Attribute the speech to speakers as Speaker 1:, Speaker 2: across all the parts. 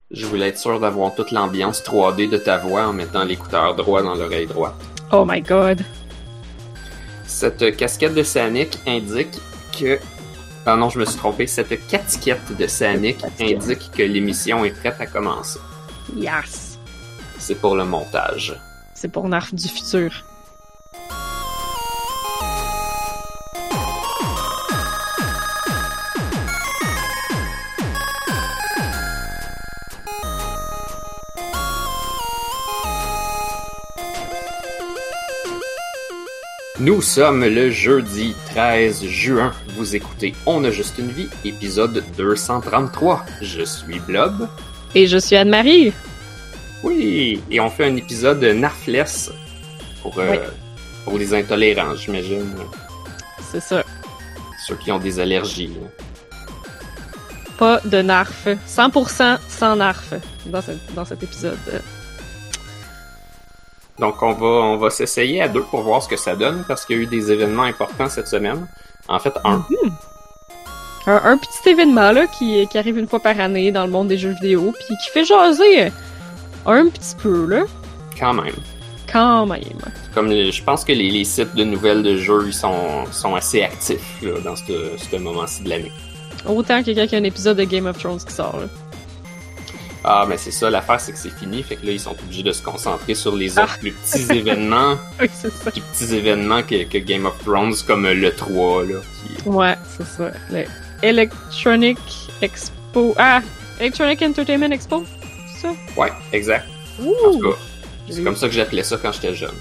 Speaker 1: Je voulais être sûr d'avoir toute l'ambiance 3D de ta voix en mettant l'écouteur droit dans l'oreille droite.
Speaker 2: Oh my god.
Speaker 1: Cette casquette de Sanic indique que... Ah non, je me suis trompé. Cette casquette de Sanic indique que l'émission est prête à commencer.
Speaker 2: Yes.
Speaker 1: C'est pour le montage.
Speaker 2: C'est pour Narf du futur.
Speaker 1: Nous sommes le jeudi 13 juin. Vous écoutez On a juste une vie, épisode 233. Je suis Blob.
Speaker 2: Et je suis Anne-Marie.
Speaker 1: Oui, et on fait un épisode Narfless pour les intolérants, j'imagine.
Speaker 2: C'est ça.
Speaker 1: Ceux qui ont des allergies.
Speaker 2: Pas de Narf. 100% sans Narf dans cet épisode.
Speaker 1: Donc on va s'essayer à deux pour voir ce que ça donne, parce qu'il y a eu des événements importants cette semaine. En fait, un.
Speaker 2: Un petit événement là qui arrive une fois par année dans le monde des jeux vidéo, puis qui fait jaser un petit peu, là.
Speaker 1: Quand même. Comme je pense que les sites de nouvelles de jeux ils sont assez actifs là, dans ce moment-ci de l'année.
Speaker 2: Autant que quand il y a un épisode de Game of Thrones qui sort, là.
Speaker 1: Ah, mais c'est ça, l'affaire, c'est que c'est fini, fait que là, ils sont obligés de se concentrer sur les autres plus petits événements.
Speaker 2: Oui, c'est ça.
Speaker 1: Les petits événements que Game of Thrones, comme le 3, là.
Speaker 2: Ouais, c'est ça. Le Electronic Expo... Ah! Electronic Entertainment Expo? C'est ça?
Speaker 1: Ouais, exact.
Speaker 2: Ouh!
Speaker 1: En tout cas, c'est comme ça que j'appelais ça quand j'étais jeune.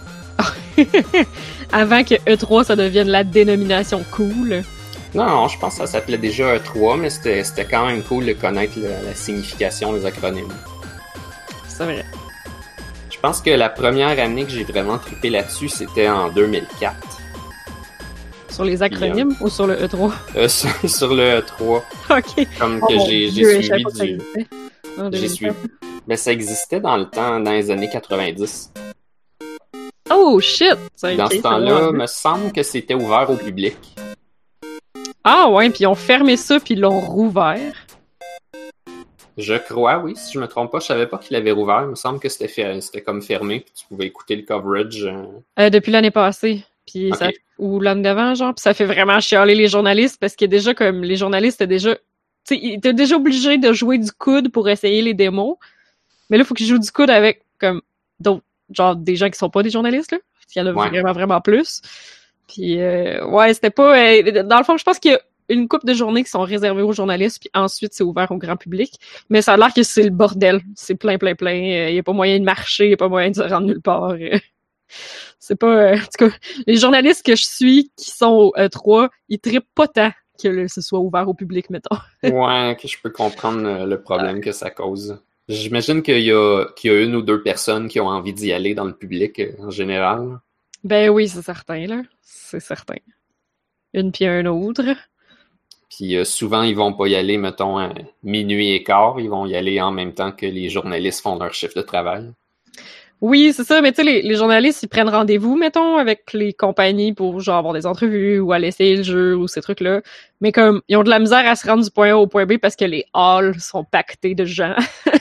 Speaker 2: Avant que E3, ça devienne la dénomination cool.
Speaker 1: Non, je pense que ça s'appelait déjà E3, mais c'était quand même cool de connaître la signification des acronymes.
Speaker 2: C'est vrai.
Speaker 1: Je pense que la première année que j'ai vraiment trippé là-dessus, c'était en 2004.
Speaker 2: Sur les acronymes ou sur le E3?
Speaker 1: Sur le E3.
Speaker 2: Ok.
Speaker 1: Comme que j'ai suivi du...
Speaker 2: J'ai suivi.
Speaker 1: Mais ça existait dans le temps, dans les années 90.
Speaker 2: Oh shit!
Speaker 1: Dans ce temps-là, il me semble que c'était ouvert au public.
Speaker 2: Ah ouais, puis ils ont fermé ça, puis ils l'ont rouvert.
Speaker 1: Je crois, oui. Si je me trompe pas, je savais pas qu'il l'avait rouvert. Il me semble que c'était comme fermé, puis tu pouvais écouter le coverage.
Speaker 2: Depuis l'année passée. Puis
Speaker 1: okay.
Speaker 2: Ou l'année d'avant, genre. Puis ça fait vraiment chialer les journalistes, parce que déjà, comme les journalistes étaient déjà... Tu sais, ils étaient déjà obligés de jouer du coude pour essayer les démos. Mais là, il faut qu'ils jouent du coude avec, comme, d'autres, genre, des gens qui sont pas des journalistes, là. Il y en a vraiment, vraiment plus. Puis, ouais, c'était pas... dans le fond, je pense qu'il y a une couple de journées qui sont réservées aux journalistes, puis ensuite, c'est ouvert au grand public. Mais ça a l'air que c'est le bordel. C'est plein. Il y a pas moyen de marcher, il y a pas moyen de se rendre nulle part. C'est pas... en tout cas, les journalistes que je suis, qui sont au E3, ils trippent pas tant que ce soit ouvert au public, mettons.
Speaker 1: Ouais, que je peux comprendre le problème que ça cause. J'imagine qu'il y a une ou deux personnes qui ont envie d'y aller dans le public, en général.
Speaker 2: Ben oui, c'est certain, là. C'est certain. Une puis un autre.
Speaker 1: Puis souvent, ils vont pas y aller, mettons, à minuit et quart. Ils vont y aller en même temps que les journalistes font leur chiffre de travail.
Speaker 2: Oui, c'est ça. Mais tu sais, les journalistes, ils prennent rendez-vous, mettons, avec les compagnies pour, genre, avoir des entrevues ou aller essayer le jeu ou ces trucs-là. Mais comme, ils ont de la misère à se rendre du point A au point B parce que les halls sont pactés de gens.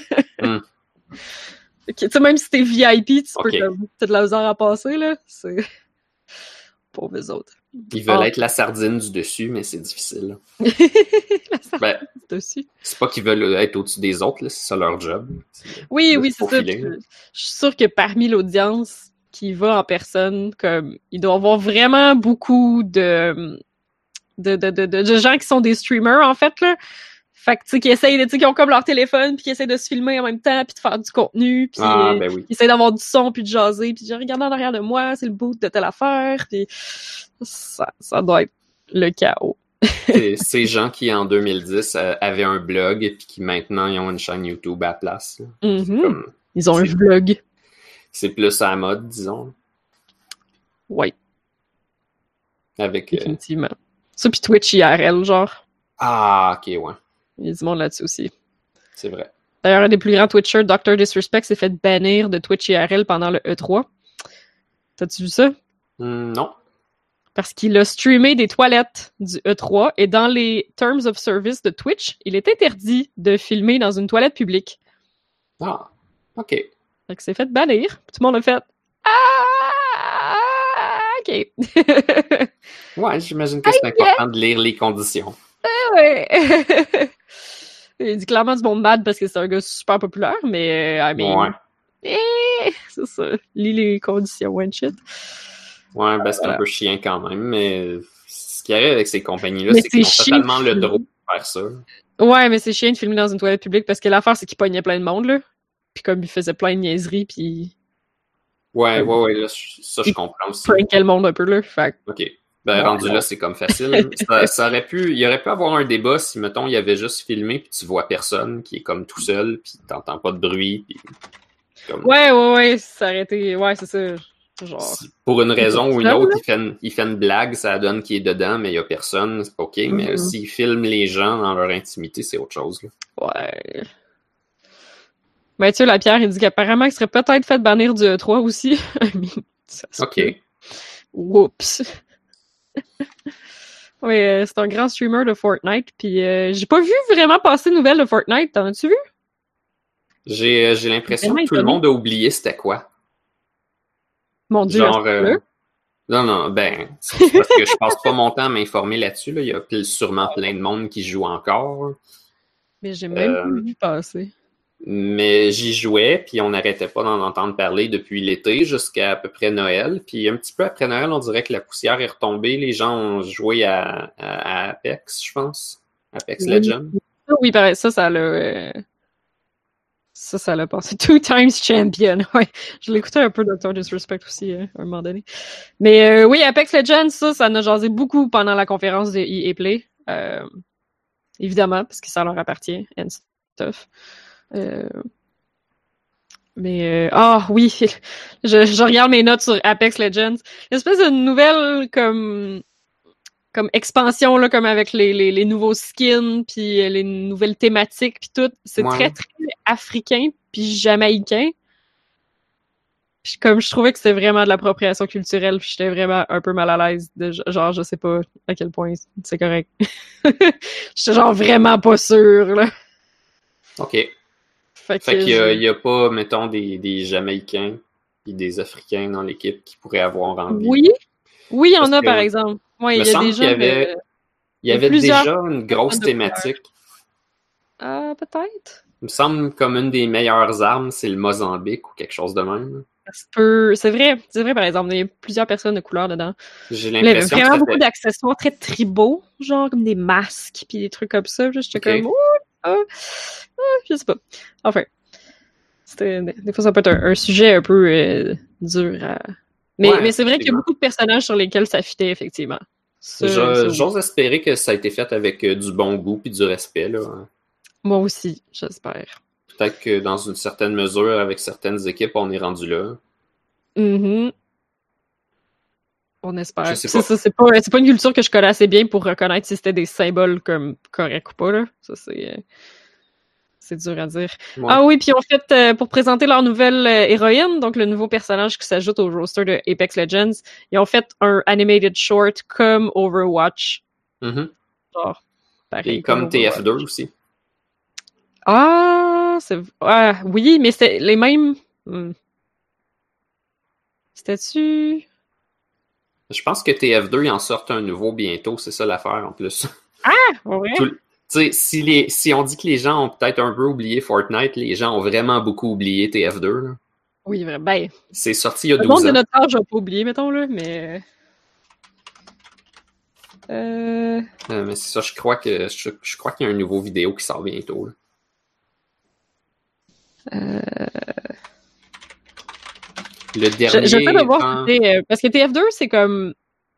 Speaker 2: Tu sais, même si t'es VIP, t'as de la misère à passer, là. C'est... Pauvres eux autres.
Speaker 1: Ils veulent être la sardine du dessus, mais c'est difficile.
Speaker 2: La sardine du dessus.
Speaker 1: C'est pas qu'ils veulent être au-dessus des autres, là, c'est ça leur job.
Speaker 2: Oui, c'est ça. Je suis sûre que parmi l'audience qui va en personne, comme, il doit y avoir vraiment beaucoup de gens qui sont des streamers, en fait, là. Fait que, tu sais, qui ont comme leur téléphone, puis qui essayent de se filmer en même temps, puis de faire du contenu, puis
Speaker 1: oui.
Speaker 2: qui essayent d'avoir du son, puis de jaser, puis de regarder en arrière de moi, c'est le boot de telle affaire, puis ça doit être le chaos.
Speaker 1: Ces gens qui, en 2010, avaient un blog, puis qui, maintenant, ils ont une chaîne YouTube à la place.
Speaker 2: Ils ont un vlog.
Speaker 1: C'est plus à la mode, disons.
Speaker 2: Oui.
Speaker 1: Avec...
Speaker 2: Définitivement. Ça, puis Twitch IRL, genre.
Speaker 1: Ah, ok, ouais.
Speaker 2: Il y a du monde là-dessus aussi.
Speaker 1: C'est vrai.
Speaker 2: D'ailleurs, un des plus grands Twitchers, Dr. Disrespect, s'est fait bannir de Twitch IRL pendant le E3. T'as-tu vu ça?
Speaker 1: Non.
Speaker 2: Parce qu'il a streamé des toilettes du E3 et dans les Terms of Service de Twitch, il est interdit de filmer dans une toilette publique.
Speaker 1: Ah, OK.
Speaker 2: Fait que c'est fait bannir. Tout le monde a fait ah, OK.
Speaker 1: Ouais, j'imagine que c'est important de lire les conditions.
Speaker 2: Ouais. Il dit clairement du monde mad parce que c'est un gars super populaire, mais I mean, c'est ça. Lis les conditions and shit.
Speaker 1: Ouais, ben c'est un peu chiant quand même, mais ce qui arrive avec ces compagnies-là,
Speaker 2: Mais
Speaker 1: c'est qu'ils ont
Speaker 2: c'est chiant
Speaker 1: totalement le droit de faire ça.
Speaker 2: Ouais, mais c'est chiant de filmer dans une toilette publique parce que l'affaire, c'est qu'il pognait plein de monde, là. Puis comme il faisait plein de niaiseries, puis...
Speaker 1: Ouais, là, ça, je comprends aussi.
Speaker 2: Prankait le monde un peu, là. Fait
Speaker 1: OK. Ben, rendu là, c'est comme facile. ça aurait pu... Il y aurait pu avoir un débat si, mettons, il y avait juste filmé, puis tu vois personne, qui est comme tout seul, puis t'entends pas de bruit, puis... Comme...
Speaker 2: Ouais, ça aurait été... Ouais, c'est ça. Genre...
Speaker 1: Si, pour une raison ou une autre, il fait une blague, ça donne qu'il est dedans, mais il y a personne, c'est OK. Mais s'il filme les gens dans leur intimité, c'est autre chose, là.
Speaker 2: Ouais. Mathieu Lapierre, il dit qu'apparemment, il serait peut-être fait bannir du E3 aussi.
Speaker 1: OK.
Speaker 2: Oups. Oui, c'est un grand streamer de Fortnite, puis j'ai pas vu vraiment passer de nouvelles de Fortnite. T'en as-tu vu?
Speaker 1: J'ai l'impression que tout le monde a oublié c'était quoi.
Speaker 2: Mon Dieu,
Speaker 1: genre, non, ben, c'est parce que je passe pas mon temps à m'informer là-dessus. Là. Il y a sûrement plein de monde qui joue encore.
Speaker 2: Mais j'ai même pas vu passer.
Speaker 1: Mais j'y jouais, puis on n'arrêtait pas d'en entendre parler depuis l'été jusqu'à peu près Noël. Puis un petit peu après Noël, on dirait que la poussière est retombée. Les gens ont joué à Apex, je pense. Apex Legends.
Speaker 2: Oui, pareil, ça l'a... Ça l'a passé. 2 times champion. Ouais. Je l'écoutais un peu, Dr. Disrespect aussi, à un moment donné. Mais oui, Apex Legends, ça en a jasé beaucoup pendant la conférence de EA Play. Évidemment, parce que ça leur appartient, and stuff. Mais oui, je regarde mes notes sur Apex Legends. Une espèce de nouvelle comme expansion là, comme avec les nouveaux skins puis les nouvelles thématiques puis tout. C'est très très africain puis jamaïcain. Puis comme je trouvais que c'était vraiment de l'appropriation culturelle, puis j'étais vraiment un peu mal à l'aise de genre je sais pas à quel point c'est correct. J'étais genre vraiment pas sûre là.
Speaker 1: OK. Fait qu'il y a pas, mettons, des Jamaïcains et des Africains dans l'équipe qui pourraient avoir envie.
Speaker 2: Oui, il y en a, par exemple. Ouais, il y a déjà...
Speaker 1: Il y avait déjà une grosse thématique.
Speaker 2: Peut-être.
Speaker 1: Il me semble comme une des meilleures armes, c'est le Mozambique ou quelque chose de même.
Speaker 2: C'est vrai, par exemple. Il y a plusieurs personnes de couleur dedans.
Speaker 1: J'ai l'impression
Speaker 2: vraiment beaucoup d'accessoires très tribaux, genre comme des masques puis des trucs comme ça. J'étais comme... je sais pas. Enfin, des fois, ça peut être un sujet un peu dur à... Mais c'est vrai qu'il y a beaucoup de personnages sur lesquels ça fitait, effectivement.
Speaker 1: J'ose espérer que ça a été fait avec du bon goût puis du respect, là.
Speaker 2: Moi aussi, j'espère.
Speaker 1: Peut-être que dans une certaine mesure, avec certaines équipes, on est rendu là.
Speaker 2: On espère. C'est pas une culture que je connais assez bien pour reconnaître si c'était des symboles comme corrects ou pas, là. Ça, c'est dur à dire. Ouais. Ah oui, puis en fait, pour présenter leur nouvelle héroïne, donc le nouveau personnage qui s'ajoute au roster de Apex Legends, ils ont fait un animated short comme Overwatch. Genre, pareil.
Speaker 1: Et comme TF2 aussi.
Speaker 2: Ah, oui, mais c'était les mêmes... C'était-tu...
Speaker 1: Je pense que TF2, ils en sortent un nouveau bientôt, c'est ça l'affaire en plus.
Speaker 2: Ah, ouais.
Speaker 1: Tu sais, si on dit que les gens ont peut-être un peu oublié Fortnite, les gens ont vraiment beaucoup oublié TF2. Là.
Speaker 2: Oui, vraiment. Ben,
Speaker 1: c'est sorti il y a 12 ans.
Speaker 2: Le monde de notre âge n'a pas oublié, mettons, là, mais...
Speaker 1: mais c'est ça, je crois qu'il y a un nouveau vidéo qui sort bientôt. Là. Le dernier...
Speaker 2: J'essaie de voir si c'est... parce que TF2, c'est comme...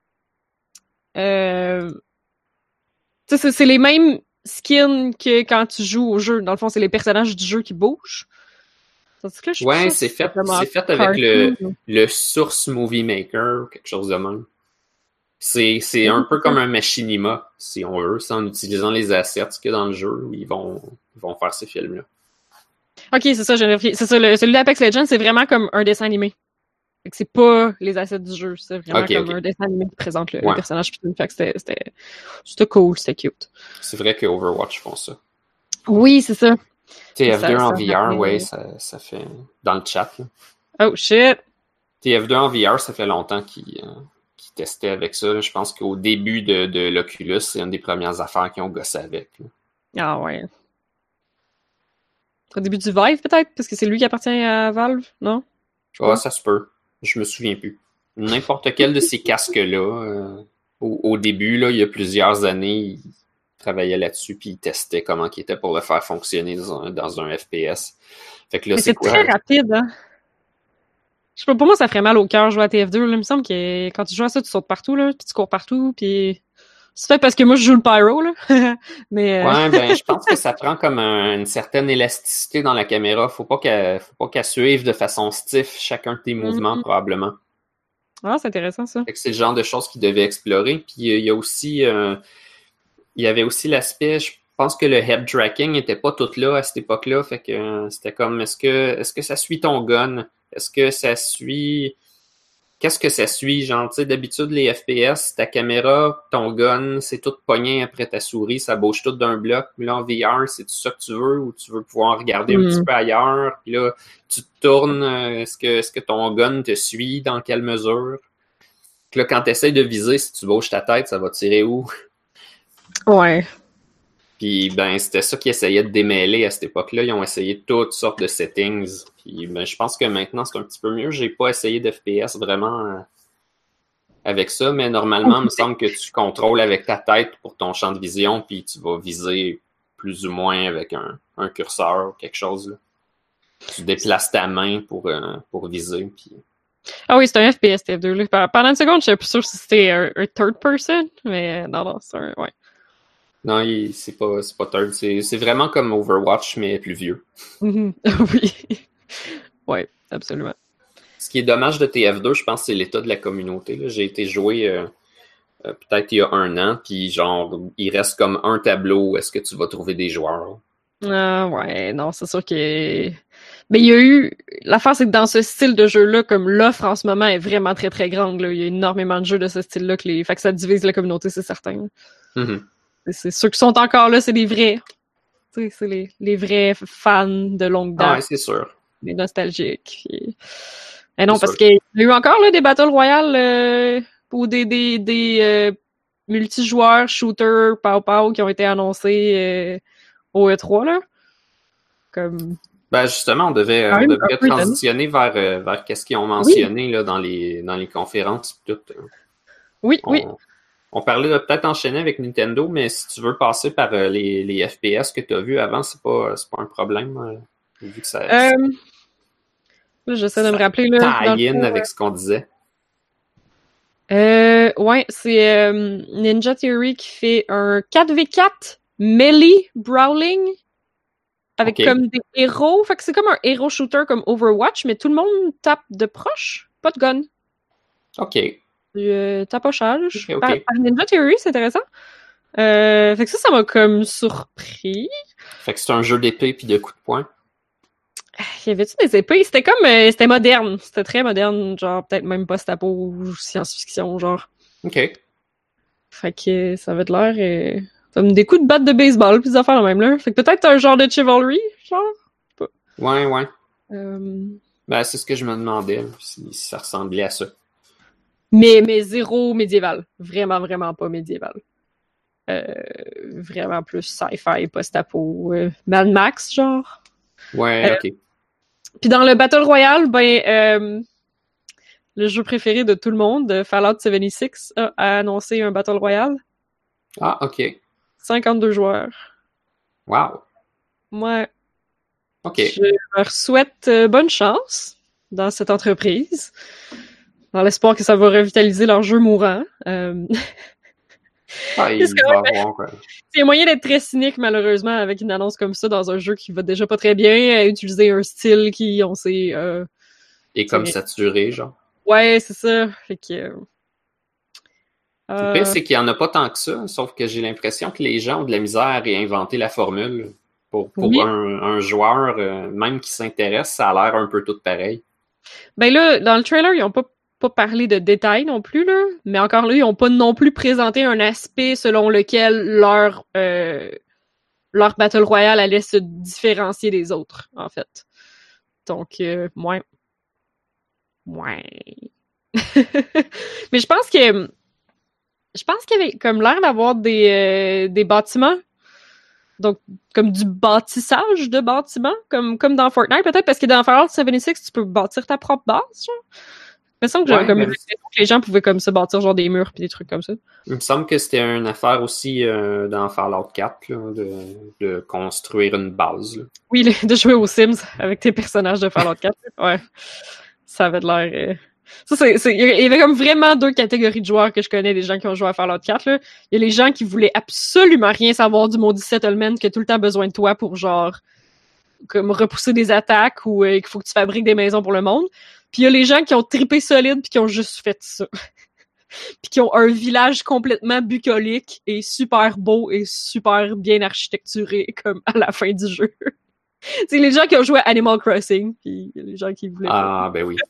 Speaker 2: Tu sais, c'est les mêmes skins que quand tu joues au jeu. Dans le fond, c'est les personnages du jeu qui bougent.
Speaker 1: Ouais, c'est fait avec le Source Movie Maker, quelque chose de même. C'est un peu comme un machinima, si on veut, c'est en utilisant les assets qu'il y a dans le jeu où ils vont faire ces films-là.
Speaker 2: Ok, c'est ça, j'ai vérifié. C'est ça, celui d'Apex Legends, c'est vraiment comme un dessin animé. Fait que c'est pas les assets du jeu, c'est vraiment comme un dessin animé qui présente le personnage. Fait que c'était cool, c'était cute.
Speaker 1: C'est vrai que Overwatch font ça.
Speaker 2: Oui, c'est ça.
Speaker 1: TF2 en VR, ouais, ça fait... Dans le chat, là.
Speaker 2: Oh, shit!
Speaker 1: TF2 en VR, ça fait longtemps qu'ils testaient avec ça. Là. Je pense qu'au début de l'Oculus, c'est une des premières affaires qu'ils ont gossé avec. Là.
Speaker 2: Ah ouais. Au début du Vive, peut-être? Parce que c'est lui qui appartient à Valve, non?
Speaker 1: Ah, ça se peut. Je me souviens plus. N'importe quel de ces casques-là, au début, là, il y a plusieurs années, ils travaillaient là-dessus puis ils testaient comment il était pour le faire fonctionner dans un FPS. Fait que là,
Speaker 2: c'est très rapide, hein? Je sais pas, pour moi, ça ferait mal au cœur jouer à TF2. Là. Il me semble que quand tu joues à ça, tu sautes partout, là, puis tu cours partout, puis... C'est peut-être parce que moi, je joue le pyro, là. Mais,
Speaker 1: Ouais, ben, je pense que ça prend comme une certaine élasticité dans la caméra. Faut pas qu'elle suive de façon stiff chacun de tes mouvements, probablement.
Speaker 2: Ah, c'est intéressant, ça.
Speaker 1: Fait que c'est le genre de choses qu'ils devaient explorer. Puis il y a aussi... il y avait aussi l'aspect... Je pense que le head tracking n'était pas tout là à cette époque-là. Fait que c'était comme, est-ce que ça suit ton gun? Est-ce que ça suit... Qu'est-ce que ça suit? Genre, tu sais, d'habitude, les FPS, ta caméra, ton gun, c'est tout pogné après ta souris, ça bouge tout d'un bloc. Puis là, en VR, c'est tout ça que tu veux ou tu veux pouvoir regarder un petit peu ailleurs? Puis là, tu te tournes, est-ce que ton gun te suit? Dans quelle mesure? Puis là, quand tu essaies de viser, si tu bouges ta tête, ça va tirer où?
Speaker 2: Ouais.
Speaker 1: Puis, ben, c'était ça qu'ils essayaient de démêler à cette époque-là. Ils ont essayé toutes sortes de settings. Puis, ben, je pense que maintenant, c'est un petit peu mieux. J'ai pas essayé d'FPS vraiment avec ça, mais normalement, il me semble que tu contrôles avec ta tête pour ton champ de vision, puis tu vas viser plus ou moins avec un curseur ou quelque chose. Là. Tu déplaces ta main pour viser. Puis...
Speaker 2: Ah oui, c'est un FPS TF2. Là. Pendant une seconde, je suis plus sûr si c'était un third person, mais non, c'est un... Ouais.
Speaker 1: Non, c'est pas third. C'est vraiment comme Overwatch, mais plus vieux.
Speaker 2: Oui. Oui, absolument.
Speaker 1: Ce qui est dommage de TF2, je pense, c'est l'état de la communauté. Là. J'ai été joué peut-être il y a 1 an, puis genre, il reste comme un tableau où est-ce que tu vas trouver des joueurs.
Speaker 2: Ah ouais, non, c'est sûr que... Mais il y a eu... L'affaire, c'est que dans ce style de jeu-là, comme l'offre en ce moment est vraiment très, très grande. Là. Il y a énormément de jeux de ce style-là fait que ça divise la communauté, c'est certain. Mm-hmm. C'est ceux qui sont encore là, c'est les vrais. Tu sais, c'est les vrais fans de longue date.
Speaker 1: Ah ouais, c'est sûr.
Speaker 2: Les nostalgiques. Et non, parce qu'il y a eu encore là, des Battle Royale ou des multijoueurs, shooters, pow qui ont été annoncés au E3, là. Comme...
Speaker 1: Ben justement, on devrait transitionner vers qu'est-ce qu'ils ont mentionné là, dans les conférences. Tout.
Speaker 2: Oui.
Speaker 1: On parlait de peut-être enchaîner avec Nintendo, mais si tu veux passer par les FPS que tu as vus avant, c'est pas un problème. Vu que ça,
Speaker 2: là, j'essaie de me rappeler.
Speaker 1: Tie-in avec ce qu'on disait.
Speaker 2: Ouais, c'est Ninja Theory qui fait un 4v4 melee brawling avec comme des héros. Fait que c'est comme un héros shooter comme Overwatch, mais tout le monde tape de proche, pas de gun.
Speaker 1: OK.
Speaker 2: Du tapochage. Par Ninja Theory, c'est intéressant. Fait que ça m'a comme surpris.
Speaker 1: Fait que c'est un jeu d'épée puis de coups de poing.
Speaker 2: Y avait-tu des épées? C'était comme... c'était moderne. C'était très moderne. Genre, peut-être même post-apo ou science-fiction, genre.
Speaker 1: OK.
Speaker 2: Fait que ça avait de l'air... comme des coups de batte de baseball, puis des affaires la même, là. Fait que peut-être un genre de chivalry, genre? Je sais
Speaker 1: pas. Ouais. Ben, c'est ce que je me demandais, si ça ressemblait à ça.
Speaker 2: Mais zéro médiéval. Vraiment, vraiment pas médiéval. Vraiment plus sci-fi, post-apo. Mad Max, genre.
Speaker 1: Ouais, OK.
Speaker 2: Puis dans le Battle Royale, ben, le jeu préféré de tout le monde, Fallout 76, a annoncé un Battle Royale.
Speaker 1: Ah, OK.
Speaker 2: 52 joueurs.
Speaker 1: Wow.
Speaker 2: Ouais.
Speaker 1: OK.
Speaker 2: Je leur souhaite bonne chance dans cette entreprise, dans l'espoir que ça va revitaliser leur jeu mourant. C'est un moyen d'être très cynique, malheureusement, avec une annonce comme ça dans un jeu qui va déjà pas très bien, utiliser un style qui, on sait...
Speaker 1: et comme saturé, genre.
Speaker 2: Ouais, c'est ça. Fait que...
Speaker 1: Le pire, c'est qu'il n'y en a pas tant que ça, sauf que j'ai l'impression que les gens ont de la misère à réinventer la formule. Pour un joueur, même qui s'intéresse, ça a l'air un peu tout pareil.
Speaker 2: Ben là, dans le trailer, ils ont pas parlé de détails non plus, là. Mais encore là, ils ont pas non plus présenté un aspect selon lequel leur Battle Royale allait se différencier des autres, en fait. Donc, ouais. Mais je pense qu'il y avait comme l'air d'avoir des bâtiments. Donc, comme du bâtissage de bâtiments, comme dans Fortnite, peut-être, parce que dans Fallout 76, tu peux bâtir ta propre base, genre. Il me semble que j'avais comme l'impression que les gens pouvaient comme se bâtir genre des murs pis des trucs comme ça.
Speaker 1: Il me semble que c'était une affaire aussi dans Fallout 4, là, de construire une base. Là.
Speaker 2: Oui, de jouer aux Sims avec tes personnages de Fallout 4. Ouais. Ça avait de l'air... Ça, il y avait comme vraiment deux catégories de joueurs que je connais, des gens qui ont joué à Fallout 4, là. Il y a les gens qui voulaient absolument rien savoir du maudit settlement, qui a tout le temps besoin de toi pour genre comme repousser des attaques ou qu'il faut que tu fabriques des maisons pour le monde. Puis il y a les gens qui ont trippé solide puis qui ont juste fait ça. Puis qui ont un village complètement bucolique et super beau et super bien architecturé comme à la fin du jeu. C'est les gens qui ont joué à Animal Crossing puis les gens qui voulaient
Speaker 1: Ah, ben oui.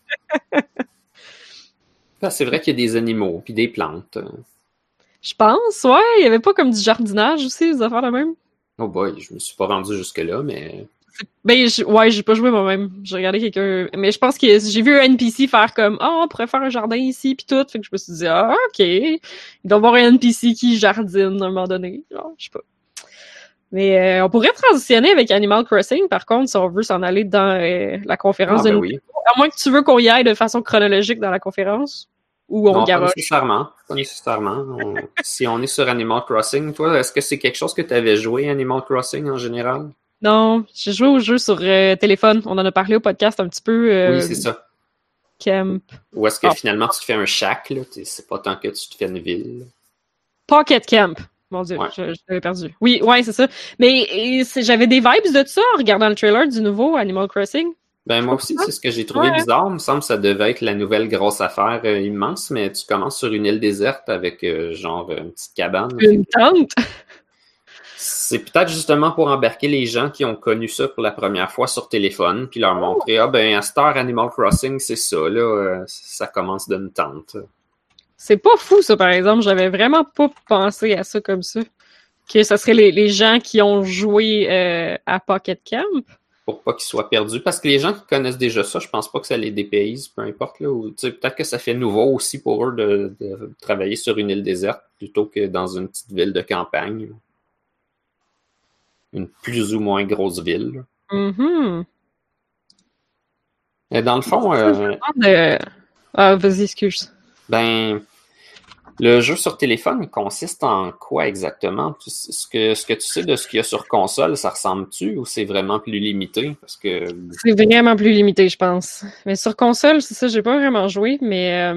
Speaker 1: C'est vrai qu'il y a des animaux puis des plantes.
Speaker 2: Je pense, ouais. Il y avait pas comme du jardinage aussi, des affaires de même.
Speaker 1: Oh boy, je me suis pas rendu jusque-là, mais...
Speaker 2: Ben, j'ai pas joué moi-même. J'ai regardé quelqu'un... Mais je pense que j'ai vu un NPC faire comme « Ah, on pourrait faire un jardin ici, pis tout. » Fait que je me suis dit « Ah, OK. Il doit y avoir un NPC qui jardine à un moment donné. » Genre, je sais pas. Mais on pourrait transitionner avec Animal Crossing, par contre, si on veut s'en aller dans la conférence de
Speaker 1: oui.
Speaker 2: À moins que tu veux qu'on y aille de façon chronologique dans la conférence. Ou on garoche.
Speaker 1: Pas nécessairement. Si on est sur Animal Crossing, toi, est-ce que c'est quelque chose que tu avais joué, Animal Crossing, en général?
Speaker 2: Non, j'ai joué au jeu sur téléphone. On en a parlé au podcast un petit peu.
Speaker 1: Oui, c'est ça.
Speaker 2: Camp.
Speaker 1: Ou est-ce que finalement tu te fais un shack, là? C'est pas tant que tu te fais une ville.
Speaker 2: Pocket Camp. Mon Dieu, je l'avais perdu. Oui, ouais, c'est ça. Mais j'avais des vibes de ça en regardant le trailer du nouveau Animal Crossing.
Speaker 1: Ben moi aussi, c'est ce que j'ai trouvé bizarre. Il me semble que ça devait être la nouvelle grosse affaire immense, mais tu commences sur une île déserte avec genre une petite cabane.
Speaker 2: Une tente?
Speaker 1: C'est peut-être justement pour embarquer les gens qui ont connu ça pour la première fois sur téléphone, puis leur montrer, ah ben à Star Animal Crossing, c'est ça, là, ça commence d'une tente.
Speaker 2: C'est pas fou, ça, par exemple. J'avais vraiment pas pensé à ça comme ça. Que ce serait les gens qui ont joué à Pocket Camp.
Speaker 1: Pour pas qu'ils soient perdus. Parce que les gens qui connaissent déjà ça, je pense pas que ça les dépayse, peu importe. Là, ou, peut-être que ça fait nouveau aussi pour eux de travailler sur une île déserte plutôt que dans une petite ville de campagne. Une plus ou moins grosse ville.
Speaker 2: Mm-hmm.
Speaker 1: Et dans le fond...
Speaker 2: Ah, vas-y, excuse.
Speaker 1: Ben... Le jeu sur téléphone consiste en quoi exactement? Ce que tu sais de ce qu'il y a sur console, ça ressemble-tu ou c'est vraiment plus limité? Parce que...
Speaker 2: C'est vraiment plus limité, je pense. Mais sur console, c'est ça, j'ai pas vraiment joué, mais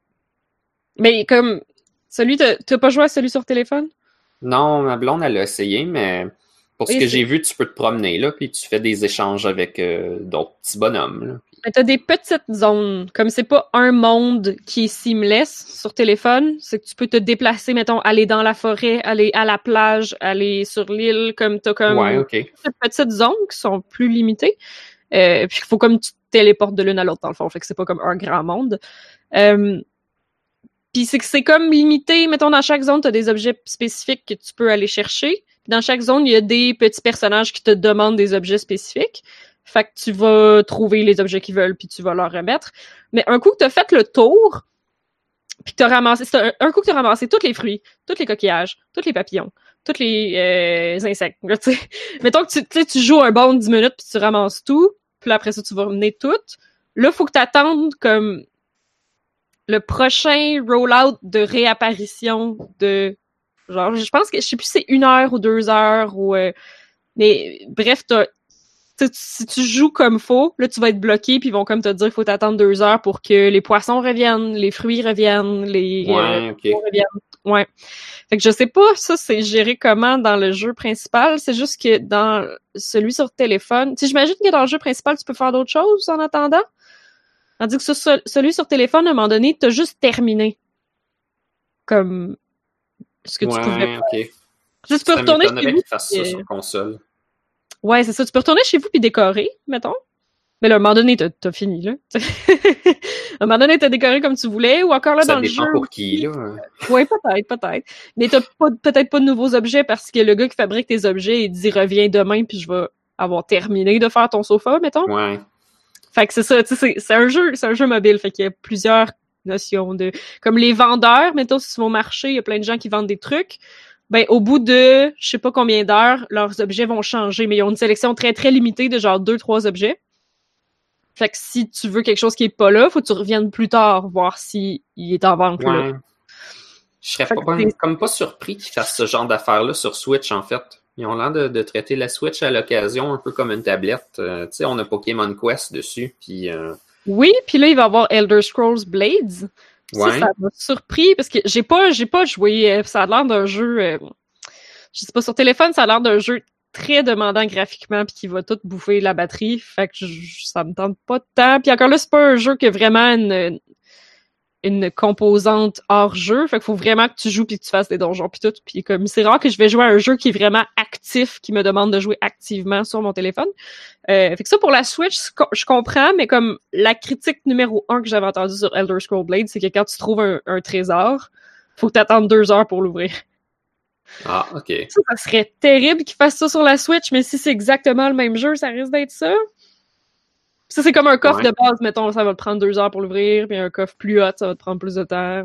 Speaker 2: comme t'as pas joué à celui sur téléphone?
Speaker 1: Non, ma blonde, elle a essayé, mais pour ce que j'ai vu, tu peux te promener là, puis tu fais des échanges avec d'autres petits bonhommes. Là.
Speaker 2: Mais t'as des petites zones. Comme c'est pas un monde qui est seamless sur téléphone, c'est que tu peux te déplacer, mettons, aller dans la forêt, aller à la plage, aller sur l'île, comme t'as comme
Speaker 1: ces
Speaker 2: petites zones qui sont plus limitées. Puis il faut comme tu te téléportes de l'une à l'autre, dans le fond. Fait que c'est pas comme un grand monde. Puis c'est que c'est comme limité, mettons, dans chaque zone, t'as des objets spécifiques que tu peux aller chercher. Puis dans chaque zone, il y a des petits personnages qui te demandent des objets spécifiques. Fait que tu vas trouver les objets qu'ils veulent, puis tu vas leur remettre. Mais un coup que t'as fait le tour, puis que t'as ramassé... Un coup que t'as ramassé tous les fruits, tous les coquillages, tous les papillons, tous les insectes, tu sais. Mettons que tu joues un bon 10 minutes, puis tu ramasses tout, puis là, après ça, tu vas ramener tout. Là, faut que t'attendes comme le prochain rollout de réapparition de... Genre, je pense que... Je sais plus si c'est 1 heure ou 2 heures, ou... mais bref, si tu joues comme faut, là, tu vas être bloqué, puis ils vont comme te dire qu'il faut t'attendre 2 heures pour que les poissons reviennent, les fruits reviennent, les reviennent. Ouais. Fait que je sais pas, ça, c'est géré comment dans le jeu principal. C'est juste que dans celui sur téléphone... Tu sais, j'imagine que dans le jeu principal, tu peux faire d'autres choses en attendant. Tandis que celui sur téléphone, à un moment donné, t'as juste terminé. Comme ce que tu pouvais faire.
Speaker 1: Okay.
Speaker 2: Tu peux retourner chez vous.
Speaker 1: Ça sur console.
Speaker 2: Ouais, c'est ça. Tu peux retourner chez vous puis décorer, mettons. Mais là, à un moment donné, t'as fini, là. À un moment donné, t'as décoré comme tu voulais, ou encore là, dans le jeu...
Speaker 1: Ça dépend pour qui, là.
Speaker 2: Oui, peut-être. Mais t'as peut-être pas de nouveaux objets parce que le gars qui fabrique tes objets, il dit « Reviens demain, puis je vais avoir terminé de faire ton sofa, mettons. »
Speaker 1: Ouais.
Speaker 2: Fait que c'est ça, tu sais, c'est un jeu mobile, fait qu'il y a plusieurs notions de... Comme les vendeurs, mettons, si tu vas au marché, il y a plein de gens qui vendent des trucs. Ben, au bout de, je sais pas combien d'heures, leurs objets vont changer, mais ils ont une sélection très, très limitée de genre 2-3 objets. Fait que si tu veux quelque chose qui est pas là, faut que tu reviennes plus tard, voir s'il est en vente là.
Speaker 1: Je serais pas surpris qu'ils fassent ce genre d'affaires-là sur Switch, en fait. Ils ont l'air de traiter la Switch à l'occasion un peu comme une tablette. Tu sais, on a Pokémon Quest dessus, puis...
Speaker 2: Oui, puis là, il va y avoir Elder Scrolls Blades.
Speaker 1: Ouais.
Speaker 2: Ça m'a surpris, parce que j'ai pas joué. Ça a l'air d'un jeu... je sais pas, sur téléphone, ça a l'air d'un jeu très demandant graphiquement puis qui va tout bouffer la batterie. Fait que ça me tente pas tant. Puis encore là, c'est pas un jeu qui a vraiment une composante hors jeu. Fait qu'il faut vraiment que tu joues puis que tu fasses des donjons puis tout. Puis comme c'est rare que je vais jouer à un jeu qui est vraiment actif, qui me demande de jouer activement sur mon téléphone. Fait que ça, pour la Switch, je comprends, mais comme la critique numéro 1 que j'avais entendue sur Elder Scrolls Blade, c'est que quand tu trouves un trésor, faut que t'attendes 2 heures pour l'ouvrir.
Speaker 1: Ah, OK.
Speaker 2: Ça serait terrible qu'ils fassent ça sur la Switch, mais si c'est exactement le même jeu, ça risque d'être ça. Ça, c'est comme un coffre de base, mettons, ça va te prendre 2 heures pour l'ouvrir, puis un coffre plus hot, ça va te prendre plus de temps.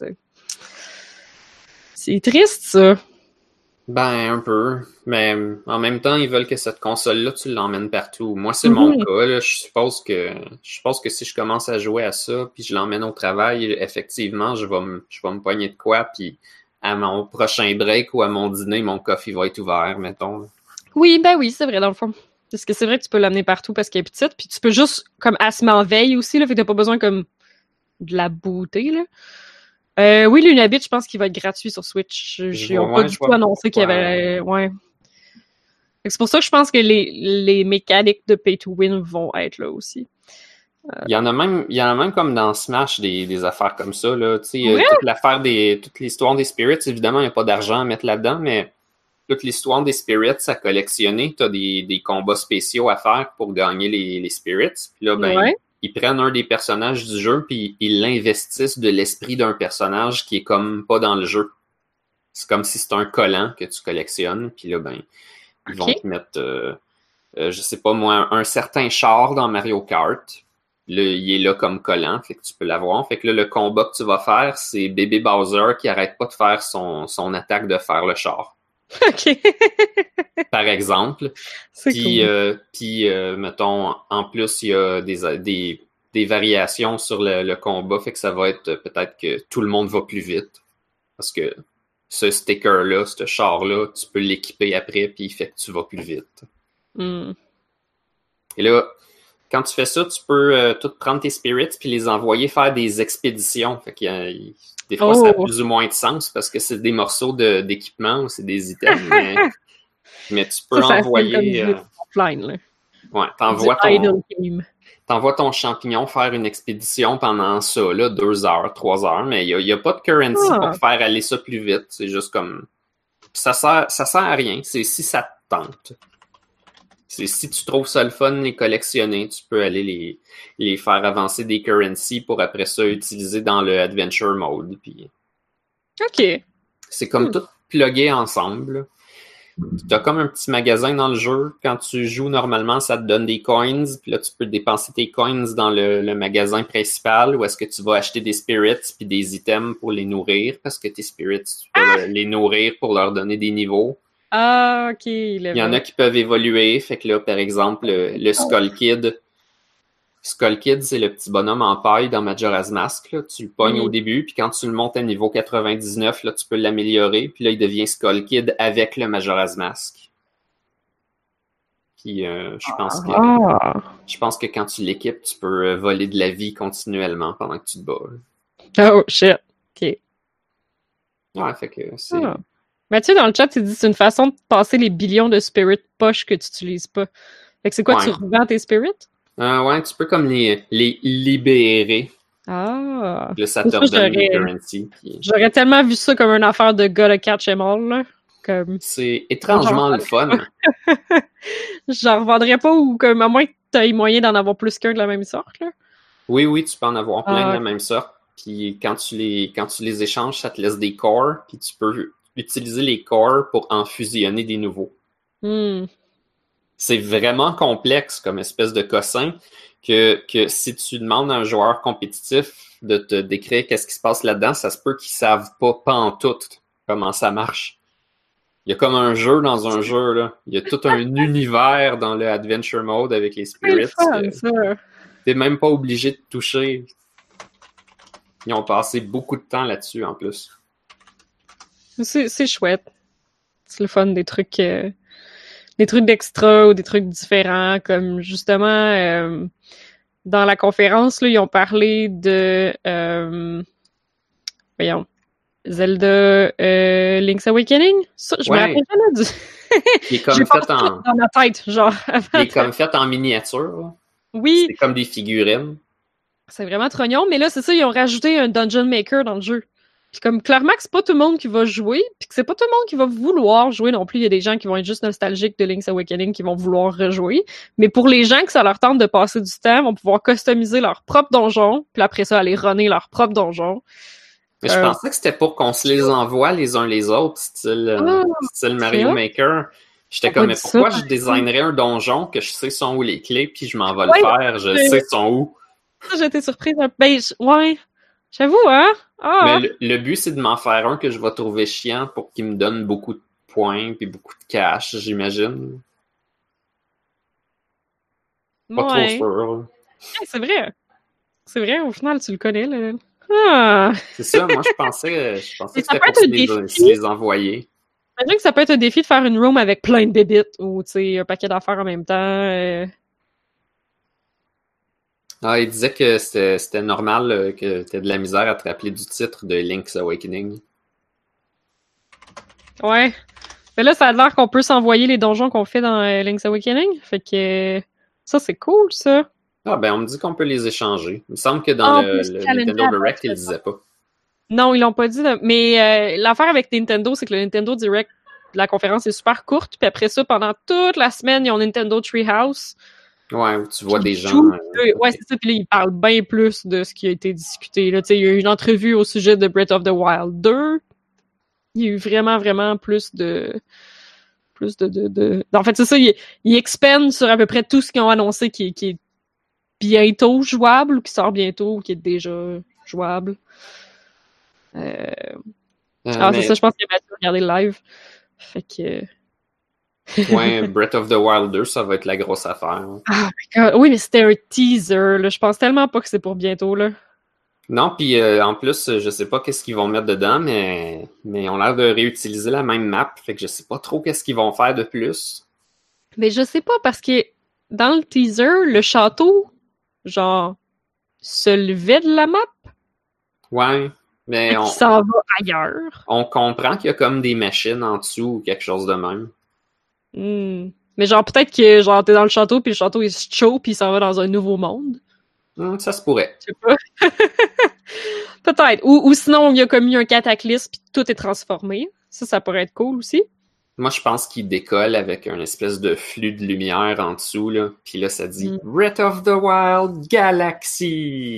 Speaker 2: C'est triste, ça.
Speaker 1: Ben, un peu. Mais en même temps, ils veulent que cette console-là, tu l'emmènes partout. Moi, c'est mon cas. Là. Je suppose que si je commence à jouer à ça, puis je l'emmène au travail, effectivement, je vais me pogner de quoi, puis à mon prochain break ou à mon dîner, mon coffre, il va être ouvert, mettons.
Speaker 2: Oui, c'est vrai, dans le fond. Parce que c'est vrai que tu peux l'amener partout parce qu'elle est petite, puis tu peux juste, comme, elle se met en veille aussi, là, fait que t'as pas besoin, comme, de la booter, là. Oui, l'Unabit, je pense qu'il va être gratuit sur Switch. Ils n'ont pas du tout annoncé qu'il y avait... Ouais. C'est pour ça que je pense que les mécaniques de Pay to Win vont être là aussi.
Speaker 1: Il y en a même comme dans Smash des affaires comme ça, là. Tu sais, toute l'histoire des Spirits, évidemment, il n'y a pas d'argent à mettre là-dedans, mais toute l'histoire des Spirits à collectionner, tu as des combats spéciaux à faire pour gagner les Spirits. Puis là, ben, ils prennent un des personnages du jeu puis ils l'investissent de l'esprit d'un personnage qui est comme pas dans le jeu. C'est comme si c'était un collant que tu collectionnes, puis là, ben, ils vont te mettre, je sais pas moi, un certain char dans Mario Kart. Là, il est là comme collant, fait que tu peux l'avoir. Fait que là, le combat que tu vas faire, c'est bébé Bowser qui arrête pas de faire son attaque de faire le char.
Speaker 2: OK.
Speaker 1: Par exemple. Puis, cool. Mettons, en plus, il y a des variations sur le combat, fait que ça va être peut-être que tout le monde va plus vite. Parce que ce sticker-là, ce char-là, tu peux l'équiper après, puis il fait que tu vas plus vite. Et là, quand tu fais ça, tu peux tout prendre tes spirits puis les envoyer faire des expéditions. Fait que des fois, ça a plus ou moins de sens parce que c'est des morceaux d'équipement ou c'est des items. mais tu peux envoyer...
Speaker 2: offline, là.
Speaker 1: Ouais, t'envoies ton champignon faire une expédition pendant ça, là, 2 heures, 3 heures, mais il n'y a pas de currency pour faire aller ça plus vite. C'est juste comme... Ça sert à rien. C'est si ça te tente. C'est si tu trouves ça le fun, les collectionner, tu peux aller les faire avancer des currency pour après ça utiliser dans le adventure mode. Puis...
Speaker 2: OK.
Speaker 1: C'est comme tout plugué ensemble. Tu as comme un petit magasin dans le jeu. Quand tu joues normalement, ça te donne des coins. Puis là, tu peux dépenser tes coins dans le magasin principal où est-ce que tu vas acheter des spirits puis des items pour les nourrir. Parce que tes spirits, tu peux les nourrir pour leur donner des niveaux.
Speaker 2: Ah, OK.
Speaker 1: Il y en a qui peuvent évoluer. Fait que là, par exemple, le Skull Kid. Skull Kid, c'est le petit bonhomme en paille dans Majora's Mask. Là. Tu le pognes au début, puis quand tu le montes à niveau 99, là, tu peux l'améliorer. Puis là, il devient Skull Kid avec le Majora's Mask. Puis je pense que quand tu l'équipes, tu peux voler de la vie continuellement pendant que tu te bats.
Speaker 2: Oh, shit. OK.
Speaker 1: Ouais, fait que c'est...
Speaker 2: Mathieu, dans le chat, il dit que c'est une façon de passer les billions de spirits poche que tu n'utilises pas. Fait que c'est quoi, tu revends tes spirits?
Speaker 1: Ouais, tu peux comme les libérer.
Speaker 2: Ah!
Speaker 1: Là, ça te redonne des currency. Puis...
Speaker 2: J'aurais tellement vu ça comme une affaire de gotta catch em all, là. Comme...
Speaker 1: C'est étrangement le fun.
Speaker 2: J'en revendrais pas ou comme à moins que t'as moyen d'en avoir plus qu'un de la même sorte, là?
Speaker 1: Oui, tu peux en avoir plein de la même sorte. Puis quand tu les échanges, ça te laisse des cores, puis tu peux utiliser les cores pour en fusionner des nouveaux. C'est vraiment complexe comme espèce de cossin que si tu demandes à un joueur compétitif de te décrire qu'est-ce qui se passe là-dedans, ça se peut qu'ils savent pas pantoute comment ça marche. Il y a comme un jeu dans un jeu, là. Il y a tout un univers dans le Adventure Mode avec les spirits. T'es même pas obligé de toucher. Ils ont passé beaucoup de temps là-dessus, en plus.
Speaker 2: C'est chouette. C'est le fun, des trucs d'extra ou des trucs différents, comme justement, dans la conférence, là, ils ont parlé de Zelda Link's Awakening. Ça, je me rappelle jamais du...
Speaker 1: Il est comme fait
Speaker 2: dans ma tête, genre.
Speaker 1: Il est comme fait en miniature. Là.
Speaker 2: Oui.
Speaker 1: C'est comme des figurines.
Speaker 2: C'est vraiment trognon, mais là, c'est ça, ils ont rajouté un Dungeon Maker dans le jeu. Puis comme, clairement que c'est pas tout le monde qui va jouer, puis que c'est pas tout le monde qui va vouloir jouer non plus. Il y a des gens qui vont être juste nostalgiques de Link's Awakening qui vont vouloir rejouer. Mais pour les gens que ça leur tente de passer du temps, vont pouvoir customiser leur propre donjon, puis après ça, aller runner leur propre donjon.
Speaker 1: Mais je pensais que c'était pour qu'on se les envoie les uns les autres, style Mario Maker. J'étais comme, mais pourquoi je designerais un donjon que je sais sont où les clés, puis je m'en vais le faire, je sais sont où.
Speaker 2: J'étais surprise. Ben, j'avoue, hein?
Speaker 1: Mais le but, c'est de m'en faire un que je vais trouver chiant pour qu'il me donne beaucoup de points puis beaucoup de cash, j'imagine. Pas trop sûr.
Speaker 2: C'est vrai. C'est vrai, au final, tu le connais, là.
Speaker 1: C'est ça, moi, je pensais que c'était pour se les envoyer.
Speaker 2: J'imagine que ça peut être un défi de faire une room avec plein de bébites ou, tu sais, un paquet d'affaires en même temps.
Speaker 1: Il disait que c'était normal que t'aies de la misère à te rappeler du titre de Link's Awakening.
Speaker 2: Ouais. Mais là, ça a l'air qu'on peut s'envoyer les donjons qu'on fait dans Link's Awakening. Fait que ça, c'est cool, ça.
Speaker 1: On me dit qu'on peut les échanger. Il me semble que dans le Nintendo Direct, ils le disaient pas.
Speaker 2: Non, ils l'ont pas dit. Mais l'affaire avec Nintendo, c'est que le Nintendo Direct, la conférence est super courte. Puis après ça, pendant toute la semaine, ils ont Nintendo Treehouse.
Speaker 1: Ouais, où tu vois des gens.
Speaker 2: Ouais, c'est ça. Puis là, ils parlent bien plus de ce qui a été discuté. Là, il y a eu une entrevue au sujet de Breath of the Wild 2. Il y a eu vraiment, vraiment plus de... En fait, c'est ça. Ils expandent sur à peu près tout ce qu'ils ont annoncé qui est bientôt jouable ou qui sort bientôt ou qui est déjà jouable. C'est ça, je pense qu'il a bien regardé le live. Fait que...
Speaker 1: Ouais, Breath of the Wild 2, ça va être la grosse affaire.
Speaker 2: Oui, mais c'était un teaser, là. Je pense tellement pas que c'est pour bientôt, là.
Speaker 1: Non, puis en plus, je sais pas qu'est-ce qu'ils vont mettre dedans, mais ils ont l'air de réutiliser la même map, fait que je sais pas trop qu'est-ce qu'ils vont faire de plus.
Speaker 2: Mais je sais pas, parce que dans le teaser, le château, genre, se levait de la map.
Speaker 1: Ouais, mais
Speaker 2: on s'en va ailleurs.
Speaker 1: On comprend qu'il y a comme des machines en dessous ou quelque chose de même.
Speaker 2: Mais genre, peut-être que genre t'es dans le château, puis le château il se choke, puis il s'en va dans un nouveau monde.
Speaker 1: Ça se pourrait.
Speaker 2: Je sais pas. Peut-être. Ou sinon, il y a comme eu un cataclysme, puis tout est transformé. Ça pourrait être cool aussi.
Speaker 1: Moi, je pense qu'il décolle avec un espèce de flux de lumière en dessous, là. Puis là, ça dit « Breath of the Wild Galaxy! »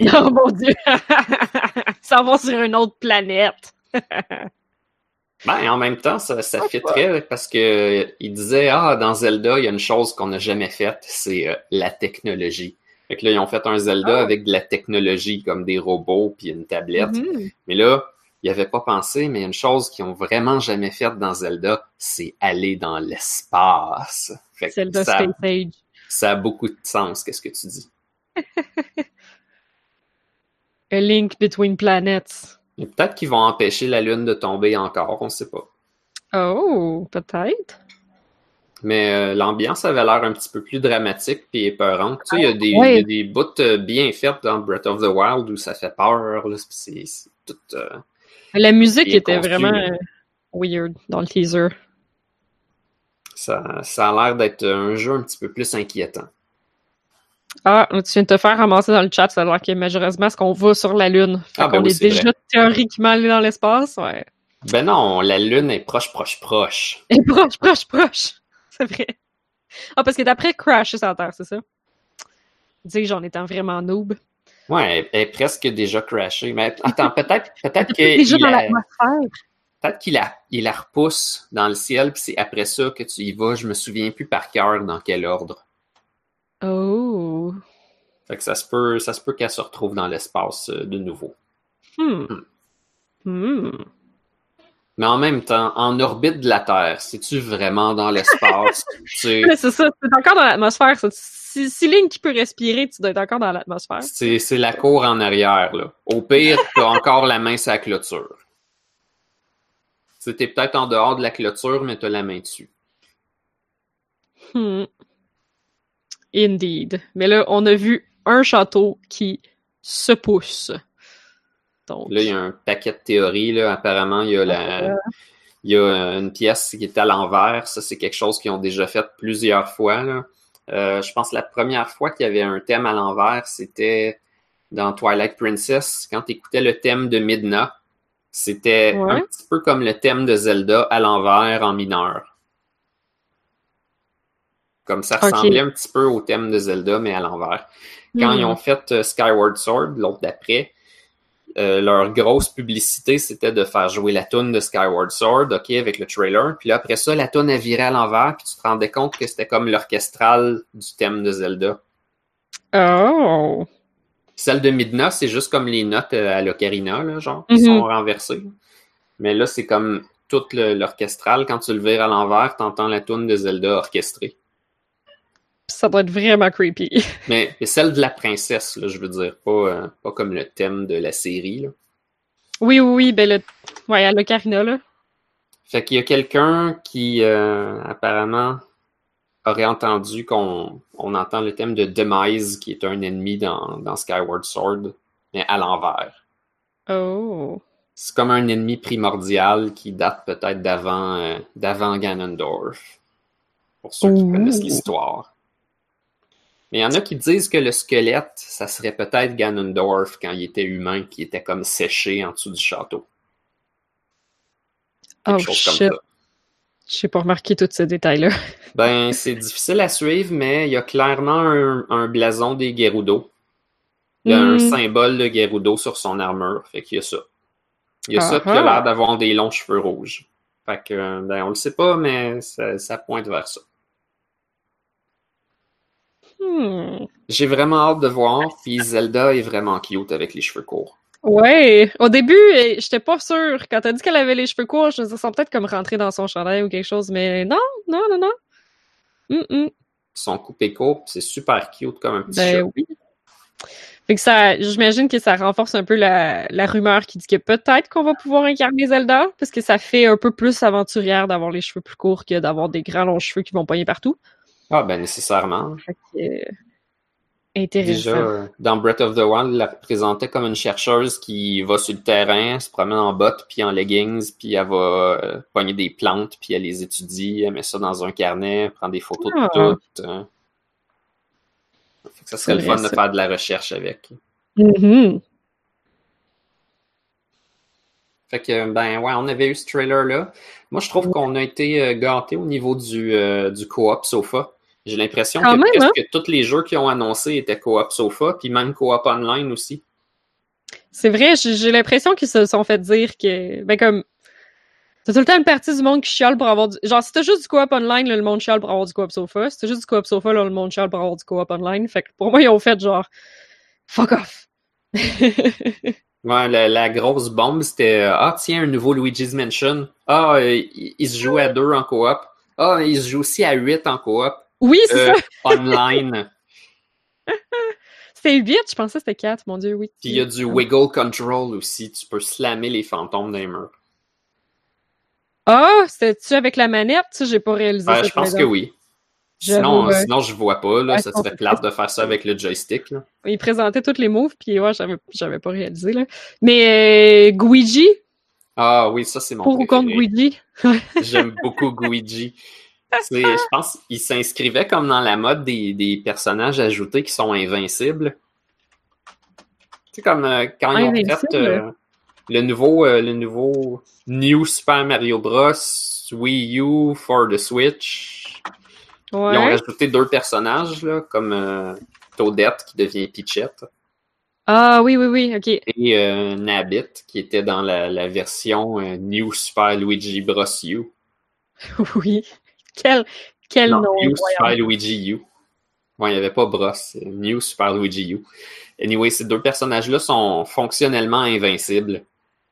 Speaker 2: Oh mon Dieu! Ça va sur une autre planète!
Speaker 1: En même temps, ça fitterait parce que il disait dans Zelda, il y a une chose qu'on n'a jamais faite, c'est la technologie. Fait que là, ils ont fait un Zelda avec de la technologie, comme des robots puis une tablette. Mais là, ils n'avaient pas pensé, mais il y a une chose qu'ils ont vraiment jamais faite dans Zelda, c'est aller dans l'espace. Fait que
Speaker 2: Zelda Space Age.
Speaker 1: Ça a beaucoup de sens, qu'est-ce que tu dis?
Speaker 2: A link between planets.
Speaker 1: Et peut-être qu'ils vont empêcher la Lune de tomber encore, on ne sait pas.
Speaker 2: Oh, peut-être.
Speaker 1: Mais l'ambiance avait l'air un petit peu plus dramatique et épeurante. Tu sais, il y a des bouts bien faits dans Breath of the Wild où ça fait peur. Là, c'est tout...
Speaker 2: la musique était vraiment weird dans le teaser.
Speaker 1: Ça a l'air d'être un jeu un petit peu plus inquiétant.
Speaker 2: Tu viens de te faire ramasser dans le chat, ça a l'air que majoritairement, est-ce qu'on va sur la Lune? On est déjà
Speaker 1: vrai.
Speaker 2: Théoriquement allé dans l'espace, ouais.
Speaker 1: Ben non, la Lune est proche.
Speaker 2: Elle est proche. C'est vrai. Parce que d'après Crash sur la Terre, c'est ça? dis-je en étant vraiment noob.
Speaker 1: Ouais, elle est presque déjà crashée. Mais attends, peut-être que
Speaker 2: déjà dans l'atmosphère.
Speaker 1: Peut-être qu'il la repousse dans le ciel, puis c'est après ça que tu y vas. Je me souviens plus par cœur dans quel ordre.
Speaker 2: Oh.
Speaker 1: Fait que ça se peut qu'elle se retrouve dans l'espace de nouveau. Mais en même temps, en orbite de la Terre, c'est-tu vraiment dans l'espace?
Speaker 2: C'est ça, c'est encore dans l'atmosphère. Ça. Si Link peut respirer, tu dois être encore dans l'atmosphère.
Speaker 1: C'est la cour en arrière, là. Au pire, t'as encore la main sur la clôture. T'es peut-être en dehors de la clôture, mais t'as la main dessus.
Speaker 2: Indeed. Mais là, on a vu un château qui se pousse. Donc...
Speaker 1: Là, il y a un paquet de théories. Là. Apparemment, il y a une pièce qui est à l'envers. Ça, c'est quelque chose qu'ils ont déjà fait plusieurs fois. Là. Je pense que la première fois qu'il y avait un thème à l'envers, c'était dans Twilight Princess, quand tu écoutais le thème de Midna. C'était un petit peu comme le thème de Zelda à l'envers en mineur. Comme ça ressemblait un petit peu au thème de Zelda, mais à l'envers. Quand ils ont fait Skyward Sword, l'autre d'après, leur grosse publicité, c'était de faire jouer la toune de Skyward Sword, OK, avec le trailer. Puis là, après ça, la toune a viré à l'envers, puis tu te rendais compte que c'était comme l'orchestral du thème de Zelda.
Speaker 2: Oh!
Speaker 1: Celle de Midna, c'est juste comme les notes à l'ocarina, là, genre, qui sont renversées. Mais là, c'est comme tout l'orchestral. Quand tu le vires à l'envers, t'entends la toune de Zelda orchestrée.
Speaker 2: Ça doit être vraiment creepy.
Speaker 1: Mais celle de la princesse, là, je veux dire, pas comme le thème de la série. Là.
Speaker 2: Oui, ben à l'ocarina, là.
Speaker 1: Fait qu'il y a quelqu'un qui, apparemment, aurait entendu qu'on entend le thème de Demise, qui est un ennemi dans Skyward Sword, mais à l'envers.
Speaker 2: Oh.
Speaker 1: C'est comme un ennemi primordial qui date peut-être d'avant Ganondorf. Pour ceux qui connaissent l'histoire. Mais il y en a qui disent que le squelette, ça serait peut-être Ganondorf quand il était humain, qui était comme séché en dessous du château. Quelque chose comme ça.
Speaker 2: J'ai pas remarqué tous ces détails-là.
Speaker 1: Ben, c'est difficile à suivre, mais il y a clairement un blason des Gerudo. Il y a un symbole de Gerudo sur son armure, fait qu'il y a ça. Il y a ça, puis il a l'air d'avoir des longs cheveux rouges. Fait que, ben, on le sait pas, mais ça pointe vers ça. J'ai vraiment hâte de voir, puis Zelda est vraiment cute avec les cheveux courts.
Speaker 2: Ouais, au début, j'étais pas sûre. Quand t'as dit qu'elle avait les cheveux courts, je me disais, ça peut-être comme rentrer dans son chandail ou quelque chose, mais non.
Speaker 1: Ils sont coupés courts, c'est super cute comme un petit chat.
Speaker 2: Oui. Fait que j'imagine que ça renforce un peu la rumeur qui dit que peut-être qu'on va pouvoir incarner Zelda, parce que ça fait un peu plus aventurière d'avoir les cheveux plus courts que d'avoir des grands longs cheveux qui vont pogner partout.
Speaker 1: Ah, ben nécessairement.
Speaker 2: Fait que, intéressant.
Speaker 1: Déjà, dans Breath of the Wild, elle la représentait comme une chercheuse qui va sur le terrain, se promène en bottes, puis en leggings, puis elle va pogner des plantes, puis elle les étudie, elle met ça dans un carnet, prend des photos de toutes. Hein. Fait que ça serait le fun de faire de la recherche avec. Fait que, ben ouais, on avait eu ce trailer-là. Moi, je trouve qu'on a été gâtés au niveau du co-op sofa. J'ai l'impression que presque tous les jeux qui ont annoncé étaient co-op sofa, puis même co-op online aussi.
Speaker 2: C'est vrai, j'ai l'impression qu'ils se sont fait dire que, ben comme, t'as tout le temps une partie du monde qui chiale pour avoir genre, si t'as juste du co-op online, là, le monde chiale pour avoir du co-op sofa. Si t'as juste du co-op sofa, là, le monde chiale pour avoir du co-op online. Fait que pour moi, ils ont fait genre, fuck off.
Speaker 1: Ouais, la grosse bombe, c'était tiens, un nouveau Luigi's Mansion. Il se joue à 2 en coop. Il se joue aussi à 8 en coop.
Speaker 2: Oui, c'est ça.
Speaker 1: Online.
Speaker 2: C'était 8, je pensais que c'était 4, mon Dieu, oui.
Speaker 1: Puis il y a du wiggle control aussi. Tu peux slammer les fantômes dans les murs.
Speaker 2: C'était-tu avec la manette? Ça, j'ai pas réalisé ça.
Speaker 1: Je pense que oui. Sinon, je vois pas, là. Ça serait plate de faire ça avec le joystick, là.
Speaker 2: Il présentait tous les moves, puis ouais, j'avais pas réalisé, là. Mais Guigi?
Speaker 1: Ah oui, ça, c'est mon
Speaker 2: préféré. Pour ou contre Guigi?
Speaker 1: J'aime beaucoup Guigi. Je pense qu'il s'inscrivait comme dans la mode des personnages ajoutés qui sont invincibles. Tu sais, comme quand ils ont fait le nouveau New Super Mario Bros. Wii U for the Switch. Ouais. Ils ont rajouté 2 personnages, là, comme Toadette qui devient Peachette.
Speaker 2: Ah oui, ok.
Speaker 1: Et Nabbit qui était dans la version New Super Luigi Bros. U.
Speaker 2: Oui. Quel
Speaker 1: non,
Speaker 2: nom.
Speaker 1: New Super Luigi U. Ouais, il n'y avait pas Bros. New Super Luigi U. Anyway, ces deux personnages-là sont fonctionnellement invincibles.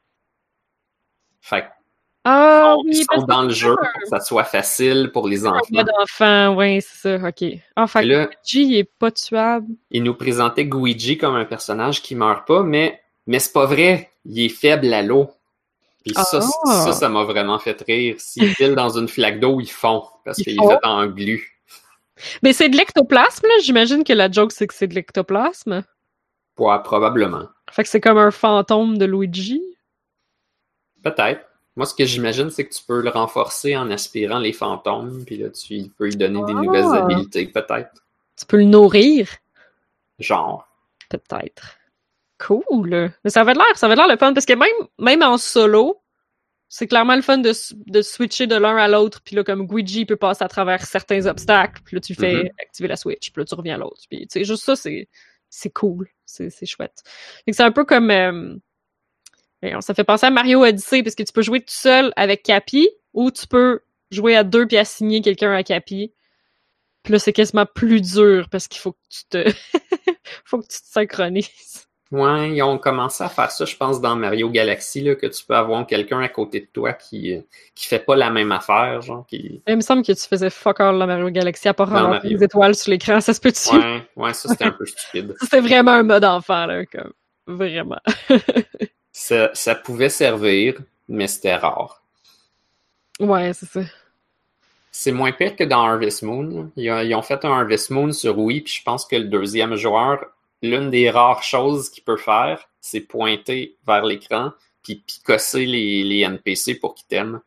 Speaker 1: Fait ils sont dans le jeu pour que ça soit facile pour les enfants.
Speaker 2: Pas d'enfants, oui, c'est ça, ok. Fait là, Luigi, il est pas tuable.
Speaker 1: Il nous présentait Luigi comme un personnage qui meurt pas, mais c'est pas vrai. Il est faible à l'eau. Puis ça m'a vraiment fait rire. S'il file dans une flaque d'eau, il fond, parce qu'il est fait en glu.
Speaker 2: Mais c'est de l'ectoplasme, là? J'imagine que la joke, c'est que c'est de l'ectoplasme.
Speaker 1: Ouais, probablement.
Speaker 2: Fait que c'est comme un fantôme de Luigi?
Speaker 1: Peut-être. Moi, ce que j'imagine, c'est que tu peux le renforcer en aspirant les fantômes, puis là, tu peux lui donner des nouvelles habilités, peut-être.
Speaker 2: Tu peux le nourrir?
Speaker 1: Genre.
Speaker 2: Peut-être. Cool! Mais ça avait l'air le fun, parce que même en solo, c'est clairement le fun de switcher de l'un à l'autre, puis là, comme Luigi peut passer à travers certains obstacles, puis là, tu fais activer la switch, puis là, tu reviens à l'autre. Puis, tu sais, juste ça, c'est cool. C'est chouette. Fait que c'est un peu comme... ça fait penser à Mario Odyssey, parce que tu peux jouer tout seul avec Cappy, ou tu peux jouer à deux puis assigner quelqu'un à Cappy. Puis là, c'est quasiment plus dur, parce qu'il faut que tu te synchronises.
Speaker 1: Ouais, ils ont commencé à faire ça, je pense, dans Mario Galaxy, là, que tu peux avoir quelqu'un à côté de toi qui fait pas la même affaire, genre, qui...
Speaker 2: Il me semble que tu faisais fuck all dans Mario Galaxy, à part rentrer les étoiles sur l'écran, ça se peut-tu?
Speaker 1: Ouais, ça, c'était un peu stupide.
Speaker 2: C'était vraiment un mode enfant, là, comme, vraiment.
Speaker 1: Ça pouvait servir, mais c'était rare.
Speaker 2: Ouais, c'est ça.
Speaker 1: C'est moins pire que dans Harvest Moon. Ils ont fait un Harvest Moon sur Wii, puis je pense que le deuxième joueur, l'une des rares choses qu'il peut faire, c'est pointer vers l'écran puis picosser les NPC pour qu'ils t'aiment.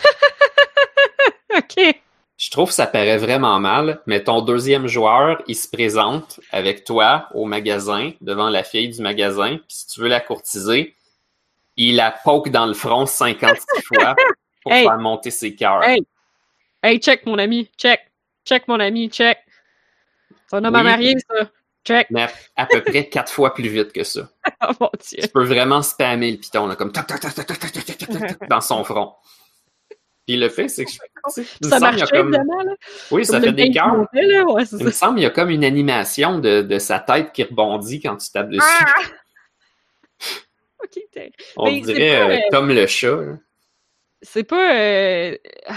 Speaker 2: OK.
Speaker 1: Je trouve que ça paraît vraiment mal, mais ton deuxième joueur, il se présente avec toi au magasin, devant la fille du magasin, puis si tu veux la courtiser, il la poke dans le front 56 fois pour faire monter ses cœurs.
Speaker 2: Hey, check mon ami, check mon ami, check. C'est un homme à marier, ça. Check.
Speaker 1: Mais à peu près 4 fois plus vite que ça.
Speaker 2: Oh mon Dieu.
Speaker 1: Tu peux vraiment spammer le piton, là, comme tac, tac, tac, tac, tac, tac, tac, tac, tac, dans son front. Puis le fait, c'est que
Speaker 2: ça marche évidemment, là.
Speaker 1: Oui, ça fait des cœurs. Ouais, il me semble qu'il y a comme une animation de sa tête qui rebondit quand tu tapes dessus.
Speaker 2: OK,
Speaker 1: on dirait Tom le chat. Là.
Speaker 2: C'est pas...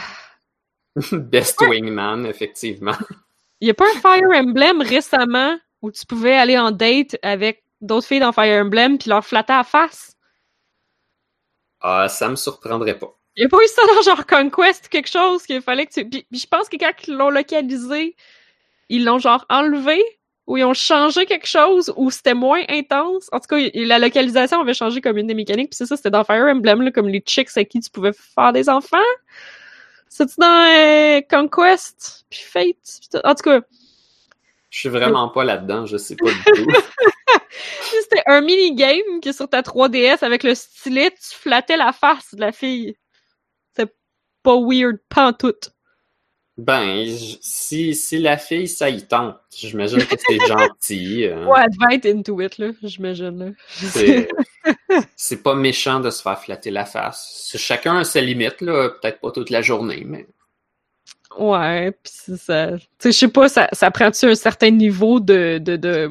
Speaker 1: Best Wingman, effectivement.
Speaker 2: Il y a pas un Fire Emblem récemment où tu pouvais aller en date avec d'autres filles dans Fire Emblem puis leur flatter à la face?
Speaker 1: Ah, ça me surprendrait pas.
Speaker 2: Il y a pas eu ça dans genre Conquest quelque chose qu'il fallait que tu... Puis je pense que quand ils l'ont localisé, ils l'ont genre enlevé ou ils ont changé quelque chose ou c'était moins intense. En tout cas, la localisation avait changé comme une des mécaniques puis c'est ça, c'était dans Fire Emblem, là, comme les chicks avec qui tu pouvais faire des enfants. C'est-tu dans Conquest puis Fate? En tout cas...
Speaker 1: Je suis vraiment pas là-dedans, je sais pas du tout.
Speaker 2: C'était un mini-game qui est sur ta 3DS avec le stylet, tu flattais la face de la fille. C'est pas weird, pantoute.
Speaker 1: Ben, si la fille, ça y tente, j'imagine que c'est gentil.
Speaker 2: Ouais, elle devait être into it, là, j'imagine. Là.
Speaker 1: C'est pas méchant de se faire flatter la face. Chacun a ses limites, là, peut-être pas toute la journée, mais...
Speaker 2: Ouais, pis c'est ça. Tu sais, je sais pas, ça prend-tu un certain niveau de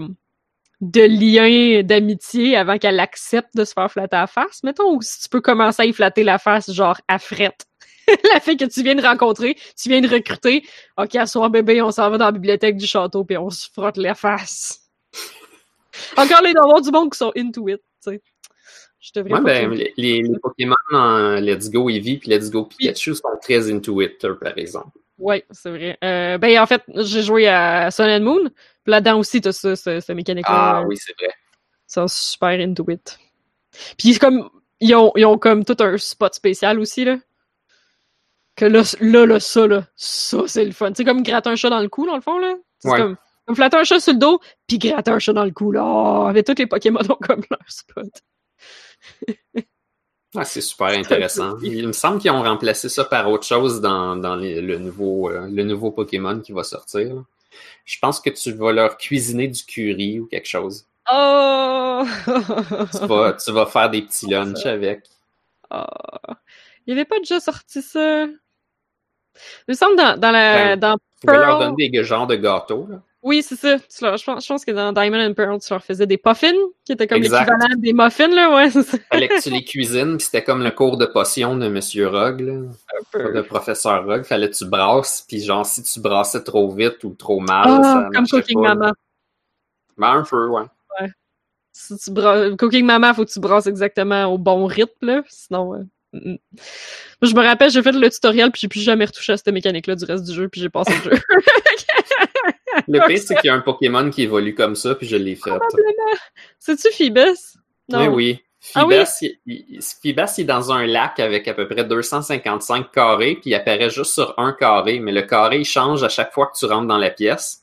Speaker 2: lien d'amitié avant qu'elle accepte de se faire flatter la face, mettons, ou si tu peux commencer à y flatter la face, genre, à frette. La fille que tu viens de rencontrer, tu viens de recruter. OK, à soir, bébé, on s'en va dans la bibliothèque du château puis on se frotte la face. Encore là, il doit y avoir du monde qui sont into it, tu sais. Je devrais
Speaker 1: les Pokémon en Let's Go Eevee puis Let's Go Pikachu sont très into it, par exemple.
Speaker 2: Oui, c'est vrai. En fait, j'ai joué à Sun and Moon. Puis là-dedans aussi, t'as ça, cette mécanique-là.
Speaker 1: Ah oui, c'est vrai.
Speaker 2: Ils sont super into it. Puis comme, ils ont comme tout un spot spécial aussi, là. Que là, ça, c'est le fun. Tu sais, comme gratter un chat dans le cou, dans le fond, là. C'est comme flatter un chat sur le dos, puis gratter un chat dans le cou, là. Oh, avec tous les Pokémon ont comme leur spot.
Speaker 1: Ah, c'est super intéressant. Il me semble qu'ils ont remplacé ça par autre chose dans le nouveau Pokémon qui va sortir. Là. je pense que tu vas leur cuisiner du curry ou quelque chose.
Speaker 2: Oh!
Speaker 1: Tu vas faire des petits lunchs avec.
Speaker 2: Oh. Il n'y avait pas déjà sorti ça? Il me semble dans
Speaker 1: tu vas leur donner des genres de gâteaux, là.
Speaker 2: Oui, c'est ça. Je pense que dans Diamond and Pearl, tu leur faisais des puffins, qui étaient comme l'équivalent des muffins, là, ouais, c'est ça.
Speaker 1: Fallait que tu les cuisines, puis c'était comme le cours de potion de Monsieur Rogue, là. Le professeur Rogue. Fallait que tu brasses, puis genre, si tu brassais trop vite ou trop mal, ça
Speaker 2: comme Cooking
Speaker 1: pas,
Speaker 2: Mama.
Speaker 1: Ben, un peu, ouais.
Speaker 2: Si tu Cooking Mama, faut que tu brasses exactement au bon rythme, là. Sinon, je me rappelle, j'ai fait le tutoriel, puis j'ai plus jamais retouché à cette mécanique-là du reste du jeu, puis j'ai passé le jeu.
Speaker 1: Le pire, c'est qu'il y a un Pokémon qui évolue comme ça, puis je l'ai fait.
Speaker 2: Probablement. C'est-tu Phoebus?
Speaker 1: Non. Oui. Phoebus, Phoebus, il est dans un lac avec à peu près 255 carrés, puis il apparaît juste sur un carré, mais le carré, il change à chaque fois que tu rentres dans la pièce.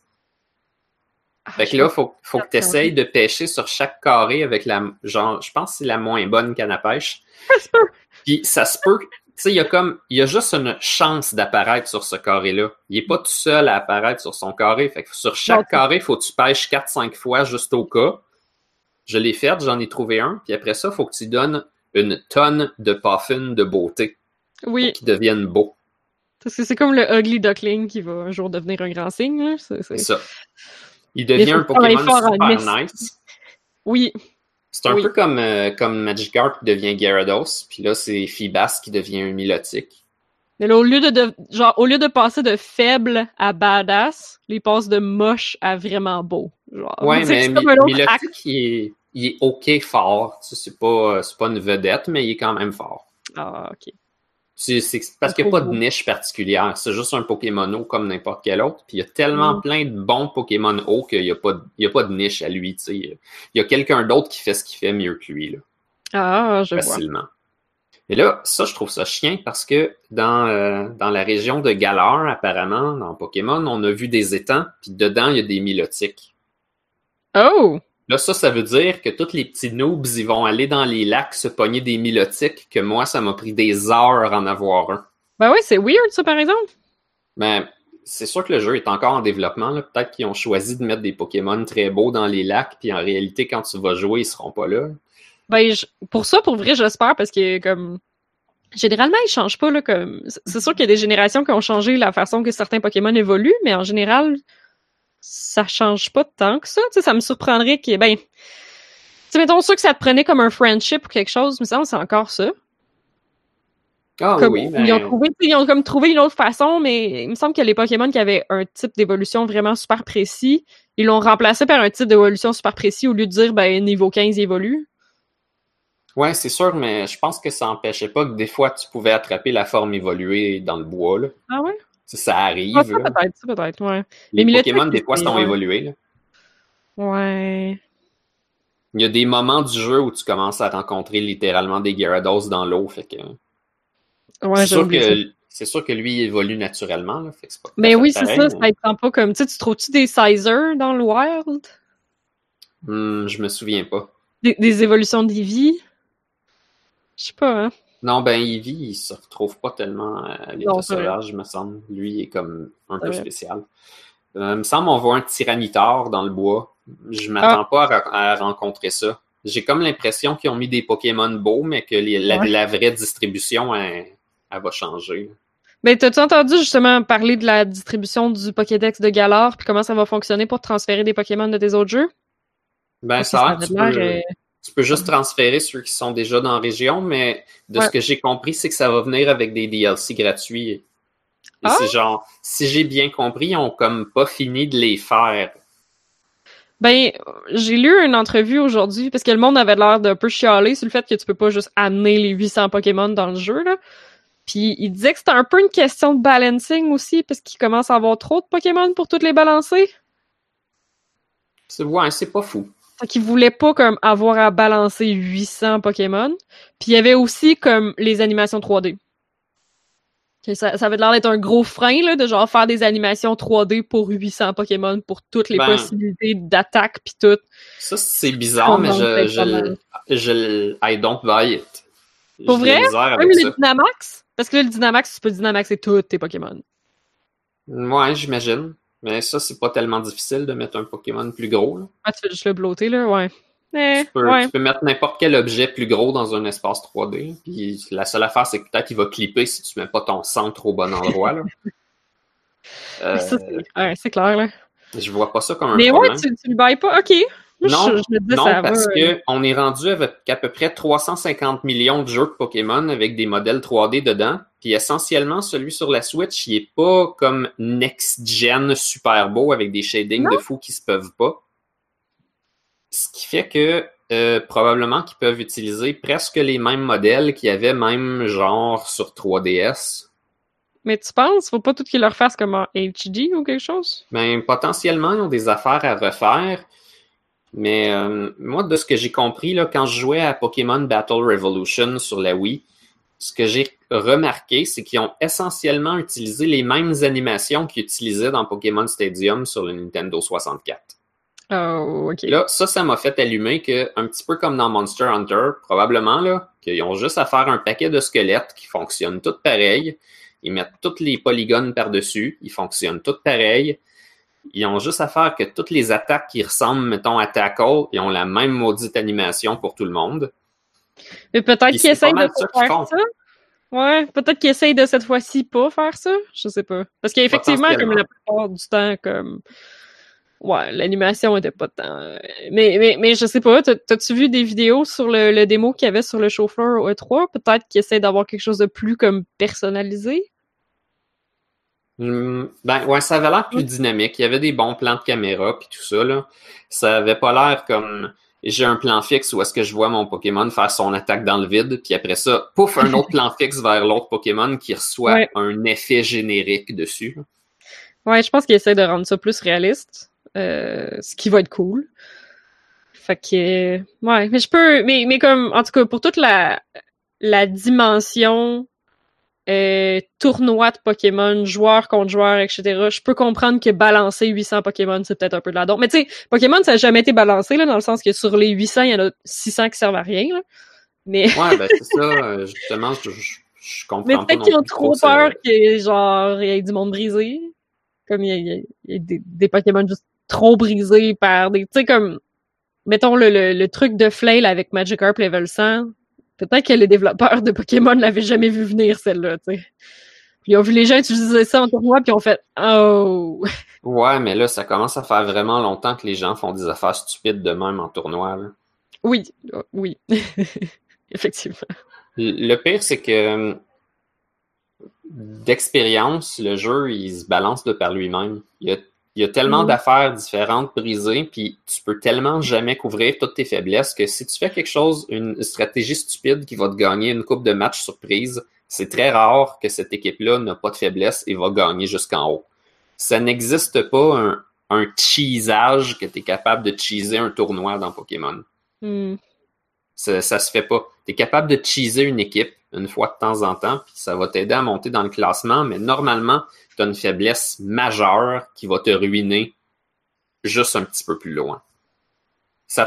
Speaker 1: Fait que là, faut que tu essayes de pêcher sur chaque carré avec je pense que c'est la moins bonne canne à pêche. Puis ça se peut, tu sais, il y a juste une chance d'apparaître sur ce carré-là. Il est pas tout seul à apparaître sur son carré. Fait que sur chaque carré, il faut que tu pêches 4-5 fois juste au cas. Je l'ai fait, j'en ai trouvé un. Puis après ça, il faut que tu donnes une tonne de puffins de beauté.
Speaker 2: Oui.
Speaker 1: Pour qu'ils deviennent beaux.
Speaker 2: Parce que c'est comme le Ugly Duckling qui va un jour devenir un grand signe. Là.
Speaker 1: C'est ça. Il devient un Pokémon super nice.
Speaker 2: Oui.
Speaker 1: C'est un peu comme Magikarp qui devient Gyarados, puis là, c'est Feebas qui devient un Milotic.
Speaker 2: Mais là, au lieu de passer de faible à badass, il passe de moche à vraiment beau. Genre,
Speaker 1: ouais, mais Milotic, il est OK fort. Tu sais, c'est pas une vedette, mais il est quand même fort.
Speaker 2: Ah, OK.
Speaker 1: C'est parce qu'il n'y a pas de niche particulière. C'est juste un Pokémon eau comme n'importe quel autre. Puis il y a tellement plein de bons Pokémon eau qu'il n'y a pas de niche à lui. T'sais. Il y a quelqu'un d'autre qui fait ce qu'il fait mieux que lui. Là.
Speaker 2: Ah, je
Speaker 1: facilement. Vois. Et là, ça, je trouve ça chien parce que dans la région de Galar, apparemment, dans Pokémon, on a vu des étangs. Puis dedans, il y a des Milotiques.
Speaker 2: Oh!
Speaker 1: Là, ça veut dire que tous les petits noobs, ils vont aller dans les lacs se pogner des Milotiques, que moi, ça m'a pris des heures en avoir un.
Speaker 2: Ben oui, c'est weird, ça, par exemple.
Speaker 1: Ben, c'est sûr que le jeu est encore en développement. Là. Peut-être qu'ils ont choisi de mettre des Pokémon très beaux dans les lacs, puis en réalité, quand tu vas jouer, ils seront pas là.
Speaker 2: Ben, pour vrai, j'espère, parce que, comme... Généralement, ils changent pas, là, comme... C'est sûr qu'il y a des générations qui ont changé la façon que certains Pokémon évoluent, mais en général... ça change pas tant que ça. Tu sais, ça me surprendrait que, ben, tu sais, mettons sûr que ça te prenait comme un friendship ou quelque chose, mais ça, c'est encore ça.
Speaker 1: Ah
Speaker 2: comme,
Speaker 1: oui,
Speaker 2: ils ont comme trouvé une autre façon, mais il me semble que les Pokémon qui avaient un type d'évolution vraiment super précis, ils l'ont remplacé par un type d'évolution super précis au lieu de dire, ben, niveau 15, il évolue.
Speaker 1: Ouais, c'est sûr, mais je pense que ça empêchait pas que des fois, tu pouvais attraper la forme évoluée dans le bois, là.
Speaker 2: Ah ouais?
Speaker 1: Ça arrive.
Speaker 2: Ah, ça peut-être, ouais.
Speaker 1: Les Pokémon, des fois, sont évolués, là.
Speaker 2: Ouais.
Speaker 1: Il y a des moments du jeu où tu commences à rencontrer littéralement des Gyarados dans l'eau, fait que...
Speaker 2: Ouais,
Speaker 1: c'est sûr que lui, il évolue naturellement, là, fait que c'est pas
Speaker 2: mais oui, c'est ça, ça étend pas comme... Tu sais, tu trouves-tu des Sizers dans le Wild?
Speaker 1: Je me souviens pas.
Speaker 2: Des évolutions d'Eevee? Je sais pas, hein.
Speaker 1: Non, ben Eevee, il se retrouve pas tellement à l'état sauvage, me semble. Lui, il est comme un peu spécial. Il me semble on voit un Tyranitar dans le bois. Je m'attends pas à rencontrer ça. J'ai comme l'impression qu'ils ont mis des Pokémon beaux, mais que la vraie distribution, elle va changer.
Speaker 2: Ben, t'as-tu entendu justement parler de la distribution du Pokédex de Galar puis comment ça va fonctionner pour transférer des Pokémon de tes autres jeux?
Speaker 1: Ben, tu peux juste transférer ceux qui sont déjà dans la région, mais de ce que j'ai compris, c'est que ça va venir avec des DLC gratuits. Et c'est genre, si j'ai bien compris, ils ont comme pas fini de les faire.
Speaker 2: Ben, j'ai lu une entrevue aujourd'hui, parce que le monde avait l'air d'un peu chialer sur le fait que tu peux pas juste amener les 800 Pokémon dans le jeu, là. Puis il disait que c'était un peu une question de balancing aussi, parce qu'il commence à avoir trop de Pokémon pour toutes les balancer.
Speaker 1: C'est pas fou.
Speaker 2: Fait qu'il voulait pas comme avoir à balancer 800 Pokémon. Puis il y avait aussi comme les animations 3D. Ça avait l'air d'être un gros frein, là, de genre faire des animations 3D pour 800 Pokémon, pour toutes les possibilités d'attaque pis tout.
Speaker 1: Ça, c'est bizarre, mais I don't buy it.
Speaker 2: Pour vrai? Même le Dynamax? Parce que là, le Dynamax, tu peux Dynamaxer tous tes Pokémon.
Speaker 1: Ouais, j'imagine. Mais ça, c'est pas tellement difficile de mettre un Pokémon plus gros. Là.
Speaker 2: Ah, tu fais juste le blotter, là, ouais.
Speaker 1: Tu peux mettre n'importe quel objet plus gros dans un espace 3D. Puis la seule affaire, c'est que peut-être qu'il va clipper si tu mets pas ton centre au bon endroit. Là.
Speaker 2: Ça, c'est clair, là.
Speaker 1: Je vois pas ça comme un
Speaker 2: problème.
Speaker 1: Mais
Speaker 2: ouais, tu le bailles pas? OK.
Speaker 1: Moi, non, parce qu'on est rendu avec à peu près 350 millions de jeux de Pokémon avec des modèles 3D dedans. Puis essentiellement, celui sur la Switch, il est pas comme next-gen super beau avec des shadings de fou qui se peuvent pas. Ce qui fait que probablement qu'ils peuvent utiliser presque les mêmes modèles qu'il y avait même genre sur 3DS.
Speaker 2: Mais tu penses? Faut pas tout qu'ils leur fassent comme en HD ou quelque chose?
Speaker 1: Ben, potentiellement, ils ont des affaires à refaire. Mais moi, de ce que j'ai compris, là, quand je jouais à Pokémon Battle Revolution sur la Wii, ce que j'ai remarqué, c'est qu'ils ont essentiellement utilisé les mêmes animations qu'ils utilisaient dans Pokémon Stadium sur le Nintendo 64.
Speaker 2: Oh, OK.
Speaker 1: Là, ça m'a fait allumer que, un petit peu comme dans Monster Hunter, probablement, là, qu'ils ont juste à faire un paquet de squelettes qui fonctionnent tous pareil. Ils mettent tous les polygones par-dessus. Ils fonctionnent tous pareil. Ils ont juste à faire que toutes les attaques qui ressemblent, mettons, à Tackle, ils ont la même maudite animation pour tout le monde.
Speaker 2: Mais peut-être qu'ils essayent de faire ça. Ouais, peut-être qu'ils essayent de cette fois-ci pas faire ça. Je sais pas. Parce qu'effectivement, comme la plupart du temps, comme... Ouais, l'animation était pas tant... Mais je sais pas, t'as-tu vu des vidéos sur le démo qu'il y avait sur le show-floor au E3? Peut-être qu'ils essaient d'avoir quelque chose de plus comme personnalisé?
Speaker 1: Ben ouais, ça avait l'air plus dynamique. Il y avait des bons plans de caméra puis tout ça, là. Ça avait pas l'air comme... J'ai un plan fixe où est-ce que je vois mon Pokémon faire son attaque dans le vide, puis après ça, pouf, un autre plan fixe vers l'autre Pokémon qui reçoit un effet générique dessus.
Speaker 2: Ouais, je pense qu'ils essaient de rendre ça plus réaliste. Ce qui va être cool. Fait que ouais, mais je peux mais comme en tout cas pour toute la dimension tournoi de Pokémon, joueur contre joueur, etc. Je peux comprendre que balancer 800 Pokémon, c'est peut-être un peu de la don. Mais tu sais, Pokémon, ça n'a jamais été balancé, là, dans le sens que sur les 800, il y en a 600 qui servent à rien, là. Mais...
Speaker 1: Ouais, ben c'est ça, justement, je comprends pas.
Speaker 2: Mais peut-être qu'ils ont trop peur que, genre, il y ait du monde brisé. Comme il y a des Pokémon juste trop brisés par des... Tu sais, comme... Mettons le truc de Flail avec Magikarp level 100. Peut-être que les développeurs de Pokémon l'avaient jamais vu venir, celle-là, tu sais. Puis ils ont vu les gens utiliser ça en tournoi, puis ils ont fait « Oh! »
Speaker 1: Ouais, mais là, ça commence à faire vraiment longtemps que les gens font des affaires stupides de même en tournoi, là.
Speaker 2: Oui. Effectivement.
Speaker 1: Le pire, c'est que d'expérience, le jeu, il se balance de par lui-même. Il y a tellement d'affaires différentes brisées, puis tu peux tellement jamais couvrir toutes tes faiblesses que si tu fais quelque chose, une stratégie stupide qui va te gagner une coupe de match surprise, c'est très rare que cette équipe-là n'a pas de faiblesse et va gagner jusqu'en haut. Ça n'existe pas un cheesage que tu es capable de cheeser un tournoi dans Pokémon. Ça se fait pas. Tu es capable de cheeser une équipe une fois de temps en temps, puis ça va t'aider à monter dans le classement, mais normalement, tu as une faiblesse majeure qui va te ruiner juste un petit peu plus loin. Ça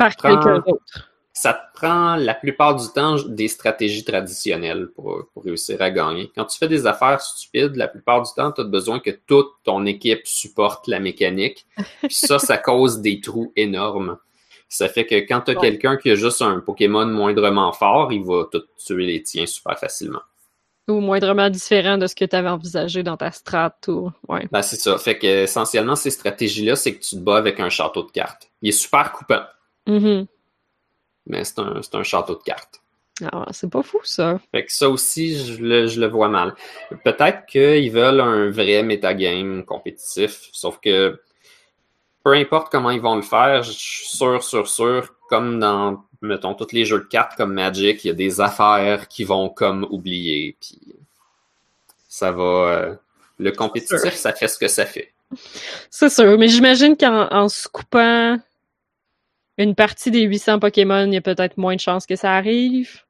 Speaker 1: te prend la plupart du temps des stratégies traditionnelles pour réussir à gagner. Quand tu fais des affaires stupides, la plupart du temps, tu as besoin que toute ton équipe supporte la mécanique. Puis ça cause des trous énormes. Ça fait que quand tu as quelqu'un qui a juste un Pokémon moindrement fort, il va tout tuer les tiens super facilement.
Speaker 2: Ou moindrement différent de ce que tu avais envisagé dans ta strat. Ouais.
Speaker 1: Ben, c'est ça. Fait que essentiellement, ces stratégies-là, c'est que tu te bats avec un château de cartes. Il est super coupant. Mais c'est un château de cartes.
Speaker 2: Ah, c'est pas fou, ça.
Speaker 1: Fait que ça aussi, je le vois mal. Peut-être qu'ils veulent un vrai metagame compétitif, sauf que peu importe comment ils vont le faire, je suis sûr, comme dans, mettons, tous les jeux de cartes comme Magic, il y a des affaires qui vont comme oublier, puis ça va... le compétitif, ça fait ce que ça fait.
Speaker 2: C'est sûr, mais j'imagine qu'en se coupant une partie des 800 Pokémon, il y a peut-être moins de chances que ça arrive.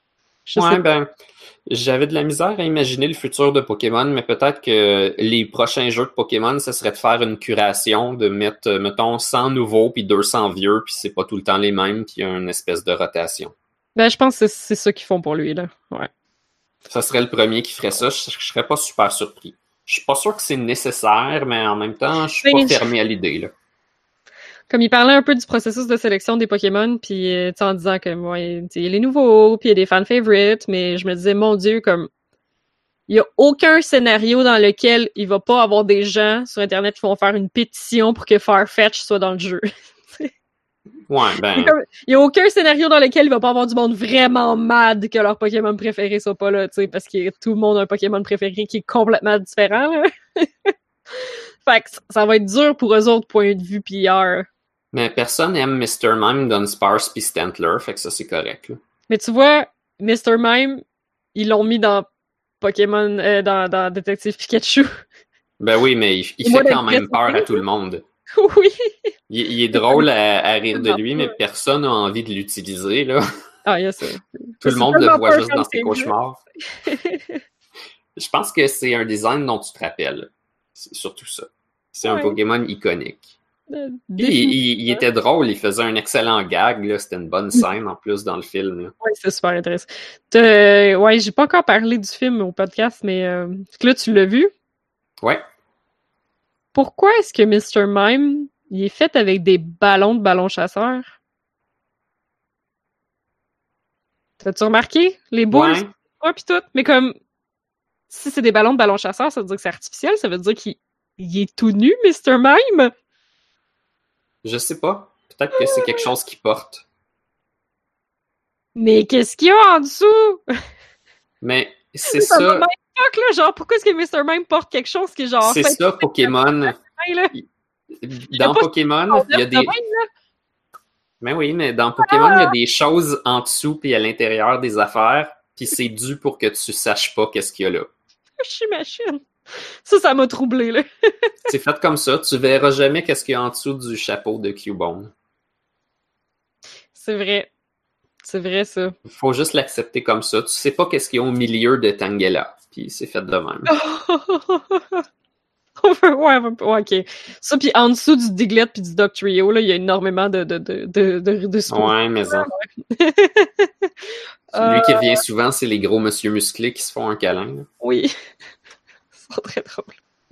Speaker 1: J'avais de la misère à imaginer le futur de Pokémon, mais peut-être que les prochains jeux de Pokémon, ça serait de faire une curation, de mettre, mettons, 100 nouveaux puis 200 vieux, puis c'est pas tout le temps les mêmes, puis il y a une espèce de rotation.
Speaker 2: Ben, je pense que c'est ça qu'ils font pour lui, là. Ouais.
Speaker 1: Ça serait le premier qui ferait ça, je serais pas super surpris. Je suis pas sûr que c'est nécessaire, mais en même temps, je suis pas fermé à l'idée, là.
Speaker 2: Comme il parlait un peu du processus de sélection des Pokémon, puis en disant que il y a les nouveaux, puis il y a des fan favorites, mais je me disais, mon Dieu, comme il y a aucun scénario dans lequel il va pas avoir des gens sur Internet qui vont faire une pétition pour que Farfetch soit dans le jeu.
Speaker 1: Ouais, ben...
Speaker 2: Il y a aucun scénario dans lequel il va pas avoir du monde vraiment mad que leur Pokémon préféré soit pas là, tu sais, parce que tout le monde a un Pokémon préféré qui est complètement différent, là. Fait que ça va être dur pour eux autres, point de vue PR.
Speaker 1: Mais personne aime Mr. Mime, Dunsparce pis Stantler, fait que ça, c'est correct, là.
Speaker 2: Mais tu vois, Mr. Mime, ils l'ont mis dans Pokémon, dans Détective Pikachu.
Speaker 1: Ben oui, mais il fait quand même peur à tout le monde.
Speaker 2: Oui!
Speaker 1: Il est drôle à rire de lui, mais personne n'a envie de l'utiliser, là.
Speaker 2: Ah, il y a ça.
Speaker 1: Tout le monde le voit juste dans ses cauchemars. Je pense que c'est un design dont tu te rappelles. C'est surtout ça. C'est un Pokémon iconique. Il était drôle, il faisait un excellent gag, là. C'était une bonne scène en plus dans le film, là.
Speaker 2: Oui, c'est super intéressant. Ouais, j'ai pas encore parlé du film au podcast, mais là, tu l'as vu?
Speaker 1: Ouais.
Speaker 2: Pourquoi est-ce que Mr. Mime, il est fait avec des ballons chasseurs? T'as-tu remarqué? Les boules, ouais, pis tout. Mais comme, si c'est des ballons chasseurs, ça veut dire que c'est artificiel, ça veut dire qu'il est tout nu, Mr. Mime?
Speaker 1: Je sais pas. Peut-être que c'est quelque chose qu'il porte.
Speaker 2: Mais qu'est-ce qu'il y a en dessous?
Speaker 1: Mais c'est ça.
Speaker 2: Là, genre, pourquoi est-ce que Mr. Mime porte quelque chose qui est genre...
Speaker 1: C'est ça, Pokémon. Dans Pokémon, il y a des... Mais oui, mais dans Pokémon, il y a des choses en dessous puis à l'intérieur des affaires, puis c'est dû pour que tu saches pas qu'est-ce qu'il y a là.
Speaker 2: J'imagine. Ça m'a troublé, là.
Speaker 1: C'est fait comme ça. Tu verras jamais qu'est-ce qu'il y a en dessous du chapeau de Cubone.
Speaker 2: C'est vrai. C'est vrai, ça.
Speaker 1: Il faut juste l'accepter comme ça. Tu sais pas qu'est-ce qu'il y a au milieu de Tangela. Puis c'est fait de même.
Speaker 2: Ouais, ok. Ça, puis en dessous du Diglett puis du Dugtrio, là, il y a énormément de
Speaker 1: spots. Ouais, mais ça. Celui qui revient souvent, c'est les gros monsieur musclés qui se font un câlin. Là.
Speaker 2: Oui. C'est très drôle.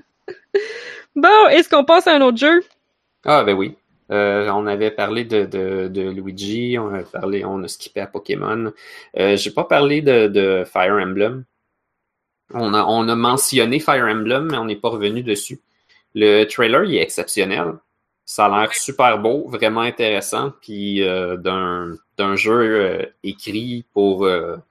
Speaker 2: Bon, est-ce qu'on passe à un autre jeu?
Speaker 1: Ah, ben oui. On avait parlé de Luigi, on a skippé à Pokémon. J'ai pas parlé de Fire Emblem. On a mentionné Fire Emblem, mais on n'est pas revenu dessus. Le trailer, il est exceptionnel. Ça a l'air super beau, vraiment intéressant, puis d'un jeu écrit pour...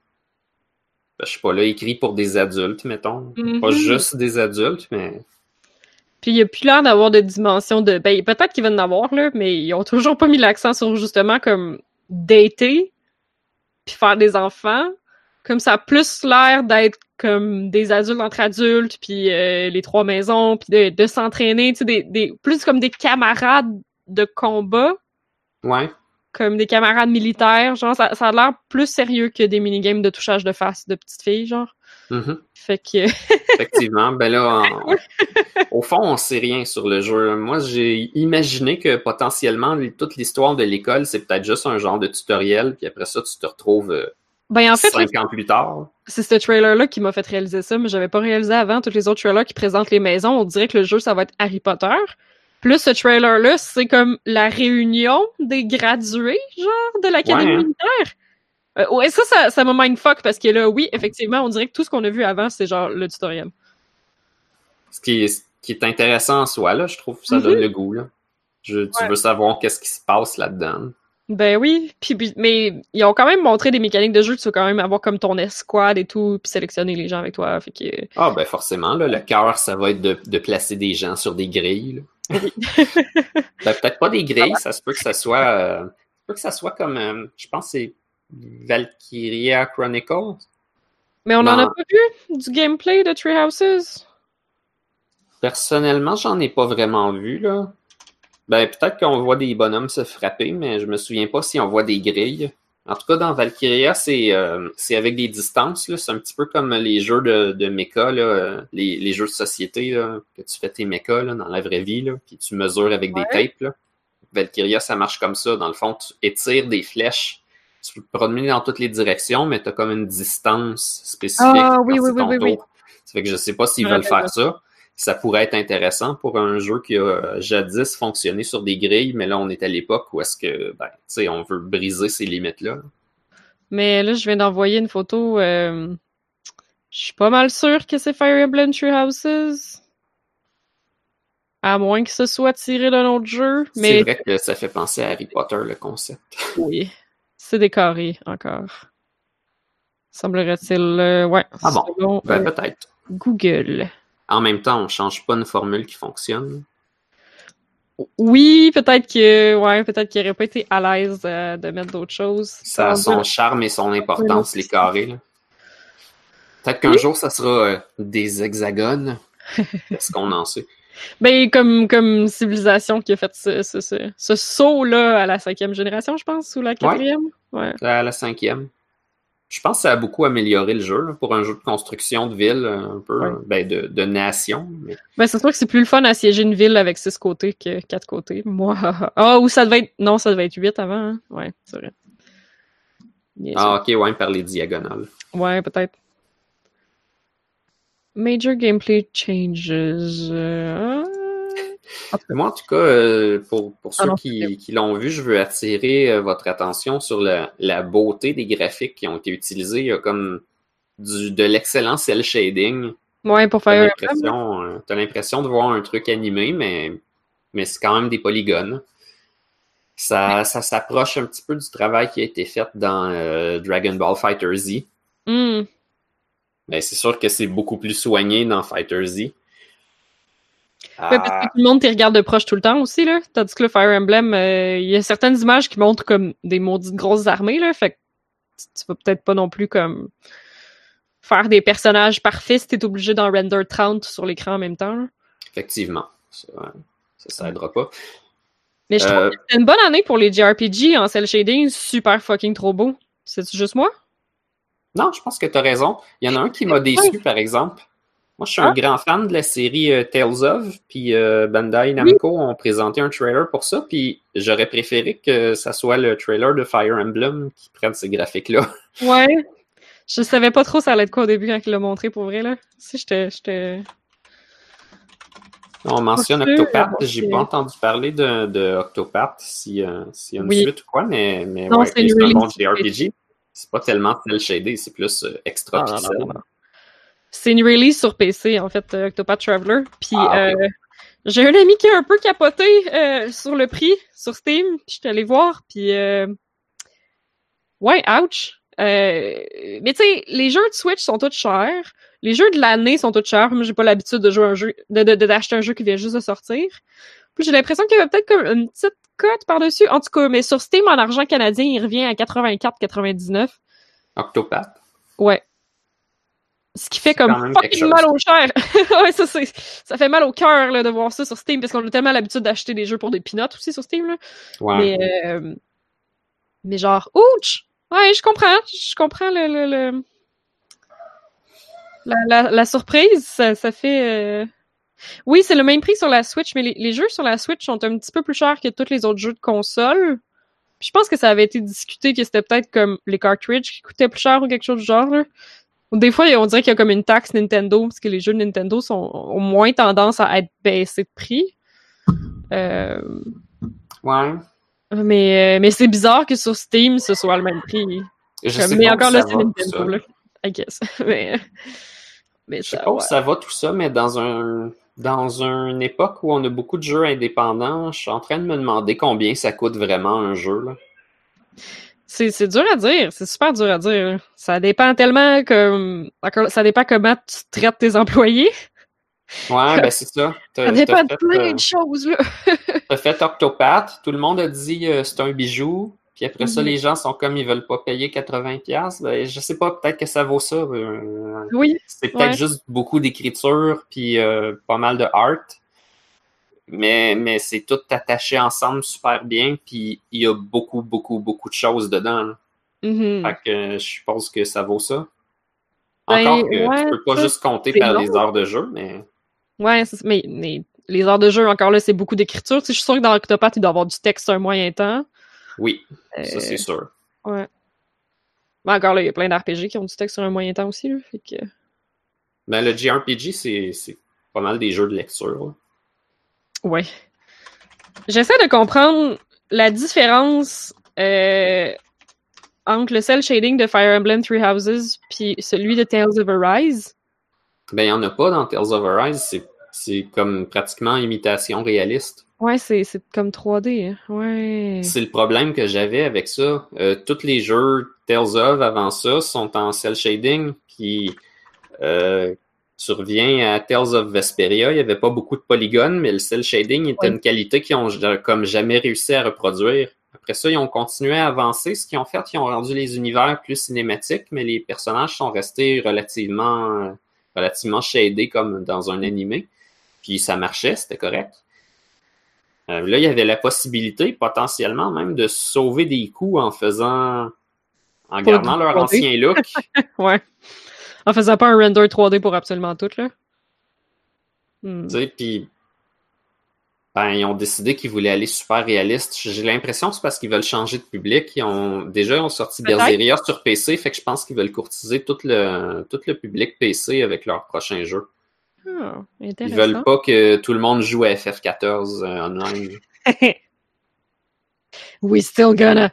Speaker 1: je sais pas, là, écrit pour des adultes, mettons. Mm-hmm. Pas juste des adultes, mais...
Speaker 2: Puis il n'y a plus l'air d'avoir de dimension de... Ben, peut-être qu'il va en avoir, là, mais ils ont toujours pas mis l'accent sur, justement, comme, dater, puis faire des enfants. Comme ça a plus l'air d'être comme des adultes entre adultes, puis les trois maisons, puis de s'entraîner, tu sais, plus comme des camarades de combat.
Speaker 1: Ouais.
Speaker 2: Comme des camarades militaires, genre, ça a l'air plus sérieux que des minigames de touchage de face de petites filles, genre.
Speaker 1: Mm-hmm.
Speaker 2: Fait que...
Speaker 1: Effectivement, ben là, au fond, on sait rien sur le jeu. Moi, j'ai imaginé que potentiellement, toute l'histoire de l'école, c'est peut-être juste un genre de tutoriel, puis après ça, tu te retrouves...
Speaker 2: Ben, en fait,
Speaker 1: 5 ans plus tard.
Speaker 2: C'est ce trailer-là qui m'a fait réaliser ça, mais j'avais pas réalisé avant. Tous les autres trailers qui présentent les maisons, on dirait que le jeu, ça va être Harry Potter. Plus ce trailer-là, c'est comme la réunion des gradués, genre, de l'académie militaire. Ouais, ça m'a mindfuck, parce que là, oui, effectivement, on dirait que tout ce qu'on a vu avant, c'est genre le tutoriel.
Speaker 1: Ce qui est intéressant en soi, là, je trouve que ça donne le goût, là. Tu veux savoir qu'est-ce qui se passe là-dedans.
Speaker 2: Ben oui, mais ils ont quand même montré des mécaniques de jeu que tu vas quand même avoir comme ton escouade et tout, puis sélectionner les gens avec toi, fait que...
Speaker 1: Ah ben forcément, là, le cœur, ça va être de placer des gens sur des grilles, là.
Speaker 2: Oui.
Speaker 1: Ben, peut-être pas des grilles, ça se peut que ça soit comme, je pense que c'est Valkyria Chronicles.
Speaker 2: Mais on en a pas vu du gameplay de Tree Houses?
Speaker 1: Personnellement, j'en ai pas vraiment vu, là. Ben, peut-être qu'on voit des bonhommes se frapper, mais je me souviens pas si on voit des grilles. En tout cas, dans Valkyria, c'est avec des distances, là. C'est un petit peu comme les jeux de mecha, là, les jeux de société, là, que tu fais tes mechas, là, dans la vraie vie, là, puis tu mesures avec des tapes, là. Valkyria, ça marche comme ça. Dans le fond, tu étires des flèches. Tu peux te promener dans toutes les directions, mais tu as comme une distance spécifique.
Speaker 2: Ah, oui.
Speaker 1: Ça fait que je sais pas s'ils veulent faire ça. ça pourrait être intéressant pour un jeu qui a jadis fonctionné sur des grilles, mais là, on est à l'époque où est-ce que, tu sais, on veut briser ces limites-là.
Speaker 2: Mais là, je viens d'envoyer une photo. Je suis pas mal sûre que c'est Fire Emblem Three Houses. À moins que ce soit tiré d'un autre jeu. Mais...
Speaker 1: C'est vrai que ça fait penser à Harry Potter, le concept.
Speaker 2: Oui. C'est décoré, encore. Semblerait-il... ouais.
Speaker 1: Ah bon? Selon, peut-être.
Speaker 2: Google.
Speaker 1: En même temps, on change pas une formule qui fonctionne.
Speaker 2: Oui, peut-être qu'il aurait pas été à l'aise de mettre d'autres choses.
Speaker 1: Ça a son charme et son importance, les carrés. Là. Peut-être qu'un jour, ça sera des hexagones. Est-ce qu'on en sait?
Speaker 2: Ben, comme Civilisation qui a fait ce saut-là à la 5e génération, je pense, ou la 4e?
Speaker 1: Ouais. À la 5e. Je pense que ça a beaucoup amélioré le jeu là, pour un jeu de construction de ville, un peu, de nation. Mais...
Speaker 2: Ben, c'est sûr que c'est plus le fun à siéger une ville avec 6 côtés que 4 côtés. Moi, ou ça devait être... Non, ça devait être 8 avant, hein? Ouais, c'est vrai.
Speaker 1: Ok, ouais, par les diagonales.
Speaker 2: Ouais, peut-être. Major gameplay changes.
Speaker 1: Moi, en tout cas, pour ceux qui l'ont vu, je veux attirer votre attention sur la beauté des graphiques qui ont été utilisés. Il y a comme de l'excellent cel shading.
Speaker 2: Ouais, pour faire...
Speaker 1: T'as l'impression de voir un truc animé, mais c'est quand même des polygones. Ça s'approche un petit peu du travail qui a été fait dans Dragon Ball FighterZ. Mais c'est sûr que c'est beaucoup plus soigné dans FighterZ.
Speaker 2: Ouais, parce que tout le monde te regarde de proche tout le temps aussi, là. Tandis que le Fire Emblem, il y a certaines images qui montrent comme des maudites grosses armées, là. Fait que tu vas peut-être pas non plus comme faire des personnages parfaits si t'es obligé d'en render 30 sur l'écran en même temps. Là.
Speaker 1: Effectivement. Ça aidera pas.
Speaker 2: Mais je trouve que c'est une bonne année pour les JRPG en cel shading, super fucking trop beau. C'est-tu juste moi?
Speaker 1: Non, je pense que t'as raison. Il y en a un qui m'a déçu, par exemple. Moi, je suis un grand fan de la série Tales of, puis Bandai Namco ont présenté un trailer pour ça, puis j'aurais préféré que ça soit le trailer de Fire Emblem qui prenne ces graphiques-là.
Speaker 2: Ouais. Je savais pas trop ça allait être quoi au début quand il l'a montré, pour vrai, là. Si, j'étais...
Speaker 1: On mentionne Octopath, j'ai pas entendu parler de Octopath, s'il y a une suite ou quoi, mais
Speaker 2: non,
Speaker 1: ouais,
Speaker 2: c'est
Speaker 1: un bon JRPG. C'est pas tellement cel shadé, c'est plus extra pixel.
Speaker 2: C'est une release sur PC, en fait, Octopath Traveler. Puis j'ai un ami qui a un peu capoté sur le prix, sur Steam. Puis j'étais allée voir, puis... Ouais, ouch! Mais tu sais, les jeux de Switch sont tous chers. Les jeux de l'année sont tous chers. Moi, j'ai pas l'habitude de jouer un jeu, d'acheter un jeu qui vient juste de sortir. Puis j'ai l'impression qu'il y avait peut-être comme une petite cote par-dessus. En tout cas, mais sur Steam, en argent canadien, il revient à 84,99.
Speaker 1: Octopath?
Speaker 2: Ouais. Ce qui fait comme fucking mal au cœur. Ouais, ça fait mal au cœur là, de voir ça sur Steam, parce qu'on a tellement l'habitude d'acheter des jeux pour des peanuts aussi sur Steam. Là.
Speaker 1: Ouais.
Speaker 2: Mais genre, ouch! Ouais, je comprends la surprise. Ça fait... Oui, c'est le même prix sur la Switch, mais les jeux sur la Switch sont un petit peu plus chers que tous les autres jeux de console. Puis je pense que ça avait été discuté que c'était peut-être comme les cartridges qui coûtaient plus cher ou quelque chose du genre. Là. Des fois, on dirait qu'il y a comme une taxe Nintendo, parce que les jeux de Nintendo ont moins tendance à être baissés de prix.
Speaker 1: Ouais.
Speaker 2: Mais c'est bizarre que sur Steam, ce soit le même prix. Mais encore là, c'est Nintendo, là, I guess. mais
Speaker 1: je sais pas où ça va tout ça, mais dans une époque où on a beaucoup de jeux indépendants, je suis en train de me demander combien ça coûte vraiment un jeu, là.
Speaker 2: C'est dur à dire, c'est super dur à dire. Ça dépend tellement ça dépend comment tu traites tes employés.
Speaker 1: Ouais, ben c'est ça.
Speaker 2: Ça dépend de plein de choses, là.
Speaker 1: T'as fait Octopath, tout le monde a dit c'est un bijou, puis après ça, les gens sont comme ils veulent pas payer 80$. Ben, je sais pas, peut-être que ça vaut ça.
Speaker 2: Oui.
Speaker 1: C'est peut-être juste beaucoup d'écriture, puis pas mal de art. Mais c'est tout attaché ensemble super bien, puis il y a beaucoup, beaucoup, beaucoup de choses dedans. Fait que je suppose que ça vaut ça. Encore que tu peux pas juste compter par les heures de jeu, mais...
Speaker 2: Ouais, mais les heures de jeu, encore là, c'est beaucoup d'écriture. Je suis sûre que dans Octopath, il doit y avoir du texte un moyen temps.
Speaker 1: Oui, ça c'est sûr.
Speaker 2: Ouais. Mais encore là, il y a plein d'RPG qui ont du texte sur un moyen temps aussi. Là, fait que...
Speaker 1: Ben, le JRPG, c'est pas mal des jeux de lecture. Là.
Speaker 2: Ouais. J'essaie de comprendre la différence entre le cel shading de Fire Emblem Three Houses puis celui de Tales of Arise.
Speaker 1: Ben, il n'y en a pas dans Tales of Arise. C'est comme pratiquement imitation réaliste.
Speaker 2: Ouais, c'est comme 3D. Hein. Ouais.
Speaker 1: C'est le problème que j'avais avec ça. Tous les jeux Tales of avant ça sont en cel shading. Puis tu reviens à Tales of Vesperia, il n'y avait pas beaucoup de polygones, mais le cel shading était une qualité qu'ils ont comme jamais réussi à reproduire. Après ça, ils ont continué à avancer. Ce qu'ils ont fait, ils ont rendu les univers plus cinématiques, mais les personnages sont restés relativement shadés comme dans un animé. Puis ça marchait, c'était correct. Là, il y avait la possibilité, potentiellement, même de sauver des coups en gardant leur ancien look.
Speaker 2: Ouais. En faisant pas un render 3D pour absolument tout, là.
Speaker 1: Tu sais, puis ils ont décidé qu'ils voulaient aller super réaliste. J'ai l'impression que c'est parce qu'ils veulent changer de public. Ils ont sorti Berseria sur PC, fait que je pense qu'ils veulent courtiser tout le public PC avec leur prochain jeu.
Speaker 2: Oh,
Speaker 1: ils veulent pas que tout le monde joue à FF14 online.
Speaker 2: We still gonna.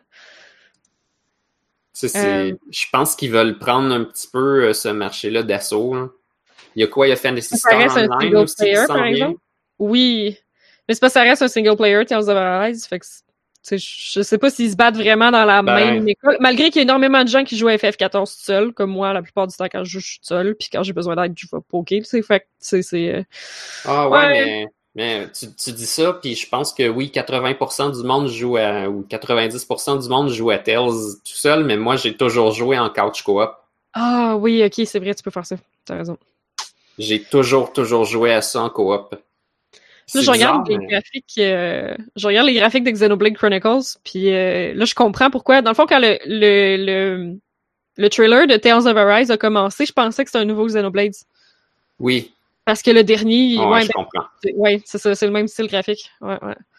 Speaker 1: Je pense qu'ils veulent prendre un petit peu ce marché-là d'assaut. Hein. Il y a quoi? Il y a Fantasy Star Online aussi qui s'en vient?
Speaker 2: Oui. Mais c'est pas ça reste un single player, Tales of Arise. Fait que je sais pas s'ils se battent vraiment dans la même école. Malgré qu'il y a énormément de gens qui jouent à FF14 tout seul, comme moi, la plupart du temps, quand je joue, je suis seul. Puis quand j'ai besoin d'aide, je vais poker. Fait que
Speaker 1: Ah ouais, mais tu dis ça, puis je pense que oui, 80% du monde joue ou 90% du monde joue à Tales tout seul, mais moi, j'ai toujours joué en couch coop.
Speaker 2: Ah oui, ok, c'est vrai, tu peux faire ça. T'as raison.
Speaker 1: J'ai toujours joué à ça en coop.
Speaker 2: Là, je regarde les graphiques de Xenoblade Chronicles, puis là, je comprends pourquoi. Dans le fond, quand le trailer de Tales of Arise a commencé, je pensais que c'était un nouveau Xenoblade.
Speaker 1: Oui.
Speaker 2: Parce que le dernier...
Speaker 1: je comprends.
Speaker 2: Ouais, c'est ça, c'est le même style graphique. Ouais.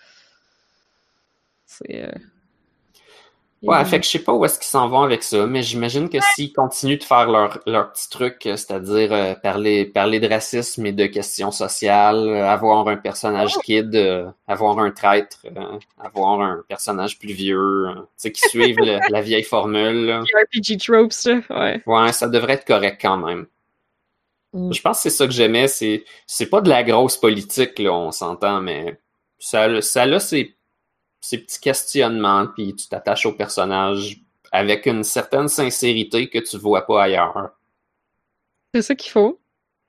Speaker 2: C'est...
Speaker 1: Ouais, fait que je sais pas où est-ce qu'ils s'en vont avec ça, mais j'imagine que s'ils continuent de faire leur petit truc, c'est-à-dire parler de racisme et de questions sociales, avoir un personnage kid, avoir un traître, avoir un personnage plus vieux, tu sais, qui suivent la vieille formule. Là.
Speaker 2: Les RPG tropes, ça, ouais.
Speaker 1: Ouais, ça devrait être correct quand même. Je pense que c'est ça que j'aimais, c'est pas de la grosse politique, là, on s'entend, mais ça a ces petits questionnements, puis tu t'attaches au personnage avec une certaine sincérité que tu vois pas ailleurs.
Speaker 2: C'est ça qu'il faut.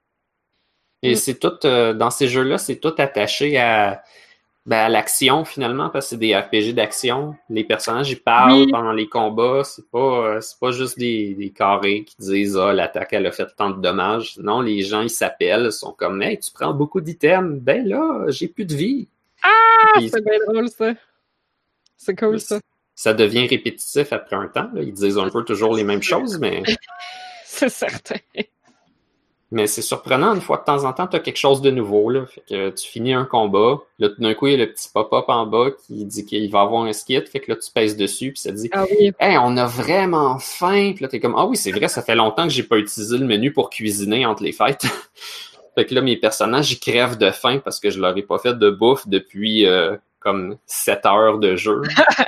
Speaker 1: Et c'est tout, dans ces jeux-là, c'est tout attaché à l'action, finalement, parce que c'est des RPG d'action. Les personnages, ils parlent pendant les combats. C'est pas juste des carrés qui disent « Ah, l'attaque, elle a fait tant de dommages. » Non, les gens, ils s'appellent, ils sont comme « Hey, tu prends beaucoup d'items. Ben là, j'ai plus de vie. »
Speaker 2: Ah! Puis, c'est bien drôle, ça. C'est cool, ça.
Speaker 1: Ça devient répétitif après un temps. Là. Ils disent un peu toujours les mêmes choses, mais...
Speaker 2: C'est certain.
Speaker 1: Mais c'est surprenant, une fois de temps en temps, tu as quelque chose de nouveau. Là. Fait que tu finis un combat, là, tout d'un coup, il y a le petit pop-up en bas qui dit qu'il va avoir un skit, fait que là, tu pèses dessus, puis ça te dit « Hey, on a vraiment faim! » Puis là, t'es comme « Ah oui, c'est vrai, ça fait longtemps que j'ai pas utilisé le menu pour cuisiner entre les fêtes. » Fait que là, mes personnages, ils crèvent de faim parce que je leur ai pas fait de bouffe depuis... comme 7 heures de jeu.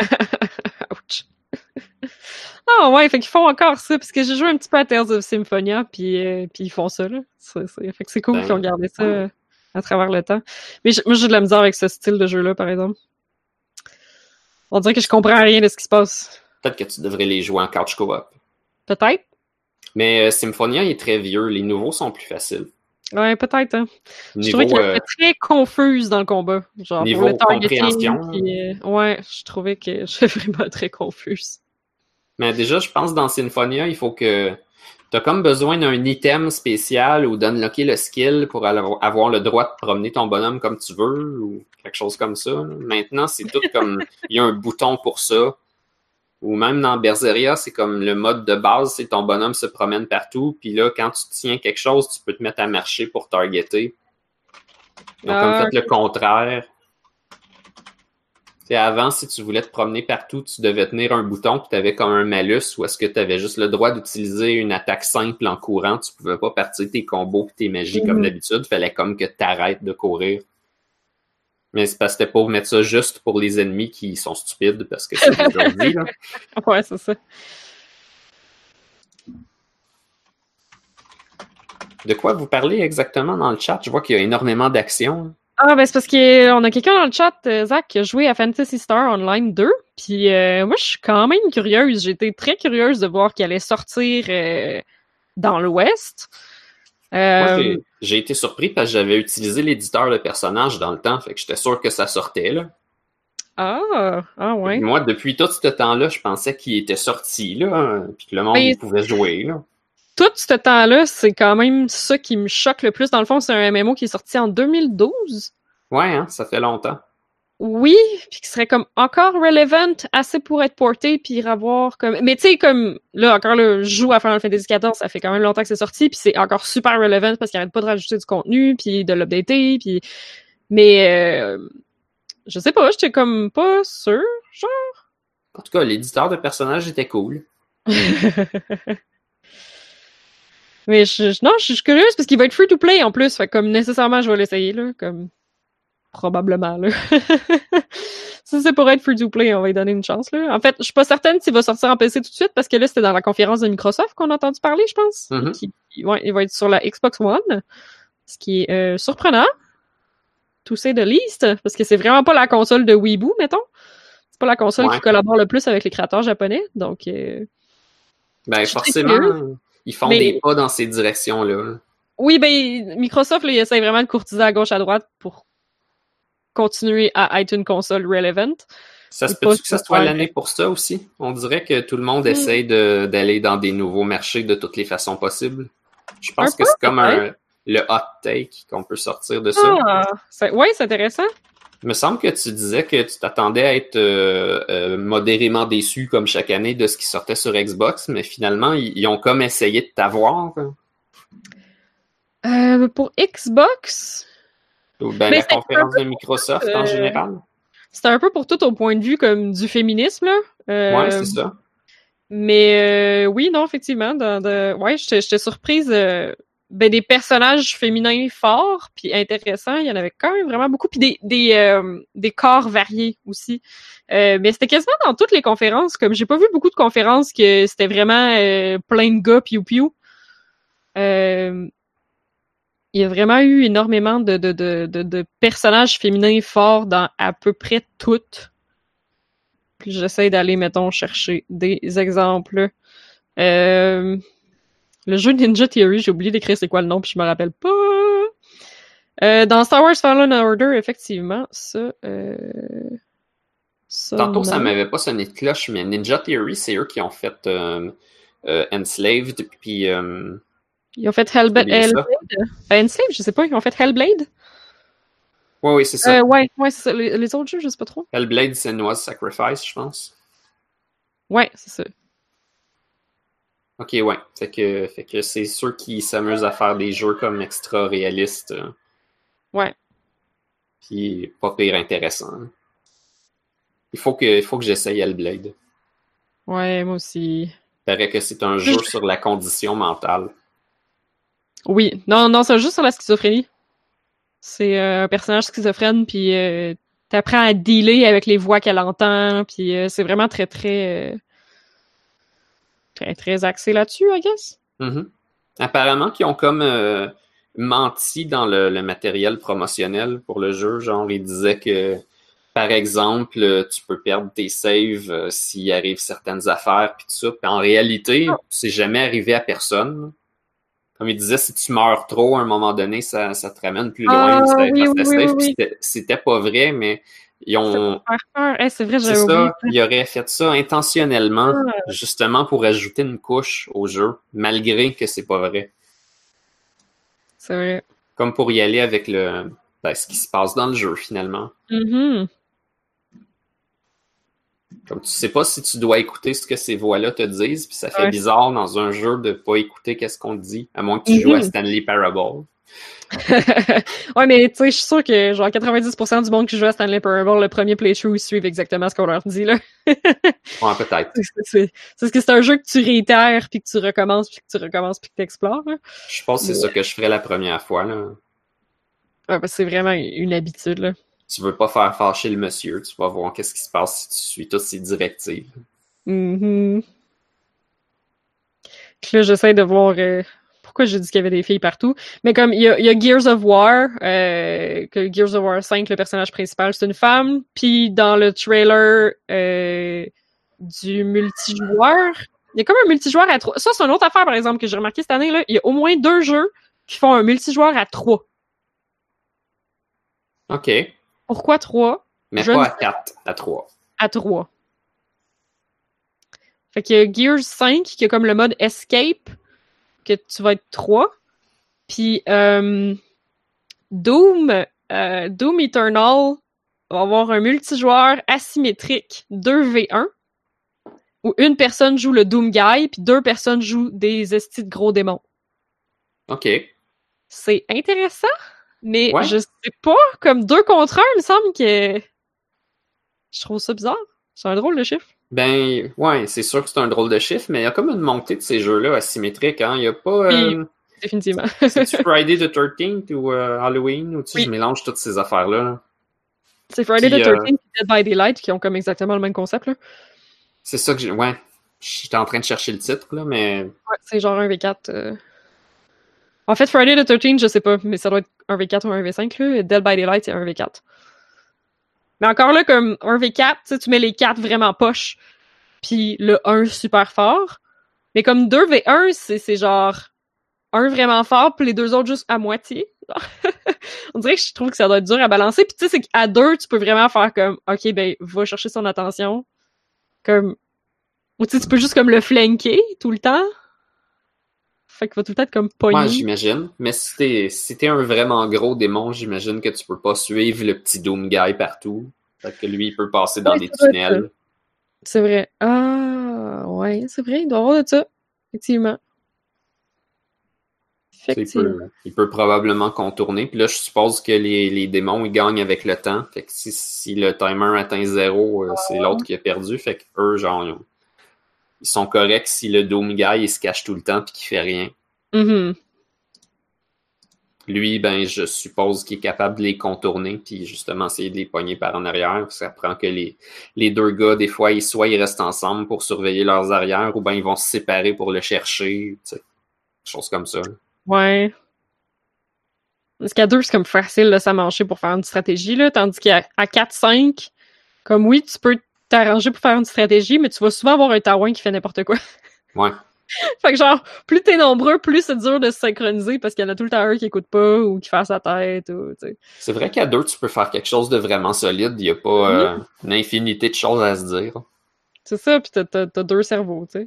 Speaker 2: Ouch. Ah ouais, fait qu'ils font encore ça, parce que j'ai joué un petit peu à Tales of Symphonia, puis ils font ça, là. Fait que c'est cool qu'ils ont gardé ça à travers le temps. Mais moi, j'ai de la misère avec ce style de jeu-là, par exemple. On dirait que je comprends rien de ce qui se passe.
Speaker 1: Peut-être que tu devrais les jouer en couch co-op.
Speaker 2: Peut-être.
Speaker 1: Mais Symphonia est très vieux, les nouveaux sont plus faciles.
Speaker 2: Ouais, peut-être. Hein. Je trouvais qu'elle était très confuse dans le combat. Genre,
Speaker 1: niveau
Speaker 2: pour le
Speaker 1: compréhension.
Speaker 2: Ouais, je trouvais que j'étais vraiment très confuse.
Speaker 1: Mais déjà, je pense dans Symphonia, il faut que... T'as comme besoin d'un item spécial ou d'unlocker le skill pour avoir le droit de promener ton bonhomme comme tu veux ou quelque chose comme ça. Maintenant, c'est tout comme... Il y a un bouton pour ça. Ou même dans Berseria, c'est comme le mode de base, c'est ton bonhomme se promène partout, puis là, quand tu tiens quelque chose, tu peux te mettre à marcher pour targeter. Donc, comme fait le contraire. T'sais, avant, si tu voulais te promener partout, tu devais tenir un bouton puis tu avais comme un malus ou est-ce que tu avais juste le droit d'utiliser une attaque simple en courant. Tu pouvais pas partir tes combos et tes magies comme d'habitude. Fallait comme que tu arrêtes de courir. Mais c'est parce que c'était pour mettre ça juste pour les ennemis qui sont stupides parce que c'est aujourd'hui, là.
Speaker 2: Ouais, c'est ça.
Speaker 1: De quoi vous parlez exactement dans le chat? Je vois qu'il y a énormément d'actions.
Speaker 2: Ah, ben c'est parce qu'on a quelqu'un dans le chat, Zach, qui a joué à Fantasy Star Online 2. Puis moi, je suis quand même curieuse. J'étais très curieuse de voir qu'il allait sortir dans l'Ouest.
Speaker 1: Moi, j'ai été surpris parce que j'avais utilisé l'éditeur de personnages dans le temps. Fait que j'étais sûr que ça sortait, là.
Speaker 2: Ah ouais.
Speaker 1: Moi, depuis tout ce temps-là, je pensais qu'il était sorti, là. Puis que le monde pouvait jouer, là.
Speaker 2: Tout ce temps-là, c'est quand même ça qui me choque le plus. Dans le fond, c'est un MMO qui est sorti en 2012.
Speaker 1: Ouais, hein, ça fait longtemps.
Speaker 2: Oui, puis qui serait comme encore relevant, assez pour être porté, puis revoir comme... Mais tu sais, comme, là, encore là, je joue à Final Fantasy XIV, ça fait quand même longtemps que c'est sorti, puis c'est encore super relevant parce qu'il arrête pas de rajouter du contenu, puis de l'updater, puis... Mais, je sais pas, j'étais comme pas sûre, genre.
Speaker 1: En tout cas, l'éditeur de personnages était cool.
Speaker 2: Mais non, je suis curieuse parce qu'il va être free to play en plus. Fait comme nécessairement, je vais l'essayer, là. Comme probablement, là. Si c'est pour être free to play, on va lui donner une chance, là. En fait, je suis pas certaine s'il va sortir en PC tout de suite parce que là, c'était dans la conférence de Microsoft qu'on a entendu parler, je pense. Ouais, il va être sur la Xbox One. Ce qui est surprenant. To say the least. Parce que c'est vraiment pas la console de Weeboo, mettons. C'est pas la console qui collabore le plus avec les créateurs japonais. Donc,
Speaker 1: ben, forcément. Ils font des pas dans ces directions-là.
Speaker 2: Oui, ben, Microsoft, là, il essaie vraiment de courtiser à gauche, à droite pour continuer à être une console relevant.
Speaker 1: Ça se peut-tu que ça soit l'année pour ça aussi? On dirait que tout le monde essaye d'aller dans des nouveaux marchés de toutes les façons possibles. Je pense que c'est comme le hot take qu'on peut sortir de ça.
Speaker 2: Oui, c'est intéressant.
Speaker 1: Il me semble que tu disais que tu t'attendais à être modérément déçu comme chaque année de ce qui sortait sur Xbox, mais finalement, ils ont comme essayé de t'avoir.
Speaker 2: Pour Xbox...
Speaker 1: Ben, la conférence de Microsoft en général.
Speaker 2: C'était un peu pour tout au point de vue comme du féminisme, là.
Speaker 1: Ouais, c'est ça.
Speaker 2: Mais oui, non, effectivement. Ouais, j'étais surprise... des personnages féminins forts puis intéressants, il y en avait quand même vraiment beaucoup, puis des corps variés aussi. Mais c'était quasiment dans toutes les conférences, comme j'ai pas vu beaucoup de conférences que c'était vraiment plein de gars piou-piou. Il y a vraiment eu énormément de personnages féminins forts dans à peu près toutes. Puis j'essaie d'aller, mettons, chercher des exemples. Le jeu Ninja Theory, j'ai oublié d'écrire c'est quoi le nom, puis je me rappelle pas. Dans Star Wars Fallen Order, effectivement, ça
Speaker 1: Tantôt,
Speaker 2: non.
Speaker 1: Ça m'avait pas sonné de cloche, mais Ninja Theory, c'est eux qui ont fait Enslaved, puis...
Speaker 2: Ils ont fait Hellblade. Enslaved, je sais pas, ils ont fait Hellblade?
Speaker 1: Oui, c'est ça.
Speaker 2: Ouais, c'est ça. Les autres jeux, je sais pas trop.
Speaker 1: Hellblade, c'est Noah's Sacrifice, je pense.
Speaker 2: Ouais, c'est ça.
Speaker 1: Ok, ouais. Fait que c'est ceux qui s'amusent à faire des jeux comme extra réalistes.
Speaker 2: Ouais.
Speaker 1: Puis pas pire intéressant. Il faut que j'essaye Hellblade.
Speaker 2: Ouais, moi aussi.
Speaker 1: Il paraît que c'est un jeu sur la condition mentale.
Speaker 2: Oui. Non, c'est un jeu sur la schizophrénie. C'est un personnage schizophrène, puis t'apprends à dealer avec les voix qu'elle entend, puis c'est vraiment très, très... très, très axé là-dessus, I guess.
Speaker 1: Mm-hmm. Apparemment qu'ils ont comme menti dans le matériel promotionnel pour le jeu. Genre, ils disaient que, par exemple, tu peux perdre tes saves s'il arrive certaines affaires, puis tout ça. Puis en réalité, c'est jamais arrivé à personne. Comme ils disaient, si tu meurs trop, à un moment donné, ça te ramène plus loin.
Speaker 2: Oui.
Speaker 1: C'était pas vrai, mais ils ont...
Speaker 2: C'est vrai, j'avais oublié.
Speaker 1: Ils auraient fait ça intentionnellement, justement pour ajouter une couche au jeu, malgré que c'est pas vrai.
Speaker 2: C'est vrai.
Speaker 1: Comme pour y aller avec ce qui se passe dans le jeu, finalement.
Speaker 2: Mm-hmm.
Speaker 1: Comme tu sais pas si tu dois écouter ce que ces voix-là te disent, puis ça fait bizarre dans un jeu de pas écouter qu'est-ce qu'on te dit, à moins que tu joues à Stanley Parable.
Speaker 2: Ouais, mais tu sais, je suis sûr que genre 90% du monde qui joue à Stanley Parable, le premier playthrough, ils suivent exactement ce qu'on leur dit, là.
Speaker 1: Ouais, peut-être.
Speaker 2: C'est parce que c'est un jeu que tu réitères, puis que tu recommences, puis que tu recommences, puis que tu explores. Là.
Speaker 1: Je pense que c'est ça que je ferais la première fois, là.
Speaker 2: Ouais, parce que c'est vraiment une habitude, là.
Speaker 1: Tu veux pas faire fâcher le monsieur, tu vas voir qu'est-ce qui se passe si tu suis toutes ses directives.
Speaker 2: Mm-hmm. Puis là, j'essaie de voir pourquoi j'ai dit qu'il y avait des filles partout. Mais comme il y a Gears of War, que Gears of War 5, le personnage principal, c'est une femme. Puis dans le trailer du multijoueur, il y a comme un multijoueur à 3. Ça, c'est une autre affaire, par exemple, que j'ai remarqué cette année. Là. Il y a au moins 2 jeux qui font un multijoueur à 3.
Speaker 1: OK.
Speaker 2: Pourquoi 3?
Speaker 1: Mais pas à 4, à 3.
Speaker 2: À 3. Fait qu'il y a Gears 5 qui a comme le mode Escape, que tu vas être 3. Puis Doom Eternal va avoir un multijoueur asymétrique 2v1 où une personne joue le Doom Guy puis 2 personnes jouent des estis de gros démons.
Speaker 1: OK.
Speaker 2: C'est intéressant, mais
Speaker 1: ouais.
Speaker 2: je sais pas, comme 2 contre 1, il me semble que je trouve ça bizarre. C'est un drôle de chiffre.
Speaker 1: Ben, ouais, c'est sûr que c'est un drôle de chiffre, mais il y a comme une montée de ces jeux-là asymétriques, hein. Il y a pas...
Speaker 2: Oui, définitivement.
Speaker 1: C'est-tu Friday the 13th ou Halloween, ou tu sais, je mélange toutes ces affaires-là. Là.
Speaker 2: C'est Friday the 13th et Dead by Daylight qui ont comme exactement le même concept, là.
Speaker 1: C'est ça que j'ai... Ouais. J'étais en train de chercher le titre, là, mais...
Speaker 2: Ouais, c'est genre un V4. En fait, Friday the 13th, je sais pas, mais ça doit être un V4 ou un V5, là. Dead by Daylight, c'est un V4. Mais encore là, comme un V4, tu mets les 4 vraiment poches, puis le 1 super fort. Mais comme 2 V1, c'est genre un vraiment fort, puis les 2 autres juste à moitié. On dirait que je trouve que ça doit être dur à balancer. Puis tu sais, c'est qu'à 2, tu peux vraiment faire comme, OK, ben, va chercher son attention. Comme, ou tu sais, tu peux juste comme le flanquer tout le temps. Fait qu'il va tout le temps être comme pogné.
Speaker 1: Ouais, j'imagine. Mais si t'es un vraiment gros démon, j'imagine que tu peux pas suivre le petit Doom Guy partout. Fait que lui, il peut passer dans des tunnels.
Speaker 2: C'est vrai. Ah, ouais, c'est vrai. Il doit y avoir de ça. Effectivement.
Speaker 1: Il peut probablement contourner. Puis là, je suppose que les démons, ils gagnent avec le temps. Fait que si le timer atteint 0, c'est l'autre qui a perdu. Fait que eux, genre, ils sont corrects si le Doom Guy, il se cache tout le temps puis qu'il fait rien.
Speaker 2: Mm-hmm.
Speaker 1: Lui, ben, je suppose qu'il est capable de les contourner puis justement essayer de les pogner par en arrière. Ça prend que les 2 gars, des fois, soit ils restent ensemble pour surveiller leurs arrières ou ben ils vont se séparer pour le chercher. Tu sais, des choses comme ça.
Speaker 2: Ouais. Parce qu'à 2, c'est comme facile là, ça marcher pour faire une stratégie, là, tandis qu'à 4-5, comme oui, tu peux t'arranger pour faire une stratégie, mais tu vas souvent avoir un taouin qui fait n'importe quoi.
Speaker 1: Ouais.
Speaker 2: Fait que genre, plus t'es nombreux, plus c'est dur de se synchroniser parce qu'il y en a tout le temps un qui écoute pas ou qui fait sa tête. Ou, t'sais.
Speaker 1: C'est vrai qu'à 2, tu peux faire quelque chose de vraiment solide. Il n'y a pas une infinité de choses à se dire.
Speaker 2: C'est ça, pis t'as 2 cerveaux, tu sais.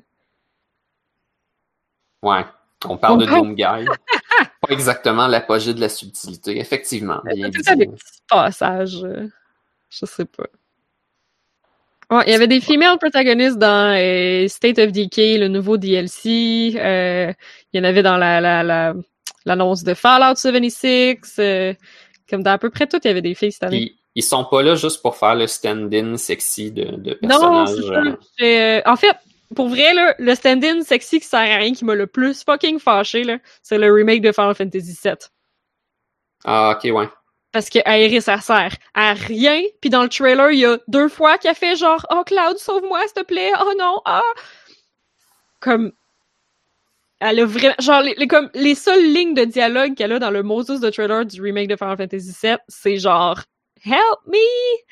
Speaker 1: Ouais. On parle de Doom Guy. Pas exactement l'apogée de la subtilité, effectivement. Bien dit.
Speaker 2: Des petits passages. Je sais pas. Ouais, il y avait des female protagonistes dans State of Decay, le nouveau DLC. Il y en avait dans l'annonce de Fallout 76. Comme dans à peu près tout, il y avait des filles cette année.
Speaker 1: Ils sont pas là juste pour faire le stand-in sexy de personnages.
Speaker 2: Non, c'est ça. En fait, pour vrai, là, le stand-in sexy qui sert à rien, qui m'a le plus fucking fâché, là, c'est le remake de Final Fantasy VII.
Speaker 1: Ah, ok, ouais.
Speaker 2: Parce que Aerys, ça sert à rien. Puis dans le trailer, il y a 2 fois qu'elle fait genre « Oh, Cloud, sauve-moi, s'il te plaît! Oh non! Ah! » Comme... Elle a vraiment... Genre, comme, les seules lignes de dialogue qu'elle a dans le Moses de trailer du remake de Final Fantasy VII, c'est genre « Help me! »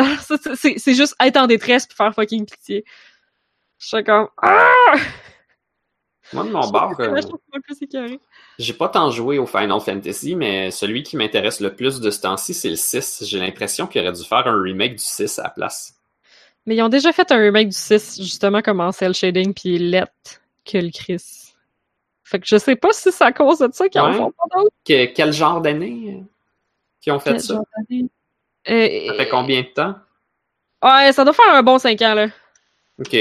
Speaker 2: C'est juste être en détresse pis faire fucking pitié. Je suis comme... Ah!
Speaker 1: Moi, de mon bord,
Speaker 2: plus
Speaker 1: j'ai pas tant joué au Final Fantasy, mais celui qui m'intéresse le plus de ce temps-ci, c'est le 6. J'ai l'impression qu'il aurait dû faire un remake du 6 à la place.
Speaker 2: Mais ils ont déjà fait un remake du 6, justement, comme en cel shading pis lettre que le Chris. Fait que je sais pas si c'est à cause de ça qu'ils en font pas d'autres.
Speaker 1: Quel genre d'année qu'ils ont fait
Speaker 2: quel
Speaker 1: ça?
Speaker 2: Genre d'année?
Speaker 1: Ça fait combien de temps?
Speaker 2: Ouais, ça doit faire un bon 5 ans, là.
Speaker 1: Ok.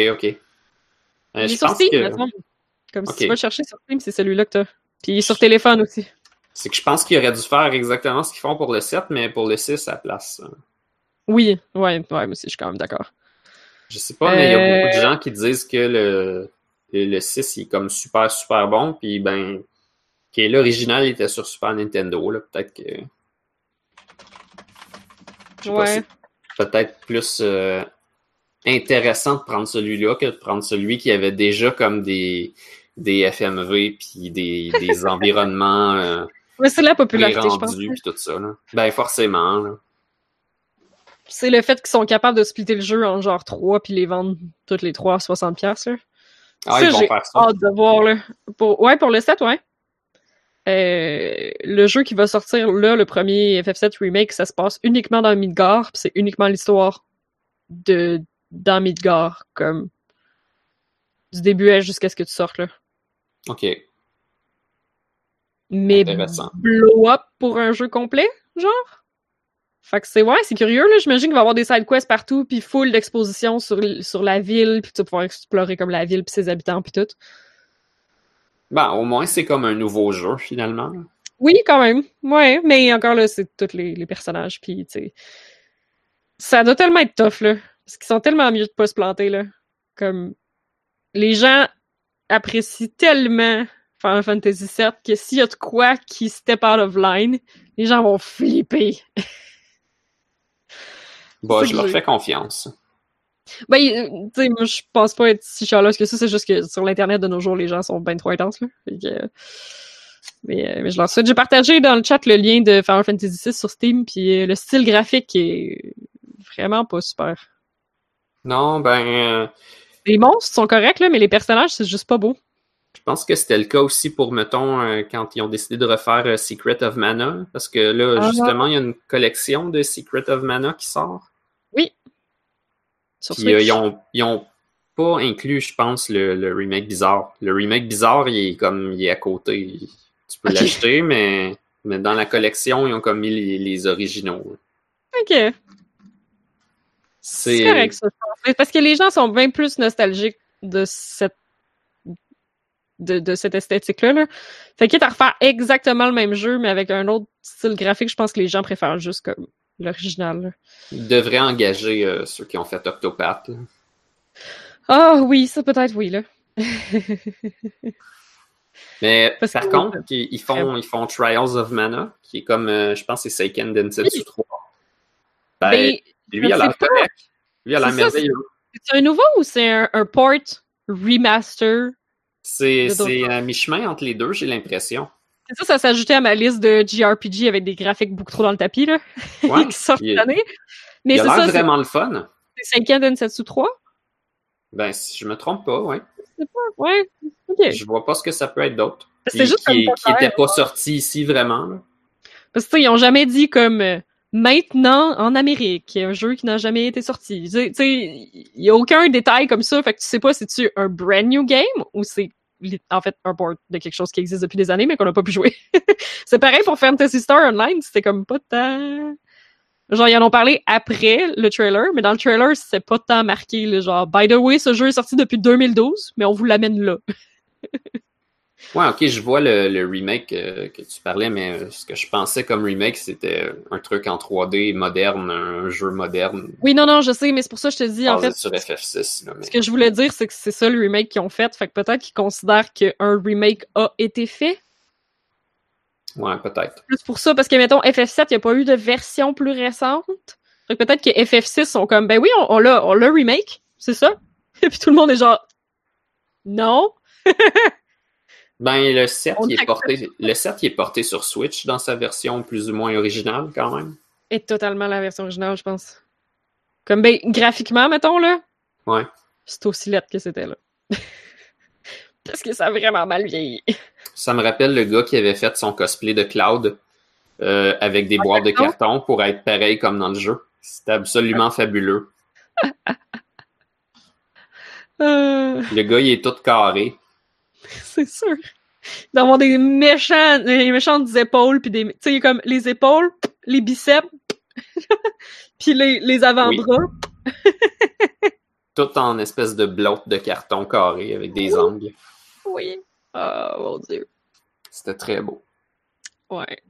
Speaker 2: Il est sur Steam,
Speaker 1: que...
Speaker 2: comme si tu vas le chercher sur Steam, c'est celui-là que t'as. Puis il est sur téléphone aussi.
Speaker 1: C'est que je pense qu'ils auraient dû faire exactement ce qu'ils font pour le 7, mais pour le 6, à la place.
Speaker 2: Oui, ouais, moi aussi, je suis quand même d'accord.
Speaker 1: Je sais pas, mais il y a beaucoup de gens qui disent que le 6 il est comme super, super bon, puis ben, que l'original était sur Super Nintendo, là, peut-être que... Je sais pas, c'est peut-être plus intéressant de prendre celui-là que de prendre celui qui avait déjà comme des FMV puis des environnements
Speaker 2: mais c'est la popularité, je pense.
Speaker 1: Puis tout ça, là. Ben, forcément, là.
Speaker 2: C'est le fait qu'ils sont capables de splitter le jeu en genre 3 puis les vendre toutes les 3 à 60$, là.
Speaker 1: Ah, ils vont faire ça.
Speaker 2: Hâte de voir, là. Pour le 7, ouais. Le jeu qui va sortir là, le premier FF7 Remake, ça se passe uniquement dans Midgar, puis c'est uniquement l'histoire dans Midgar, comme du début jusqu'à ce que tu sortes, là.
Speaker 1: Ok.
Speaker 2: Mais blow up pour un jeu complet, genre? Fait que c'est curieux, là. J'imagine qu'il va y avoir des side quests partout, puis full d'expositions sur la ville, puis tu vas pouvoir explorer comme la ville, puis ses habitants, puis tout.
Speaker 1: Ben, au moins, c'est comme un nouveau jeu, finalement.
Speaker 2: Oui, quand même. Ouais, mais encore là, c'est tous les personnages, puis tu sais... Ça doit tellement être tough, là. Parce qu'ils sont tellement mieux de pas se planter, là. Comme... Les gens apprécient tellement Final Fantasy VII que s'il y a de quoi qui step out of line, les gens vont flipper.
Speaker 1: Bah, je leur fais confiance.
Speaker 2: Ben, tu sais, moi, je pense pas être si chialeuse que ça, c'est juste que sur l'Internet de nos jours, les gens sont ben trop intenses, là. Mais je leur souhaite. J'ai partagé dans le chat le lien de Final Fantasy VI sur Steam, puis le style graphique est vraiment pas super.
Speaker 1: Non, ben...
Speaker 2: Les monstres sont corrects, là, mais les personnages, c'est juste pas beau.
Speaker 1: Je pense que c'était le cas aussi pour, mettons, quand ils ont décidé de refaire Secret of Mana, parce que là, justement, il y a une collection de Secret of Mana qui sort.
Speaker 2: Oui.
Speaker 1: Sur Switch. Ils ont pas inclus, je pense, le remake bizarre. Le remake bizarre, il est à côté. Tu peux l'acheter, mais dans la collection, ils ont comme mis les originaux.
Speaker 2: Ok. C'est correct, ça. Parce que les gens sont bien plus nostalgiques de cette esthétique-là. Là. Fait quitte à refaire exactement le même jeu, mais avec un autre style graphique, je pense que les gens préfèrent juste comme l'original.
Speaker 1: Ils devraient engager ceux qui ont fait Octopath.
Speaker 2: Ah oui, ça peut-être oui, là.
Speaker 1: Mais par contre, ils font Trials of Mana, qui est comme, je pense que c'est Seiken Densetsu 3. Ben, lui, il a l'air correct. Lui, il a l'air merveilleux.
Speaker 2: C'est un nouveau ou c'est un port remaster?
Speaker 1: C'est à mi-chemin entre les deux, j'ai l'impression.
Speaker 2: C'est ça s'ajoutait à ma liste de JRPG avec des graphiques beaucoup trop dans le tapis, là.
Speaker 1: Ouais,
Speaker 2: qui sortent cette année. Mais
Speaker 1: il a l'air vraiment le fun.
Speaker 2: C'est Seiken Densetsu 3?
Speaker 1: Ben, si je me trompe pas, ouais.
Speaker 2: Ouais, ok.
Speaker 1: Je vois pas ce que ça peut être d'autre.
Speaker 2: C'est juste
Speaker 1: qui était pas sorti ici, vraiment. Là.
Speaker 2: Parce que, ils ont jamais dit comme maintenant en Amérique, un jeu qui n'a jamais été sorti. Tu sais, il y a aucun détail comme ça, fait que tu sais pas si c'est un brand new game ou c'est en fait un port de quelque chose qui existe depuis des années mais qu'on n'a pas pu jouer. C'est pareil pour Phantasy Star Online, c'était comme pas tant... Genre, ils en ont parlé après le trailer, mais dans le trailer, c'est pas tant marqué, là, genre, by the way, ce jeu est sorti depuis 2012, mais on vous l'amène là.
Speaker 1: Ouais, ok, je vois le remake que tu parlais, mais ce que je pensais comme remake, c'était un truc en 3D moderne, un jeu moderne.
Speaker 2: Oui, non, je sais, mais c'est pour ça que je te dis, en fait...
Speaker 1: sur FF6, là, mais... Ce
Speaker 2: que je voulais dire, c'est que c'est ça le remake qu'ils ont fait, fait que peut-être qu'ils considèrent qu'un remake a été fait.
Speaker 1: Ouais, peut-être.
Speaker 2: Plus pour ça, parce que, mettons, FF7, il n'y a pas eu de version plus récente. Fait que peut-être que FF6 sont comme, ben oui, on l'a remake, c'est ça. Et puis tout le monde est genre, non.
Speaker 1: Ben, le 7, il est porté sur Switch dans sa version plus ou moins originale, quand même.
Speaker 2: Et totalement la version originale, je pense. Comme, ben, graphiquement, mettons, là.
Speaker 1: Ouais.
Speaker 2: C'est aussi laid que c'était, là. Parce que ça a vraiment mal vieilli.
Speaker 1: Ça me rappelle le gars qui avait fait son cosplay de Cloud avec des boîtes de carton pour être pareil comme dans le jeu. C'était absolument fabuleux. Le gars, il est tout carré.
Speaker 2: C'est sûr. D'avoir des méchantes épaules, puis tu sais, comme les épaules, les biceps, puis les avant-bras.
Speaker 1: Oui. Tout en espèce de bloc de carton carré avec des angles.
Speaker 2: Oui. Oh mon Dieu.
Speaker 1: C'était très beau.
Speaker 2: Ouais.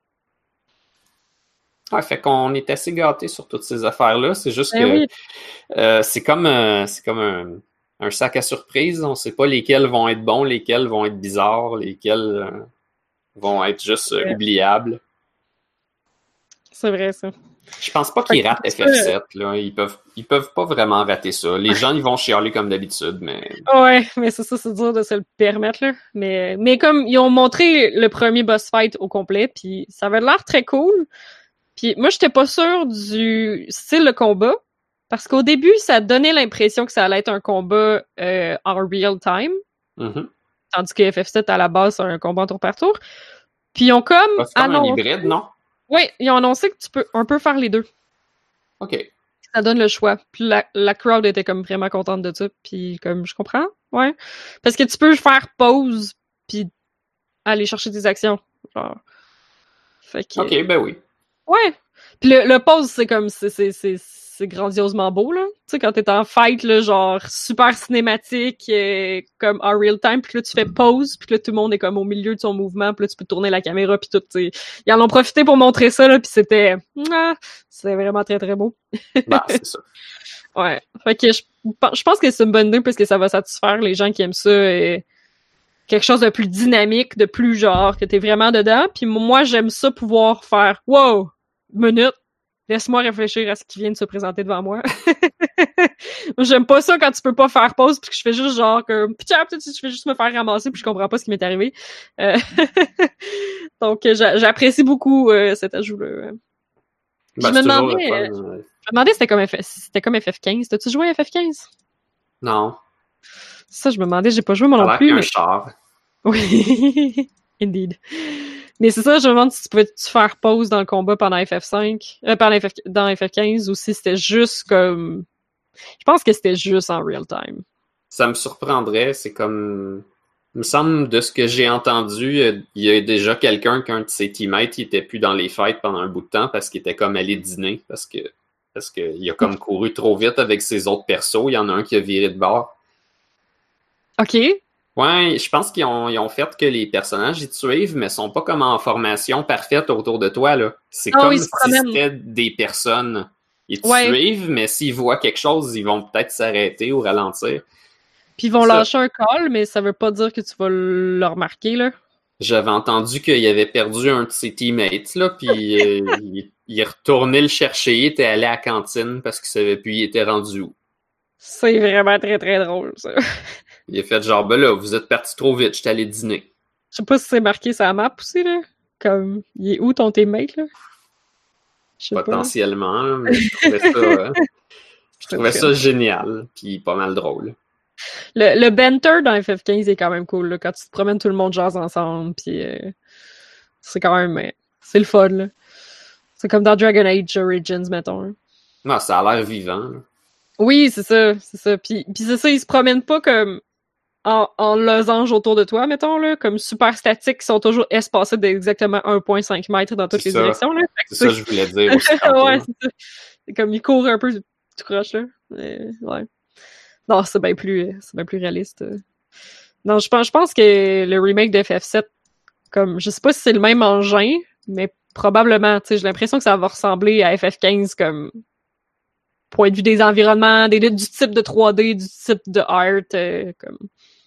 Speaker 1: Ouais, fait qu'on est assez gâtés sur toutes ces affaires-là. C'est juste
Speaker 2: Ben
Speaker 1: que
Speaker 2: oui.
Speaker 1: c'est comme un sac à surprise. On sait pas lesquels vont être bons, lesquels vont être bizarres, lesquels vont être juste oubliables.
Speaker 2: C'est vrai, ça.
Speaker 1: Je pense pas qu'ils ratent FF7, là. Ils peuvent pas vraiment rater ça. Les gens, ils vont chialer comme d'habitude, mais...
Speaker 2: Ouais, mais c'est dur de se le permettre, là. Mais comme ils ont montré le premier boss fight au complet, puis ça avait l'air très cool. Puis moi, j'étais pas sûre du style de combat, parce qu'au début, ça donnait l'impression que ça allait être un combat en real time.
Speaker 1: Mm-hmm.
Speaker 2: Tandis que FF7, à la base, c'est un combat en tour par tour. Puis ils ont comme
Speaker 1: c'est comme un hybride, non?
Speaker 2: Oui, ils ont annoncé que tu peux un peu faire les deux.
Speaker 1: OK.
Speaker 2: Ça donne le choix. Puis la crowd était comme vraiment contente de ça. Puis comme, je comprends, ouais. Parce que tu peux faire pause, puis aller chercher des actions. Genre. Fait que...
Speaker 1: OK, ben oui.
Speaker 2: Ouais. Puis le pause, c'est comme, c'est grandiosement beau, là. Tu sais, quand t'es en fight, là, genre, super cinématique, comme en real time, puis là, tu fais pause, puis là, tout le monde est comme au milieu de son mouvement, puis là, tu peux tourner la caméra, puis tout, tu sais. Ils en ont profité pour montrer ça, là, puis c'était vraiment très, très beau.
Speaker 1: Bah, c'est ça.
Speaker 2: Ouais. Fait que je pense que c'est une bonne idée, parce que ça va satisfaire les gens qui aiment ça, et quelque chose de plus dynamique, de plus genre, que t'es vraiment dedans, puis moi, j'aime ça pouvoir faire « Wow! Minute! » Laisse-moi réfléchir à ce qui vient de se présenter devant moi. J'aime pas ça quand tu peux pas faire pause puis que je fais juste genre comme peut-être je fais juste me faire ramasser puis je comprends pas ce qui m'est arrivé. Donc j'apprécie beaucoup cet ajout-là.
Speaker 1: Ben,
Speaker 2: je me demandais c'était comme FF15. T'as-tu joué à FF15?
Speaker 1: Non.
Speaker 2: Ça, je me demandais, j'ai pas joué moi non plus.
Speaker 1: Un char.
Speaker 2: Oui, indeed. Mais c'est ça, je me demande si tu pouvais-tu faire pause dans le combat pendant FF5, dans FF15, ou si c'était juste comme... Je pense que c'était juste en real time.
Speaker 1: Ça me surprendrait, c'est comme... Il me semble, de ce que j'ai entendu, il y a déjà quelqu'un qu'un de ses teammates, il était plus dans les fights pendant un bout de temps parce qu'il était comme allé dîner, parce que il a comme couru trop vite avec ses autres persos. Il y en a un qui a viré de bord.
Speaker 2: OK.
Speaker 1: Ouais, je pense qu'ils ont fait que les personnages, ils te suivent, mais sont pas comme en formation parfaite autour de toi, là. C'est comme si c'était des personnes. Ils te suivent, mais s'ils voient quelque chose, ils vont peut-être s'arrêter ou ralentir.
Speaker 2: Puis ils vont lâcher un call, mais ça veut pas dire que tu vas le remarquer, là.
Speaker 1: J'avais entendu qu'il avait perdu un de ses teammates, là, puis il est retourné le chercher, il était allé à la cantine parce qu'il savait plus il était rendu où.
Speaker 2: C'est vraiment très, très drôle, ça.
Speaker 1: Il a fait genre, ben là, vous êtes parti trop vite, j'étais allé dîner.
Speaker 2: Je sais pas si c'est marqué sur la map aussi, là. Comme, il est où ton teammate, là?
Speaker 1: Potentiellement, là, mais je trouvais ça génial, puis pas mal drôle.
Speaker 2: Le banter dans FF15 est quand même cool, là, quand tu te promènes tout le monde jase ensemble, puis c'est quand même... c'est le fun, là. C'est comme dans Dragon Age Origins, mettons. Hein.
Speaker 1: Non, ça a l'air vivant. Là.
Speaker 2: Oui, c'est ça. Puis c'est ça, ils se promènent pas comme en losange autour de toi, mettons, là, comme super statiques, qui sont toujours espacés d'exactement 1,5 mètres dans toutes les directions, là.
Speaker 1: C'est ça que je voulais dire aussi.
Speaker 2: Ouais, c'est ça. C'est comme, ils courent un peu tout croche, là. Ouais. Non, c'est bien plus réaliste. Non, je pense que le remake de FF7, comme, je sais pas si c'est le même engin, mais probablement, tu sais, j'ai l'impression que ça va ressembler à FF15 comme point de vue des environnements, du type de 3D, du type de art, comme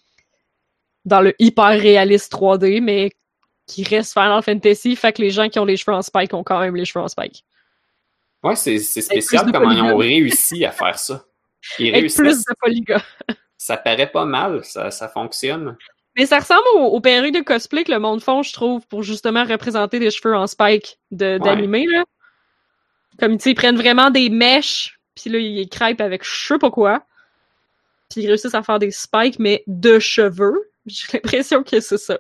Speaker 2: dans le hyper réaliste 3D, mais qui reste Final Fantasy, fait que les gens qui ont les cheveux en spike ont quand même les cheveux en spike.
Speaker 1: Ouais, c'est spécial comment ils ont réussi à faire ça. Ils réussissent.
Speaker 2: Plus de polygones.
Speaker 1: Ça paraît pas mal, ça fonctionne.
Speaker 2: Mais ça ressemble aux perruques de cosplay que le monde font, je trouve, pour justement représenter des cheveux en spike d'animé, là. Comme, tu sais, ils prennent vraiment des mèches, puis là, ils crêpent avec je sais pas quoi. Puis ils réussissent à faire des spikes, mais de cheveux. J'ai l'impression que c'est ça.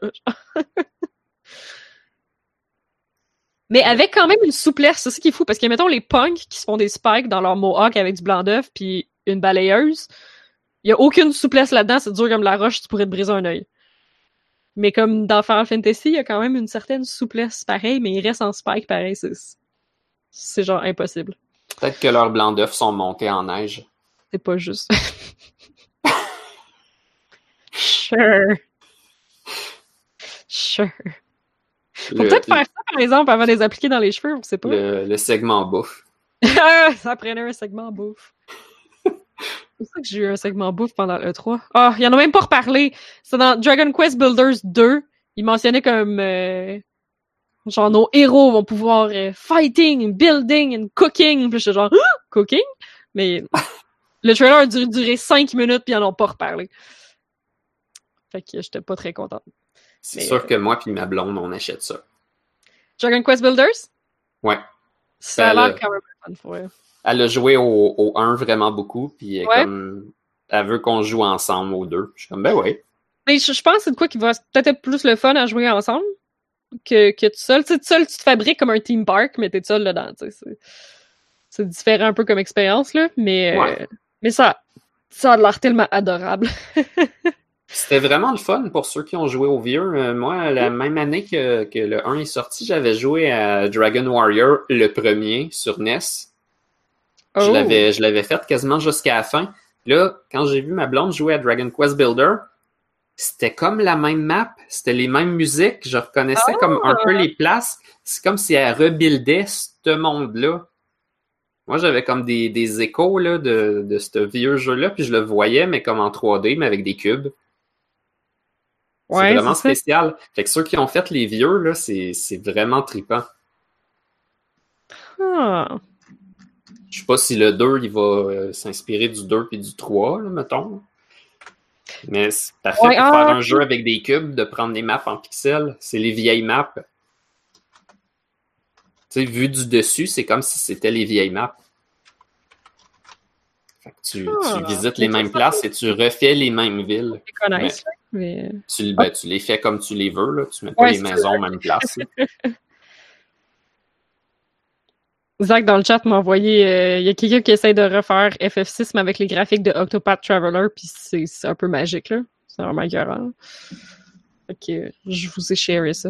Speaker 2: Mais avec quand même une souplesse, c'est ça qui est fou, parce que mettons les punks qui se font des spikes dans leur mohawk avec du blanc d'œuf puis une balayeuse, il y a aucune souplesse là-dedans, c'est dur comme la roche, tu pourrais te briser un œil. Mais comme dans Final Fantasy, il y a quand même une certaine souplesse pareil, mais ils restent en spike pareil, c'est genre impossible.
Speaker 1: Peut-être que leurs blancs d'œufs sont montés en neige.
Speaker 2: C'est pas juste. Sure. Faut peut-être faire ça, par exemple, avant de les appliquer dans les cheveux, on sait pas.
Speaker 1: Le segment bouffe.
Speaker 2: Ça prenait un segment bouffe. C'est pour ça que j'ai eu un segment bouffe pendant l'E3. Ah, il y en a même pas reparlé. C'est dans Dragon Quest Builders 2. Il mentionnait comme... genre, nos héros vont pouvoir fighting, building and cooking. Puis j'étais genre, cooking? Mais le trailer a duré 5 minutes puis ils en ont pas reparlé. Fait que j'étais pas très contente.
Speaker 1: C'est sûr que moi puis ma blonde, on achète ça.
Speaker 2: Dragon Quest Builders?
Speaker 1: Ouais.
Speaker 2: Ça a l'air quand même fun pour elle.
Speaker 1: Elle a joué au 1 vraiment beaucoup, puis comme elle veut qu'on joue ensemble au 2. Je suis comme, ben ouais.
Speaker 2: Mais je pense que c'est de quoi qui va peut-être être plus le fun à jouer ensemble que tout seul. Tu sais, tout seul, tu te fabriques comme un team park, mais t'es tout seul dedans. C'est différent un peu comme expérience, là, mais ça a l'air tellement adorable.
Speaker 1: C'était vraiment le fun pour ceux qui ont joué au vieux. Moi, la même année que le 1 est sorti, j'avais joué à Dragon Warrior, le premier, sur NES. Oh. Je l'avais fait quasiment jusqu'à la fin. Là, quand j'ai vu ma blonde jouer à Dragon Quest Builder, c'était comme la même map, c'était les mêmes musiques, je reconnaissais comme un peu les places. C'est comme si elle rebuildait ce monde-là. Moi, j'avais comme des échos là, de ce vieux jeu-là, puis je le voyais, mais comme en 3D, mais avec des cubes. C'est vraiment spécial. Fait que ceux qui ont fait les vieux, là, c'est vraiment trippant.
Speaker 2: Ah.
Speaker 1: Je sais pas si le 2, il va s'inspirer du 2 puis du 3, là, mettons. Mais c'est parfait pour faire un jeu avec des cubes, de prendre des maps en pixels. C'est les vieilles maps. Tu sais, vu du dessus, c'est comme si c'était les vieilles maps. Fait que tu visites les mêmes places et tu refais les mêmes villes.
Speaker 2: Mais...
Speaker 1: Tu les fais comme tu les veux, là. Tu mets pas les maisons aux mêmes places.
Speaker 2: Zach, dans le chat, m'a envoyé... y a quelqu'un qui essaie de refaire FF6, mais avec les graphiques de Octopath Traveler, puis c'est un peu magique, là. C'est vraiment écœurant. Fait que je vous ai sharé ça.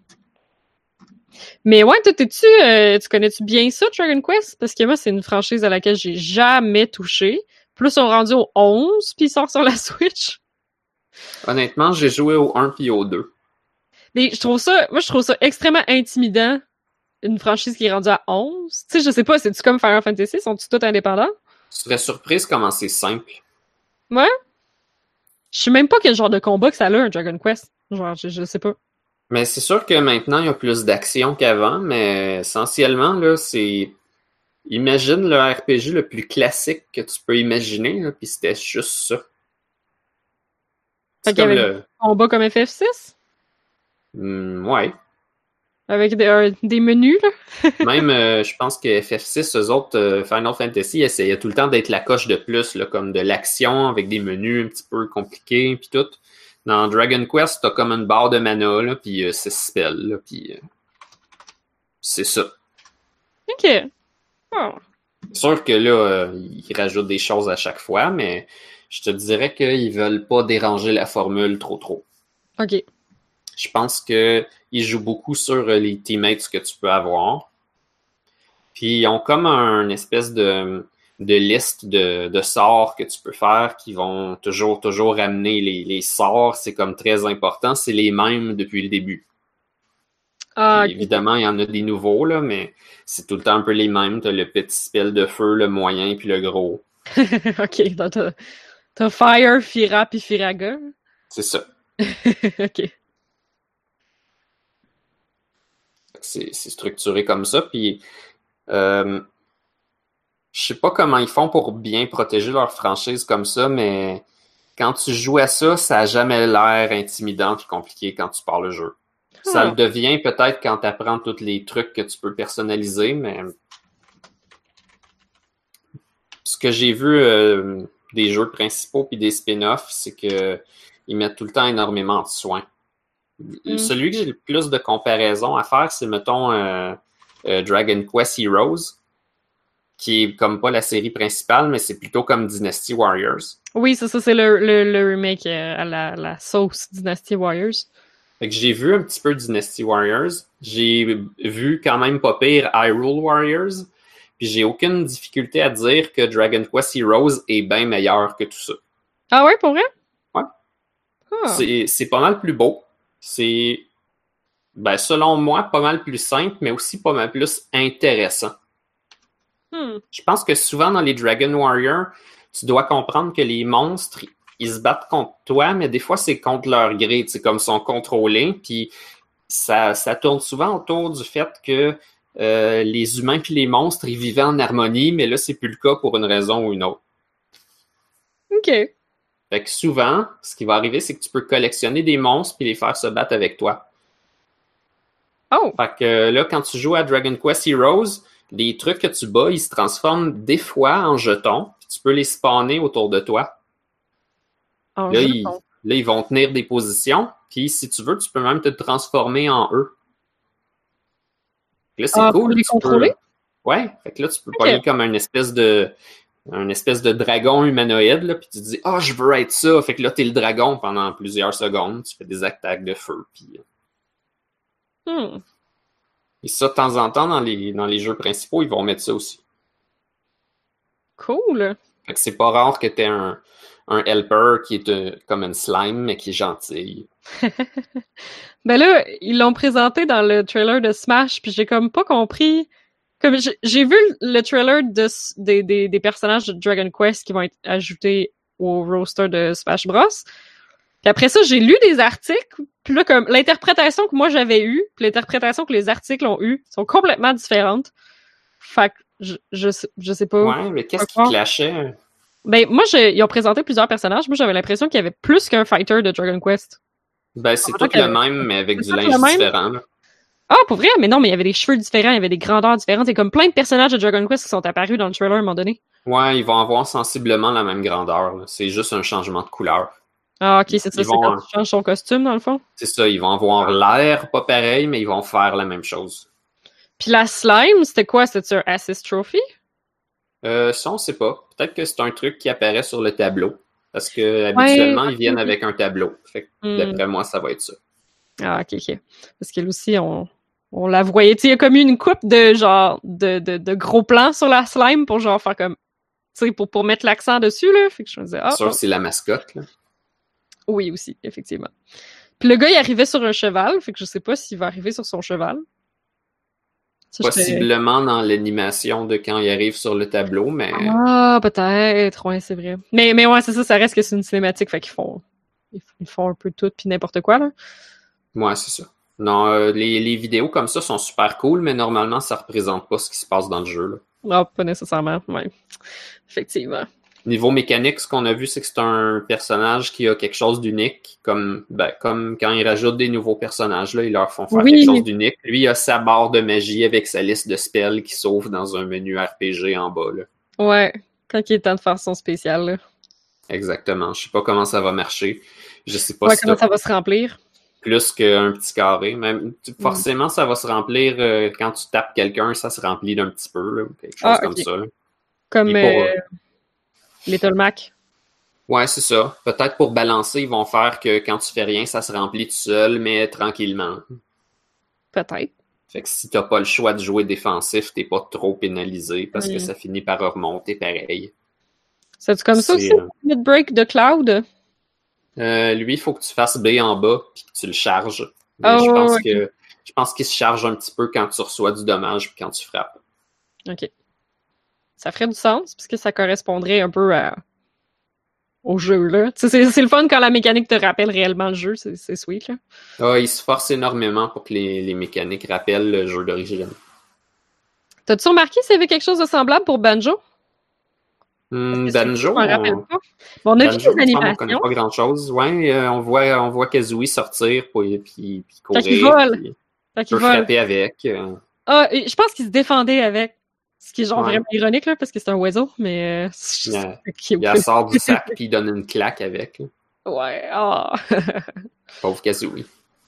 Speaker 2: Mais ouais, toi, tu connais-tu bien ça, Dragon Quest? Parce que moi, c'est une franchise à laquelle j'ai jamais touché. Plus on est rendu au 11, puis il sort sur la Switch.
Speaker 1: Honnêtement, j'ai joué au 1 puis au 2.
Speaker 2: Mais je trouve ça extrêmement intimidant, une franchise qui est rendue à 11. Tu sais, je sais pas, c'est-tu comme Final Fantasy? Sont-ils tous indépendants?
Speaker 1: Tu serais surprise comment c'est simple.
Speaker 2: Ouais? Je sais même pas quel genre de combat que ça a, un Dragon Quest. Genre, je sais pas.
Speaker 1: Mais c'est sûr que maintenant, il y a plus d'action qu'avant, mais essentiellement, là, c'est... Imagine le RPG le plus classique que tu peux imaginer, là, puis c'était juste ça.
Speaker 2: Fait qu'il y avait un combat comme FF6?
Speaker 1: Ouais.
Speaker 2: Avec des menus, là?
Speaker 1: Même, je pense que FF6, eux autres, Final Fantasy, essayaient tout le temps d'être la coche de plus, là, comme de l'action avec des menus un petit peu compliqués, puis tout. Dans Dragon Quest, t'as comme une barre de mana, là, puis c'est spell, là, puis c'est ça.
Speaker 2: Ok. Oh.
Speaker 1: C'est sûr que là, ils rajoutent des choses à chaque fois, mais je te dirais qu'ils veulent pas déranger la formule trop.
Speaker 2: Ok.
Speaker 1: Je pense qu'ils jouent beaucoup sur les teammates que tu peux avoir. Puis ils ont comme une espèce de liste de sorts que tu peux faire qui vont toujours ramener les sorts. C'est comme très important. C'est les mêmes depuis le début. Okay. Évidemment, il y en a des nouveaux, là, mais c'est tout le temps un peu les mêmes. T'as le petit spell de feu, le moyen, puis le gros.
Speaker 2: Ok, donc t'as Fire, Fira, puis Firaga.
Speaker 1: C'est ça.
Speaker 2: Ok.
Speaker 1: C'est structuré comme ça, puis je sais pas comment ils font pour bien protéger leur franchise comme ça, mais quand tu joues à ça, ça a jamais l'air intimidant et compliqué quand tu parles le jeu. Ça le devient peut-être quand tu apprends tous les trucs que tu peux personnaliser, mais ce que j'ai vu des jeux principaux puis des spin-offs, c'est que ils mettent tout le temps énormément de soin. Celui que j'ai le plus de comparaison à faire, c'est, mettons, Dragon Quest Heroes, qui est comme pas la série principale, mais c'est plutôt comme Dynasty Warriors.
Speaker 2: Oui, ça c'est le remake à la sauce Dynasty Warriors.
Speaker 1: Fait que j'ai vu un petit peu Dynasty Warriors. J'ai vu quand même pas pire Hyrule Warriors. Puis j'ai aucune difficulté à dire que Dragon Quest Heroes est bien meilleur que tout ça.
Speaker 2: Ah ouais, pour vrai?
Speaker 1: Ouais. C'est pas mal plus beau. C'est Ben, selon moi, pas mal plus simple, mais aussi pas mal plus intéressant. Je pense que souvent dans les Dragon Warriors, tu dois comprendre que les monstres, ils se battent contre toi, mais des fois, c'est contre leur gré, comme ils sont contrôlés, puis ça tourne souvent autour du fait que les humains puis les monstres, ils vivaient en harmonie, mais là, c'est plus le cas pour une raison ou une autre.
Speaker 2: OK.
Speaker 1: Fait que souvent, ce qui va arriver, c'est que tu peux collectionner des monstres puis les faire se battre avec toi.
Speaker 2: Oh!
Speaker 1: Fait que là, quand tu joues à Dragon Quest Heroes, les trucs que tu bats, ils se transforment des fois en jetons, puis tu peux les spawner autour de toi. Là, ils vont tenir des positions, puis si tu veux, tu peux même te transformer en eux. Là, c'est cool.
Speaker 2: Pour les contrôler?
Speaker 1: Ouais, fait que là, tu peux pas comme une espèce de dragon humanoïde, là, puis tu te dis « Ah, je veux être ça! » Fait que là, t'es le dragon pendant plusieurs secondes, tu fais des attaques de feu, puis... Et ça, de temps en temps, dans les jeux principaux, ils vont mettre ça aussi.
Speaker 2: Cool!
Speaker 1: Fait que c'est pas rare que t'aies un helper qui est comme une slime, mais qui est gentil.
Speaker 2: Ben là, ils l'ont présenté dans le trailer de Smash, puis j'ai comme pas compris... Comme j'ai vu le trailer des personnages de Dragon Quest qui vont être ajoutés au roster de Smash Bros. Puis après ça, j'ai lu des articles, puis là, comme l'interprétation que moi j'avais eue, puis l'interprétation que les articles ont eue, sont complètement différentes. Fait que je sais pas.
Speaker 1: Ouais, mais qu'est-ce qui clashait?
Speaker 2: Ben, moi, ils ont présenté plusieurs personnages. Moi, j'avais l'impression qu'il y avait plus qu'un fighter de Dragon Quest.
Speaker 1: Ben, c'est tout le même, mais avec du linge différent, là.
Speaker 2: Ah, pour vrai? Mais non, mais il y avait des cheveux différents, il y avait des grandeurs différentes. C'est comme plein de personnages de Dragon Quest qui sont apparus dans le trailer à un moment donné.
Speaker 1: Ouais, ils vont avoir sensiblement la même grandeur, là. C'est juste un changement de couleur.
Speaker 2: Ah, ok, c'est ça, c'est quand tu changes son costume, dans le fond?
Speaker 1: C'est ça, ils vont avoir l'air pas pareil, mais ils vont faire la même chose.
Speaker 2: Puis la slime, c'était quoi? C'était un Assist Trophy?
Speaker 1: Ça, on sait pas. Peut-être que c'est un truc qui apparaît sur le tableau. Parce que habituellement, ils viennent avec un tableau. Fait que d'après moi, ça va être ça. Ah,
Speaker 2: ok. Parce qu'elle aussi, on la voyait. Tu sais, il y a comme une coupe de genre de gros plans sur la slime pour genre faire comme. Tu sais, pour mettre l'accent dessus, là. Fait que je me disais,
Speaker 1: sûr que c'est la mascotte, là.
Speaker 2: Oui, aussi, effectivement. Puis le gars, il arrivait sur un cheval, fait que je sais pas s'il va arriver sur son cheval.
Speaker 1: Ça, possiblement dans l'animation de quand il arrive sur le tableau, mais...
Speaker 2: Ah, peut-être, ouais, c'est vrai. Mais ouais, c'est ça reste que c'est une cinématique, fait qu'ils font un peu tout puis n'importe quoi, là.
Speaker 1: Ouais, c'est ça. Non, les vidéos comme ça sont super cool, mais normalement, ça représente pas ce qui se passe dans le jeu, là.
Speaker 2: Non, pas nécessairement, ouais. Effectivement.
Speaker 1: Niveau mécanique, ce qu'on a vu, c'est que c'est un personnage qui a quelque chose d'unique, comme quand ils rajoutent des nouveaux personnages, là, ils leur font faire quelque chose d'unique. Lui, il a sa barre de magie avec sa liste de spells qui s'ouvre dans un menu RPG en bas, là.
Speaker 2: Ouais, quand il est temps de faire son spécial, là.
Speaker 1: Exactement. Je sais pas comment ça va marcher. Je sais pas
Speaker 2: comment ça va se remplir.
Speaker 1: Plus qu'un petit carré. Même, forcément, ça va se remplir quand tu tapes quelqu'un, ça se remplit d'un petit peu, là, quelque chose comme ça. Là.
Speaker 2: Comme Little Mac.
Speaker 1: Ouais, c'est ça. Peut-être pour balancer, ils vont faire que quand tu fais rien, ça se remplit tout seul, mais tranquillement.
Speaker 2: Peut-être.
Speaker 1: Fait que si t'as pas le choix de jouer défensif, t'es pas trop pénalisé parce que ça finit par remonter pareil.
Speaker 2: C'est-tu comme ça aussi, le break de Cloud?
Speaker 1: Lui, il faut que tu fasses B en bas puis que tu le charges. Mais je pense qu'il se charge un petit peu quand tu reçois du dommage puis quand tu frappes.
Speaker 2: OK. Ça ferait du sens, puisque ça correspondrait un peu au jeu, là. C'est le fun quand la mécanique te rappelle réellement le jeu, c'est sweet, là.
Speaker 1: Ah, il se force énormément pour que les mécaniques rappellent le jeu d'origine.
Speaker 2: T'as-tu remarqué s'il y avait quelque chose de semblable pour Banjo?
Speaker 1: Banjo,
Speaker 2: on a vu des animations.
Speaker 1: On connaît pas grand-chose. Ouais, on voit Kazooie sortir puis courir.
Speaker 2: Fait qu'il vole.
Speaker 1: Fait qu'il frapper avec.
Speaker 2: Ah, je pense qu'il se défendait avec. Ce qui est genre vraiment ironique, là, parce que c'est un oiseau, mais...
Speaker 1: il sort du sac puis il donne une claque avec.
Speaker 2: Ouais,
Speaker 1: Pauvre Kazooie.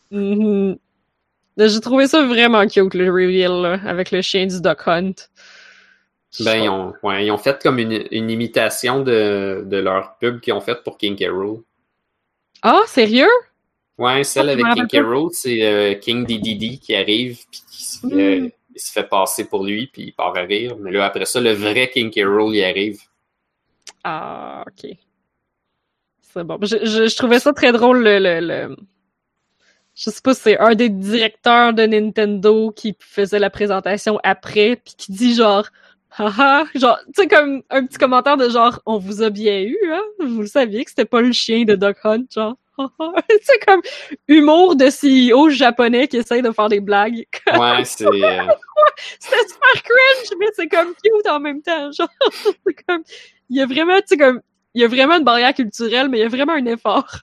Speaker 2: J'ai trouvé ça vraiment cute, le reveal, là, avec le chien du Duck Hunt.
Speaker 1: Ben, ils ont fait comme une imitation de leur pub qu'ils ont fait pour King K. Rool.
Speaker 2: Ah, sérieux?
Speaker 1: Ouais, celle avec King K. Rool, c'est King DDD qui arrive puis qui il se fait passer pour lui, puis il part à rire. Mais là, après ça, le vrai King K. Rool, il arrive.
Speaker 2: Ah, OK. C'est bon. Je trouvais ça très drôle, je sais pas si c'est un des directeurs de Nintendo qui faisait la présentation après, puis qui dit genre, haha, genre, tu sais, comme un petit commentaire de genre, on vous a bien eu, hein? Vous le saviez que c'était pas le chien de Duck Hunt, genre. C'est comme humour de CEO japonais qui essaye de faire des blagues.
Speaker 1: Ouais, c'est...
Speaker 2: C'était super cringe, mais c'est comme cute en même temps, genre. C'est comme, il y a vraiment, tu sais, comme, il y a vraiment une barrière culturelle, mais il y a vraiment un effort.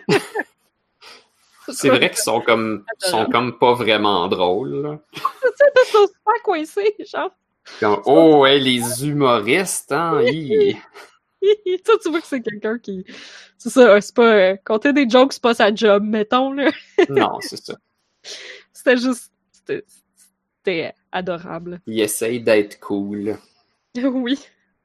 Speaker 1: C'est vrai qu'ils sont comme pas vraiment drôles, là.
Speaker 2: Ils sont super coincés, genre.
Speaker 1: Comme, oh, ouais, les humoristes, hein,
Speaker 2: Toi, tu vois que c'est quelqu'un qui... C'est ça, c'est pas... Compter des jokes, c'est pas sa job, mettons, là.
Speaker 1: Non, c'est ça.
Speaker 2: C'était juste... C'était adorable.
Speaker 1: Il essaye d'être cool.
Speaker 2: Oui.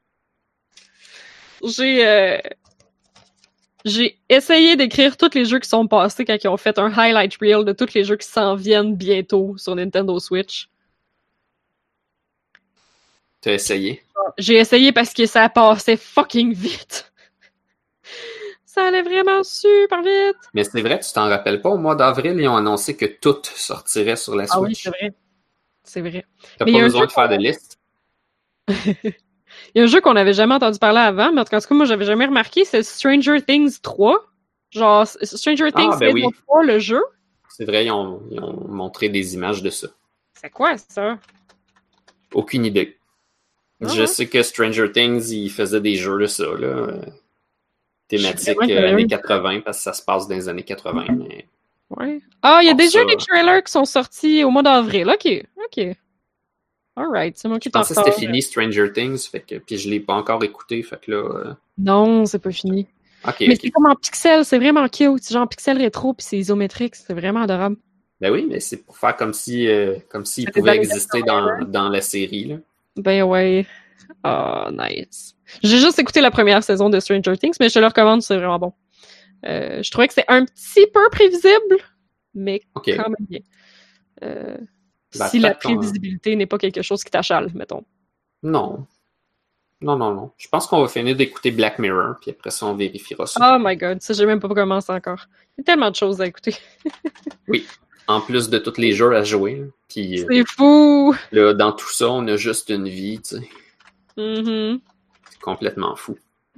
Speaker 2: J'ai essayé d'écrire tous les jeux qui sont passés quand ils ont fait un highlight reel de tous les jeux qui s'en viennent bientôt sur Nintendo Switch.
Speaker 1: T'as essayé?
Speaker 2: J'ai essayé parce que ça passait fucking vite. Ça allait vraiment super vite.
Speaker 1: Mais c'est vrai, tu t'en rappelles pas, au mois d'avril, ils ont annoncé que tout sortirait sur la Switch.
Speaker 2: Ah oui, c'est vrai. C'est vrai.
Speaker 1: T'as pas besoin de faire de liste?
Speaker 2: Il y a un jeu qu'on n'avait jamais entendu parler avant, mais en tout cas, moi, j'avais jamais remarqué, c'est Stranger Things 3. Genre, Stranger Things
Speaker 1: oui.
Speaker 2: 3, le jeu.
Speaker 1: C'est vrai, ils ont montré des images de ça.
Speaker 2: C'est quoi, ça?
Speaker 1: Aucune idée. Je sais que Stranger Things, ils faisaient des jeux de ça, là. Thématique années 80, parce que ça se passe dans les années 80, mais...
Speaker 2: Ouais. Ah, il y a déjà des trailers qui sont sortis au mois d'avril. OK. Alright, c'est moi qui t'en parle.
Speaker 1: Je pensais que c'était fini Stranger Things, fait que, puis je l'ai pas encore écouté, fait que là...
Speaker 2: Non, c'est pas fini.
Speaker 1: OK.
Speaker 2: Mais c'est comme en pixel, c'est vraiment cute. C'est genre pixel rétro, puis c'est isométrique, c'est vraiment adorable.
Speaker 1: Ben oui, mais c'est pour faire comme si il pouvait exister dans la série, là.
Speaker 2: Ben ouais. Oh, nice. J'ai juste écouté la première saison de Stranger Things, mais je te le recommande, c'est vraiment bon. Je trouvais que c'est un petit peu prévisible, mais quand même bien. Si la prévisibilité n'est pas quelque chose qui t'achale, mettons.
Speaker 1: Non. Je pense qu'on va finir d'écouter Black Mirror, puis après ça, on vérifiera ça.
Speaker 2: Oh my god, ça, j'ai même pas commencé encore. Il y a tellement de choses à écouter.
Speaker 1: Oui. En plus de tous les jeux à jouer. Puis,
Speaker 2: c'est fou!
Speaker 1: Là, dans tout ça, on a juste une vie, tu sais.
Speaker 2: Mm-hmm.
Speaker 1: C'est complètement fou.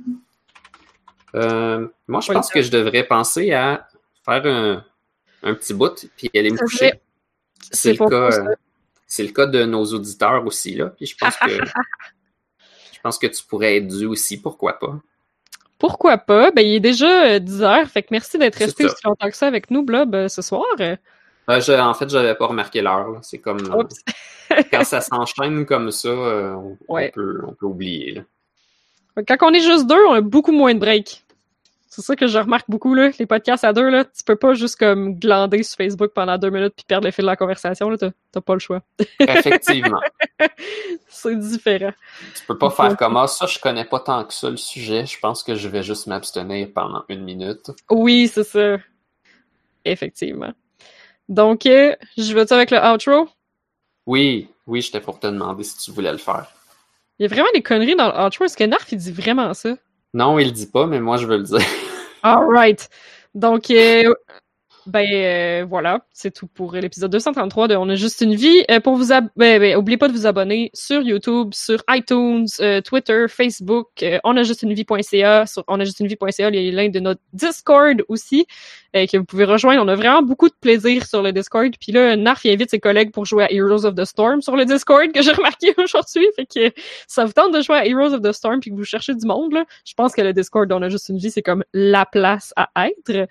Speaker 1: Moi, je pense que je devrais penser à faire un petit bout, puis aller me coucher. C'est le cas de nos auditeurs aussi, là. Puis je pense que tu pourrais être dû aussi, pourquoi pas?
Speaker 2: Pourquoi pas? Ben, il est déjà 10h, fait que merci d'être resté aussi longtemps que ça avec nous, Blob, ce soir.
Speaker 1: En fait, j'avais pas remarqué l'heure. C'est comme... quand ça s'enchaîne comme ça, on peut oublier. Là.
Speaker 2: Quand on est juste deux, on a beaucoup moins de breaks. C'est ça que je remarque beaucoup, là. Les podcasts à deux, là, tu peux pas juste comme glander sur Facebook pendant 2 minutes puis perdre le fil de la conversation, là. T'as pas le choix.
Speaker 1: Effectivement.
Speaker 2: C'est différent.
Speaker 1: Tu peux pas faire comme ça, je connais pas tant que ça le sujet. Je pense que je vais juste m'abstenir pendant 1 minute.
Speaker 2: Oui, c'est ça. Effectivement. Donc, je vais-tu avec le outro?
Speaker 1: Oui, j'étais pour te demander si tu voulais le faire.
Speaker 2: Il y a vraiment des conneries dans le outro. Est-ce que Narf, il dit vraiment ça?
Speaker 1: Non, il le dit pas, mais moi, je veux le dire.
Speaker 2: Alright. Donc, voilà, c'est tout pour l'épisode 233 de On a juste une vie. Pour vous oubliez pas de vous abonner sur YouTube, sur iTunes, Twitter, Facebook, onajustunevie.ca. Sur onajustunevie.ca, il y a les liens de notre Discord aussi, que vous pouvez rejoindre. On a vraiment beaucoup de plaisir sur le Discord. Puis là, Narf il invite ses collègues pour jouer à Heroes of the Storm sur le Discord, que j'ai remarqué aujourd'hui. Fait que ça vous tente de jouer à Heroes of the Storm puis que vous cherchez du monde, là. Je pense que le Discord d'On a juste une vie, c'est comme la place à être.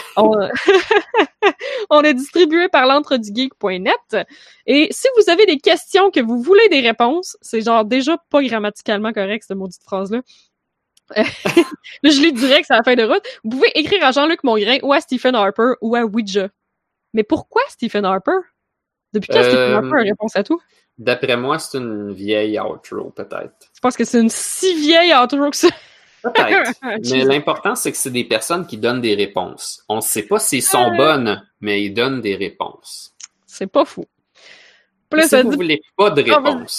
Speaker 2: On est distribué par l'entredugeek.net. Et si vous avez des questions que vous voulez des réponses, c'est genre déjà pas grammaticalement correct, cette maudite phrase-là. Là, je lis direct à la fin de route. Vous pouvez écrire à Jean-Luc Mongrain ou à Stephen Harper ou à Ouija. Mais pourquoi Stephen Harper? Depuis quand Stephen Harper a réponse à tout?
Speaker 1: D'après moi, c'est une vieille outro, peut-être.
Speaker 2: Je pense que c'est une si vieille outro que ça.
Speaker 1: Peut-être. Mais l'important, c'est que c'est des personnes qui donnent des réponses. On ne sait pas s'ils sont bonnes, mais ils donnent des réponses.
Speaker 2: C'est pas fou.
Speaker 1: Plus si vous voulez pas de réponse.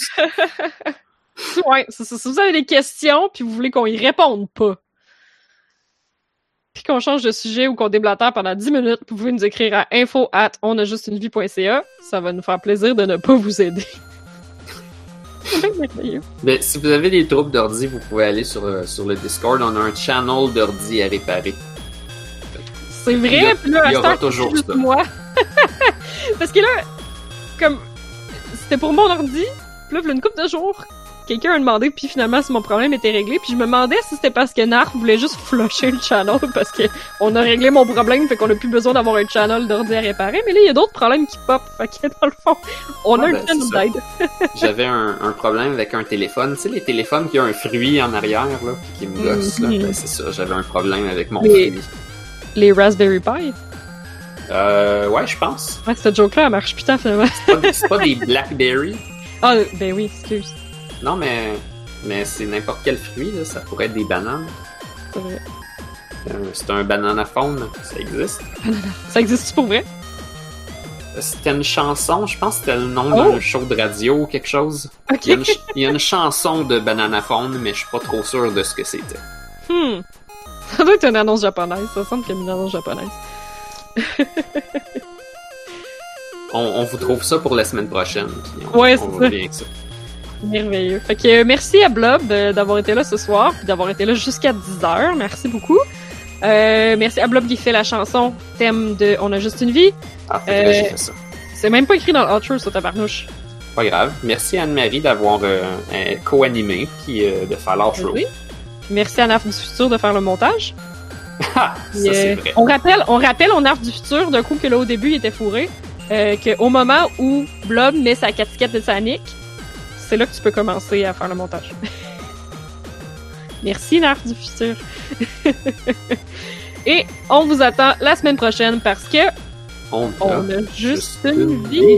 Speaker 2: Ouais, si vous avez des questions puis vous voulez qu'on y réponde pas. puis qu'on change de sujet ou qu'on déblatère pendant 10 minutes, vous pouvez nous écrire à info@onajustunevie.ca. Ça va nous faire plaisir de ne pas vous aider.
Speaker 1: Mais si vous avez des troubles d'ordi, vous pouvez aller sur le Discord. On a un channel d'ordi à réparer.
Speaker 2: C'est vrai, puis là,
Speaker 1: il y aura toujours ça.
Speaker 2: Moi. Parce que là, comme c'était pour mon ordi, puis là, une couple de jours, quelqu'un a demandé, puis finalement, si mon problème était réglé, puis je me demandais si c'était parce que Narf voulait juste flusher le channel, parce que on a réglé mon problème, fait qu'on a plus besoin d'avoir un channel d'ordi à réparer, mais là, il y a d'autres problèmes qui pop, fait que dans le fond, on a un channel d'aide.
Speaker 1: J'avais un problème avec un téléphone, tu sais, les téléphones qui ont un fruit en arrière, là, qui me gossent, là, ben, c'est ça, j'avais un problème avec mon fruit.
Speaker 2: Les Raspberry Pi?
Speaker 1: Ouais, je pense.
Speaker 2: Ouais, cette joke-là, elle marche putain, finalement.
Speaker 1: C'est pas des Blackberry?
Speaker 2: Ah, ben oui, excuse.
Speaker 1: Non, mais c'est n'importe quel fruit, là. Ça pourrait être des bananes.
Speaker 2: C'est vrai.
Speaker 1: C'est un bananaphone, ça existe.
Speaker 2: Ça existe-tu pour vrai?
Speaker 1: C'était une chanson, je pense que c'était le nom d'un show de radio ou quelque chose.
Speaker 2: Okay.
Speaker 1: Il y a une chanson de bananaphone, mais je suis pas trop sûr de ce que c'était.
Speaker 2: Ça doit être une annonce japonaise, ça semble qu'il y a une annonce japonaise.
Speaker 1: on vous trouve ça pour la semaine prochaine.
Speaker 2: Ouais, c'est ça.
Speaker 1: Avec ça.
Speaker 2: Merveilleux. Fait que merci à Blob d'avoir été là ce soir, puis d'avoir été là jusqu'à 10h. Merci beaucoup. Merci à Blob qui fait la chanson thème de On a juste une vie.
Speaker 1: Ah, j'ai fait ça.
Speaker 2: C'est même pas écrit dans l'outro, ça, tabarnouche.
Speaker 1: Pas grave. Merci à Anne-Marie d'avoir co-animé puis de faire l'outro. Oui.
Speaker 2: Merci à Narf du futur de faire le montage.
Speaker 1: Ça, c'est vrai.
Speaker 2: On rappelle au Narf du futur, d'un coup que là au début il était fourré, qu'au moment où Blob met sa casquette de Sonic, c'est là que tu peux commencer à faire le montage. Merci Narf du futur. Et on vous attend la semaine prochaine parce que on a juste une vie.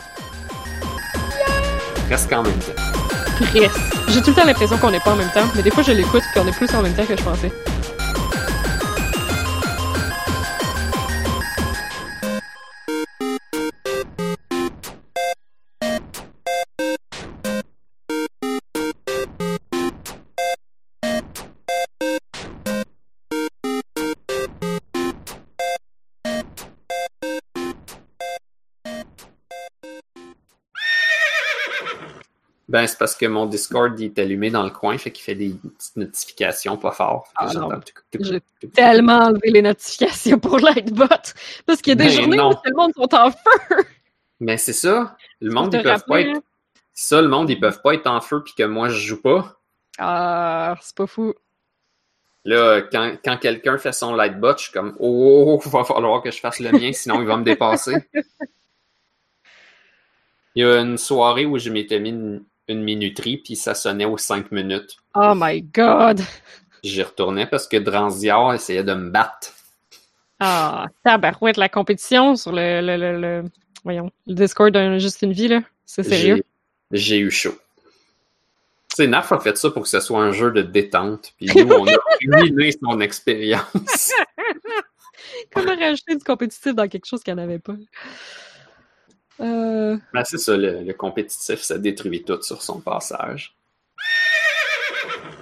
Speaker 1: Presque en même temps.
Speaker 2: Presque. J'ai tout le temps l'impression qu'on n'est pas en même temps, mais des fois je l'écoute et qu'on est plus en même temps que je pensais.
Speaker 1: Ben, c'est parce que mon Discord il est allumé dans le coin, fait qu'il fait des petites notifications pas fort.
Speaker 2: J'ai tellement enlevé les notifications pour Lightbot, parce qu'il y a des journées où tout le monde sont en feu.
Speaker 1: Mais c'est ça. Le monde, ils peuvent pas être... Ça, le monde, ils peuvent pas être en feu puis que moi, je joue pas.
Speaker 2: Ah, c'est pas fou.
Speaker 1: Là, quand quelqu'un fait son Lightbot, je suis comme « Oh, il va falloir que je fasse le mien, sinon il va me dépasser. » Il y a une soirée où je m'étais mis une minuterie, puis ça sonnait aux 5 minutes.
Speaker 2: Oh my God!
Speaker 1: J'y retournais parce que Dranziar essayait de me battre.
Speaker 2: Ah, tabarouette, la compétition sur le Discord d'un Juste une vie, là. C'est sérieux?
Speaker 1: J'ai eu chaud. Tu sais, Narf a fait ça pour que ce soit un jeu de détente, puis nous, on a ruiné son expérience.
Speaker 2: Comment rajouter du compétitif dans quelque chose qu'il n'y en avait pas?
Speaker 1: Ben, c'est ça, le compétitif, ça détruit tout sur son passage.